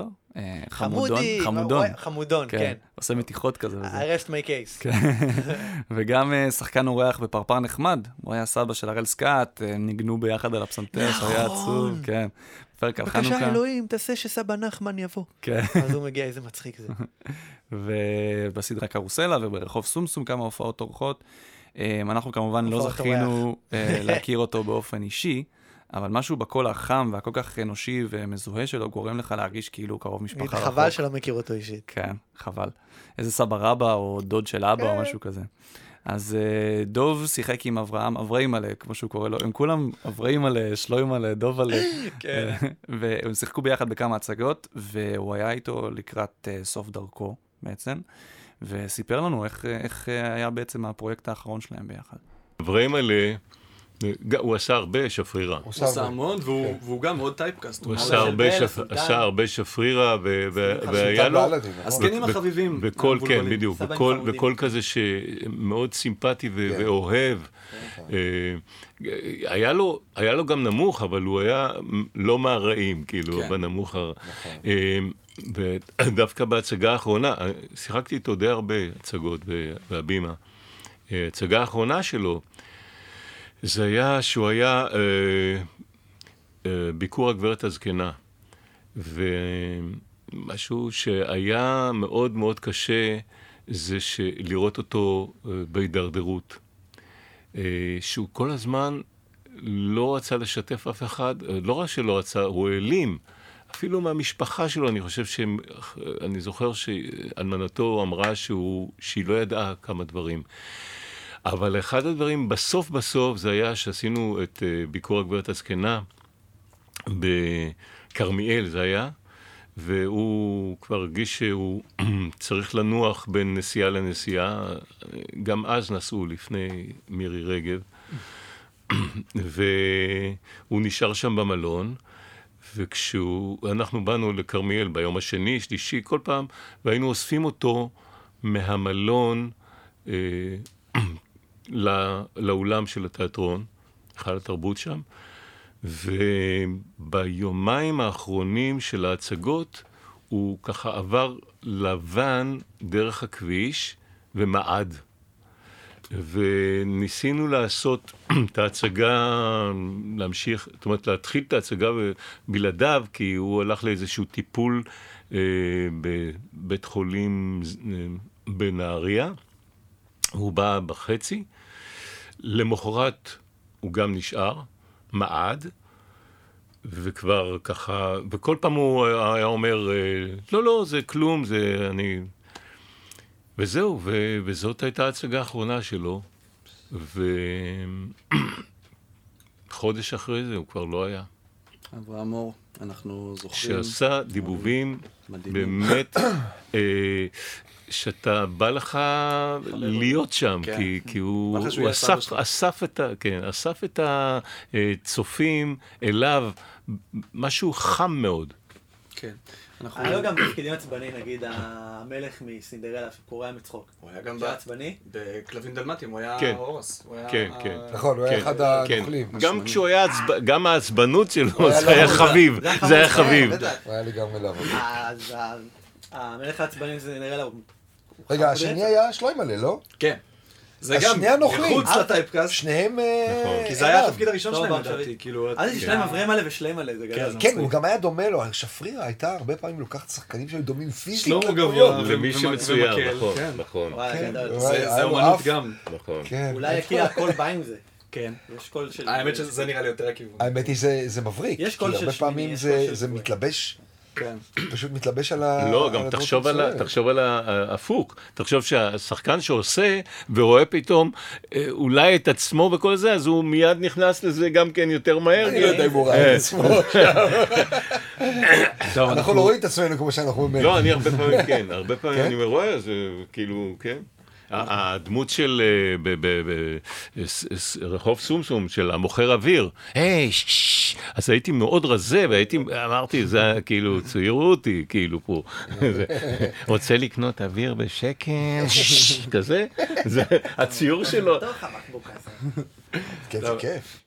[SPEAKER 2] חמודון, כן.
[SPEAKER 1] עושה מתיחות כזה.
[SPEAKER 2] I rest my case.
[SPEAKER 1] וגם שחקן אורח בפרפר נחמד. הוא היה סבא של הראל סקאט, ניגנו ביחד על הפסנתר, שהיה עצוב. כן. פרק על חנוכה.
[SPEAKER 2] בבקשה אלוהים, תעשה שסבא נחמן יבוא.
[SPEAKER 1] כן.
[SPEAKER 2] אז הוא מגיע, איזה מצחיק זה.
[SPEAKER 1] ובסדרה קרוסלה וברחוב סומסום כמה הופעות אורחות. אנחנו כמובן לא זכינו להכיר אותו באופן אישי, אבל משהו בקול החם והכל כך אנושי ומזוהה שלו גורם לך להרגיש כאילו קרוב משפחה רחוק.
[SPEAKER 2] חבל שלא מכיר אותו אישית.
[SPEAKER 1] כן, חבל. איזה סבא רבא או דוד של אבא או משהו כזה. אז דוב שיחק עם אברהם מלא, כמו שהוא קורא לו. הם כולם אברהם מלא, שלוי מלא, דוב מלא. והם שיחקו ביחד בכמה הצגות, והוא היה איתו לקראת סוף דרכו בעצם, וסיפר לנו איך היה בעצם הפרויקט האחרון שלהם ביחד.
[SPEAKER 5] אברהם מלא, הוא עשה הרבה שפרירה.
[SPEAKER 6] הוא עשה המון, והוא גם מאוד טייפקאסט.
[SPEAKER 5] הוא עשה הרבה שפרירה, והיה לו...
[SPEAKER 6] הסגנים החביבים.
[SPEAKER 5] כן, בדיוק. וכל כזה שמאוד סימפטי ואוהב. היה לו גם נמוך, אבל הוא היה לא מהרעים, כאילו, בנמוך. ודווקא בהצגה האחרונה, שיחקתי איתו די הרבה הצגות בהבימה. הצגה האחרונה שלו, זה היה שהוא היה ביקור הגברת הזקנה, ומשהו שהיה מאוד מאוד קשה זה לראות אותו בהידרדרות. שהוא כל הזמן לא רצה לשתף אף אחד, לא רק שלא רצה, הוא העלים. אפילו מהמשפחה שלו, אני זוכר שאלמנתו אמרה שהיא לא ידעה כמה דברים. אבל אחד הדברים, בסוף זה היה שעשינו את ביקור הגברת הזקנה בכרמיאל, זה היה, והוא כבר הרגיש שהוא צריך לנוח בין נסיעה לנסיעה, גם אז נסעו לפני מירי רגב, והוא נשאר שם במלון, וכשאנחנו באנו לכרמיאל ביום השני, שלישי, כל פעם, והיינו אוספים אותו מהמלון לאולם של התיאטרון, היכל התרבות שם, וביומיים האחרונים של ההצגות, הוא ככה עבר לבן דרך הכביש ומעד. וניסינו לעשות את ההצגה, להמשיך, זאת אומרת, להתחיל את ההצגה בלעדיו, כי הוא הלך לאיזשהו טיפול בבית חולים בנהריה. הוא בא בחצי. למחרת הוא גם נשאר, מעד, וכבר ככה, וכל פעם הוא היה אומר, לא, זה כלום, זה אני... וזהו, וזאת הייתה ההצגה האחרונה שלו, וחודש אחרי זה הוא כבר לא היה.
[SPEAKER 6] אברהם אור, אנחנו זוכרים...
[SPEAKER 5] שעשה דיבובים, באמת, שאתה בא לך להיות שם, כי הוא אסף את הצופים אליו, משהו חם מאוד.
[SPEAKER 6] כן.
[SPEAKER 2] היה לו גם תפקידים עצבני, נגיד המלך מסינדרלה שקורא מצחוק.
[SPEAKER 6] הוא היה גם
[SPEAKER 2] עצבני?
[SPEAKER 6] בכלבים דלמטיים, הוא היה הורס.
[SPEAKER 5] כן.
[SPEAKER 4] נכון, הוא היה אחד הנוכלים.
[SPEAKER 5] גם כשהוא היה, גם העצבנות שלו, זה היה חביב. זה היה חביב.
[SPEAKER 4] הוא היה לי גם מלאב.
[SPEAKER 2] אז המלך העצבני מסינדרלה הוא...
[SPEAKER 4] רגע, השני היה שלוימלה, לא?
[SPEAKER 6] כן. זה גם מחוץ לטייפקאסט.
[SPEAKER 4] שניהם...
[SPEAKER 6] כי זה היה התפקיד הראשון שלהם, לדעתי.
[SPEAKER 2] אז יש להם אברי מלא ושלי מלא, זה גדול.
[SPEAKER 4] כן, הוא גם היה דומה לו. שפרירה הייתה הרבה פעמים לוקחת שחקנים שהיו דומים פיזית.
[SPEAKER 6] שלמה גבוה.
[SPEAKER 5] למי שמצויר, נכון.
[SPEAKER 6] זה אומנות גם.
[SPEAKER 2] אולי יקיא הכל בא עם זה. כן.
[SPEAKER 6] האמת שזה נראה לי יותר הכיוון.
[SPEAKER 4] האמת היא, זה מבריק. כי הרבה פעמים זה מתלבש...
[SPEAKER 6] כן.
[SPEAKER 4] פשוט מתלבש על ה...
[SPEAKER 5] לא, גם תחשוב על ההפוך. תחשוב שהשחקן שעושה ורואה פתאום אולי את עצמו וכל זה, אז הוא מיד נכנס לזה גם כן יותר מהר.
[SPEAKER 4] אני לא יודע אם הוא רואה את עצמו. אנחנו לא רואים את עצמנו כמו שאנחנו אומרים.
[SPEAKER 5] לא, אני הרבה פעמים כן. הרבה פעמים אני רואה, זה כאילו, כן. הדמות של רחוב סומסום, של המוכר אוויר, אז הייתי מאוד רזה, אמרתי, זה כאילו, ציירו אותי, כאילו פה, רוצה לקנות אוויר בשקל, כזה, זה הציור שלו.
[SPEAKER 4] כן, זה כיף.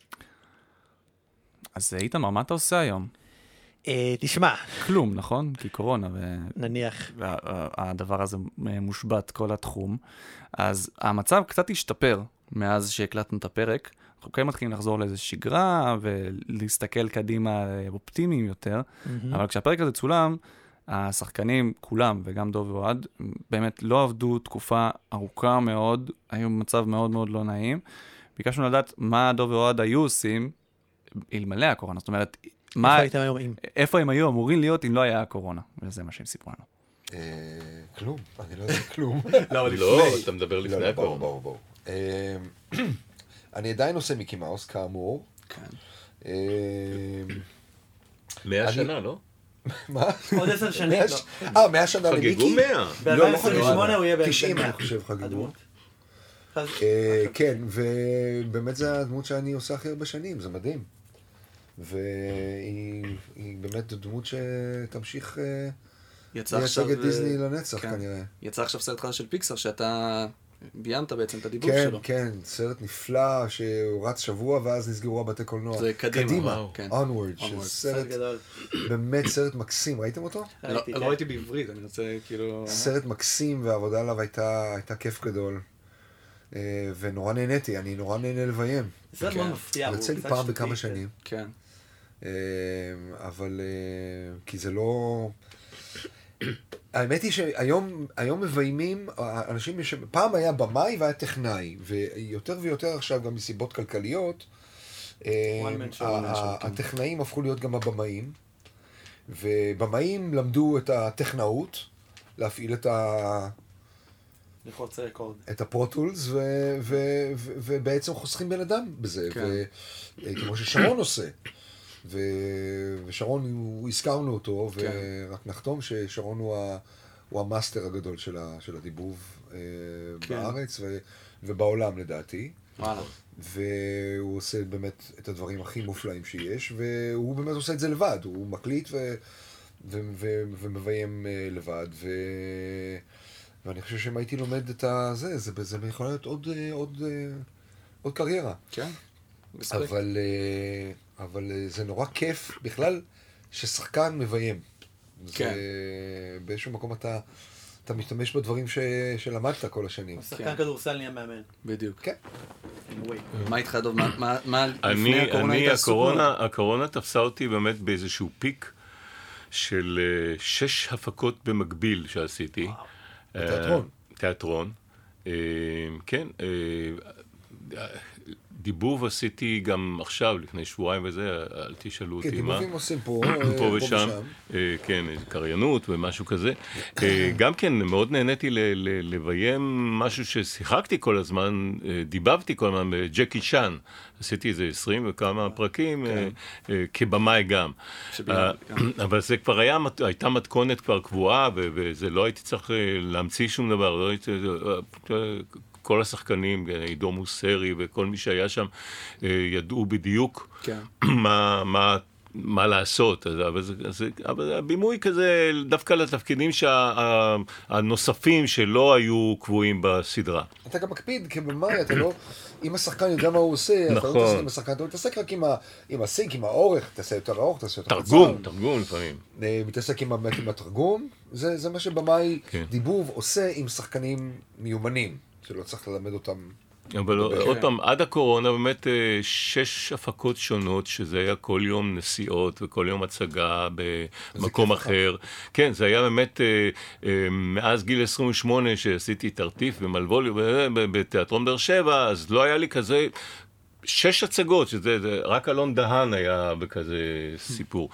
[SPEAKER 1] אז איתמר, מה אתה עושה היום?
[SPEAKER 2] תשמע.
[SPEAKER 1] כלום, נכון? כי קורונה.
[SPEAKER 2] נניח.
[SPEAKER 1] והדבר הזה מושבת, כל התחום. אז המצב קצת השתפר מאז שהקלטנו את הפרק. אנחנו כן מתחילים לחזור לאיזו שגרה ולהסתכל קדימה אופטימיים יותר. אבל כשהפרק הזה צולם, השחקנים כולם, וגם דוב ואוהד, באמת לא עבדו תקופה ארוכה מאוד, היו במצב מאוד מאוד לא נעים. ביקשנו לדעת מה דוב ואוהד היו עושים אלמלא הקורונה. זאת אומרת, איפה הם היו אמורים להיות אם לא היה הקורונה? וזה מה שהם סיפרו לנו.
[SPEAKER 4] כלום, אני לא יודע כלום.
[SPEAKER 5] לא, אתה מדבר לפני הקורונה.
[SPEAKER 4] בואו. אני עדיין עושה מיקי מאוס, כאמור.
[SPEAKER 5] כן. 100 שנה, לא?
[SPEAKER 4] מה?
[SPEAKER 2] עוד 10 שנים.
[SPEAKER 4] 100 שנה למיקי?
[SPEAKER 5] חגגו 100.
[SPEAKER 2] ב-2028 הוא יהיה
[SPEAKER 4] 90, אני חושב, חגגו. כן, ובאמת זה הדמות שאני עושה הכי הרבה שנים, זה מדהים. והיא באמת דמות שתמשיך לייצג את דיסני לנצח כנראה.
[SPEAKER 6] יצא עכשיו סרט חדש של פיקסר שאתה ביימת בעצם את הדיבוב שלו.
[SPEAKER 4] כן, סרט נפלא שהוא רץ שבוע ואז נסגרו הבתי קולנוע.
[SPEAKER 6] זה קדימה.
[SPEAKER 4] Onward, סרט באמת סרט מקסים, ראיתם אותו?
[SPEAKER 6] לא ראיתי בעברית, אני רוצה כאילו...
[SPEAKER 4] סרט מקסים והעבודה עליו הייתה כיף גדול. ונורא נהניתי, אני נורא נהנה לביים.
[SPEAKER 2] זה מאוד מפתיע.
[SPEAKER 4] יוצא לי פעם בכמה שנים.
[SPEAKER 6] כן.
[SPEAKER 4] אבל, כי זה לא... האמת היא שהיום מביימים, אנשים, פעם היה במאי והיה טכנאי, ויותר ויותר עכשיו גם מסיבות כלכליות, הטכנאים הפכו להיות גם הבמאים, ובמאים למדו את הטכנאות, להפעיל את הפרוטולס, ובעצם חוסכים בן אדם בזה, כמו ששרון עושה. ושרון, הזכרנו אותו, ורק נחתום ששרון הוא המאסטר הגדול של הדיבוב בארץ ובעולם לדעתי. והוא עושה באמת את הדברים הכי מופלאים שיש, והוא באמת עושה את זה לבד, הוא מקליט ומביים לבד, ואני חושב שאם הייתי לומד את זה, זה יכול להיות עוד קריירה.
[SPEAKER 6] כן.
[SPEAKER 4] אבל זה נורא כיף בכלל ששחקן מביים.
[SPEAKER 6] כן.
[SPEAKER 4] באיזשהו מקום אתה משתמש בדברים שלמדת כל השנים.
[SPEAKER 2] שחקן כדורסל נהיה מאמן.
[SPEAKER 6] בדיוק.
[SPEAKER 4] כן.
[SPEAKER 6] מה איתך דוב? מה לפני הקורונה היית עסוק?
[SPEAKER 5] הקורונה תפסה אותי באמת באיזשהו פיק של 6 הפקות במקביל שעשיתי.
[SPEAKER 4] בתיאטרון.
[SPEAKER 5] תיאטרון. כן. דיבוב עשיתי גם עכשיו, לפני שבועיים וזה, אל תשאלו אותי מה.
[SPEAKER 4] כן, דיבובים עושים פה
[SPEAKER 5] ושם. כן, קריינות ומשהו כזה. גם כן, מאוד נהניתי לביים משהו ששיחקתי כל הזמן, דיבבתי כל הזמן בג'קי צ'אן. עשיתי איזה 20 וכמה פרקים, כבמאי גם. אבל זה כבר הייתה מתכונת כבר קבועה, וזה לא הייתי צריך להמציא שום דבר, לא הייתי... כל השחקנים, עידו מוסרי וכל מי שהיה שם, ידעו בדיוק מה לעשות. אבל הבימוי כזה, דווקא לתפקידים הנוספים שלא היו קבועים בסדרה.
[SPEAKER 4] אתה גם מקפיד, כבמאי, אתה לא... אם השחקן יודע מה הוא עושה, אתה לא מתעסק עם השחקן, אתה מתעסק רק עם הסינק, עם האורך, תעשה יותר האורך, תעשה יותר קצר.
[SPEAKER 5] תרגום לפעמים.
[SPEAKER 4] מתעסק עם התרגום, זה מה שבמאי דיבוב עושה עם שחקנים מיומנים. שלא צריך ללמד אותם.
[SPEAKER 5] אבל עוד פעם, עד הקורונה באמת 6 הפקות שונות, שזה היה כל יום נסיעות וכל יום הצגה במקום אחר. כן, זה היה באמת מאז גיל 28 שעשיתי תרטיף במלבוליו, בתיאטרון באר שבע, אז לא היה לי כזה... 6 הצגות, שזה רק אלון דהן היה בכזה סיפור.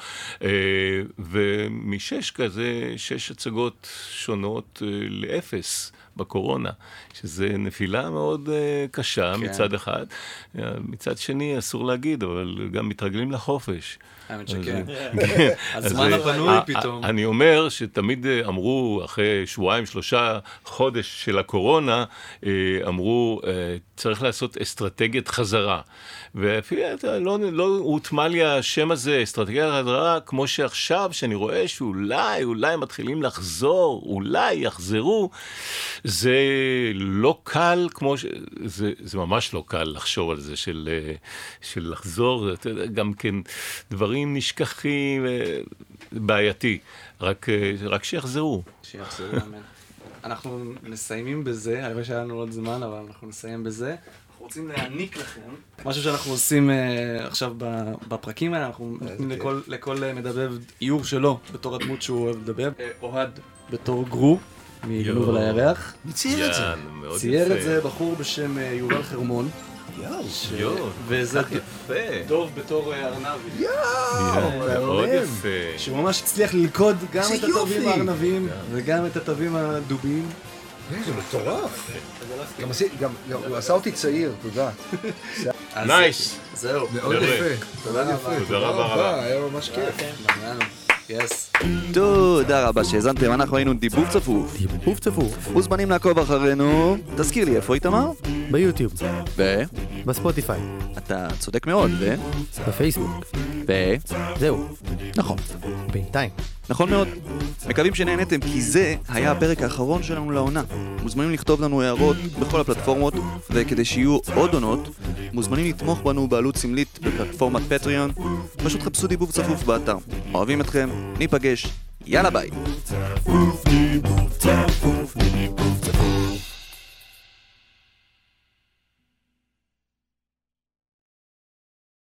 [SPEAKER 5] ומ6 כזה 6 הצגות שונות לאפס בקורונה, שזה נפילה מאוד קשה מצד אחד. מצד שני אסור להגיד, אבל גם מתרגלים לחופש.
[SPEAKER 6] האמת שכן. הזמן הפנוי פתאום.
[SPEAKER 5] אני אומר שתמיד אמרו, אחרי 2-3 חודש של הקורונה, אמרו, צריך לעשות אסטרטגיית חזרה. ואפילו לא הוטמע לי השם הזה, אסטרטגיית חזרה, כמו שעכשיו, שאני רואה שאולי מתחילים לחזור, אולי יחזרו, זה לא קל, זה ממש לא קל לחשוב על זה, של לחזור, גם כן דברים נשכחים, בעייתי, רק שיחזרו.
[SPEAKER 6] שיחזרו, אמן. אנחנו מסיימים בזה, אני חושב שהיה לנו עוד זמן, אבל אנחנו נסיים בזה. אנחנו רוצים להעניק לכם משהו שאנחנו עושים עכשיו בפרקים האלה, אנחנו נותנים לכל מדבב איור שלו בתור הדמות שהוא אוהב לדבב. אוהד בתור גרו מגנוב על הירח.
[SPEAKER 4] מי צייר את זה?
[SPEAKER 6] צייר את זה בחור בשם יובל חרמון. וזה דוב בתור ארנבי.
[SPEAKER 5] מאוד יפה.
[SPEAKER 6] שהוא ממש הצליח ללכוד גם את התווים הארנביים וגם את התווים הדוביים.
[SPEAKER 4] זה מטורף. גם הוא עשה אותי צעיר, תודה.
[SPEAKER 5] נייס.
[SPEAKER 6] זהו.
[SPEAKER 4] מאוד יפה.
[SPEAKER 5] תודה רבה.
[SPEAKER 4] היה ממש כיף.
[SPEAKER 16] תודה רבה שהזנתם, אנחנו היינו דיבוב צפוף.
[SPEAKER 10] דיבוב צפוף.
[SPEAKER 16] מוזמנים לעקוב אחרינו. תזכיר לי, איפה איתמר?
[SPEAKER 10] ביוטיוב. בספוטיפיי.
[SPEAKER 16] אתה צודק מאוד,
[SPEAKER 10] בפייסבוק. זהו.
[SPEAKER 16] נכון.
[SPEAKER 10] בינתיים.
[SPEAKER 16] נכון מאוד. מקווים שנהנתם, כי זה היה הפרק האחרון שלנו לעונה. מוזמנים לכתוב לנו הערות בכל הפלטפורמות, וכדי שיהיו עוד עונות, מוזמנים לתמוך בנו בעלות סמלית בפלטפורמת פטריון. פשוט חפשו דיבוב צפוף באתר. אוהבים אתכם, ניפגש, יאללה ביי.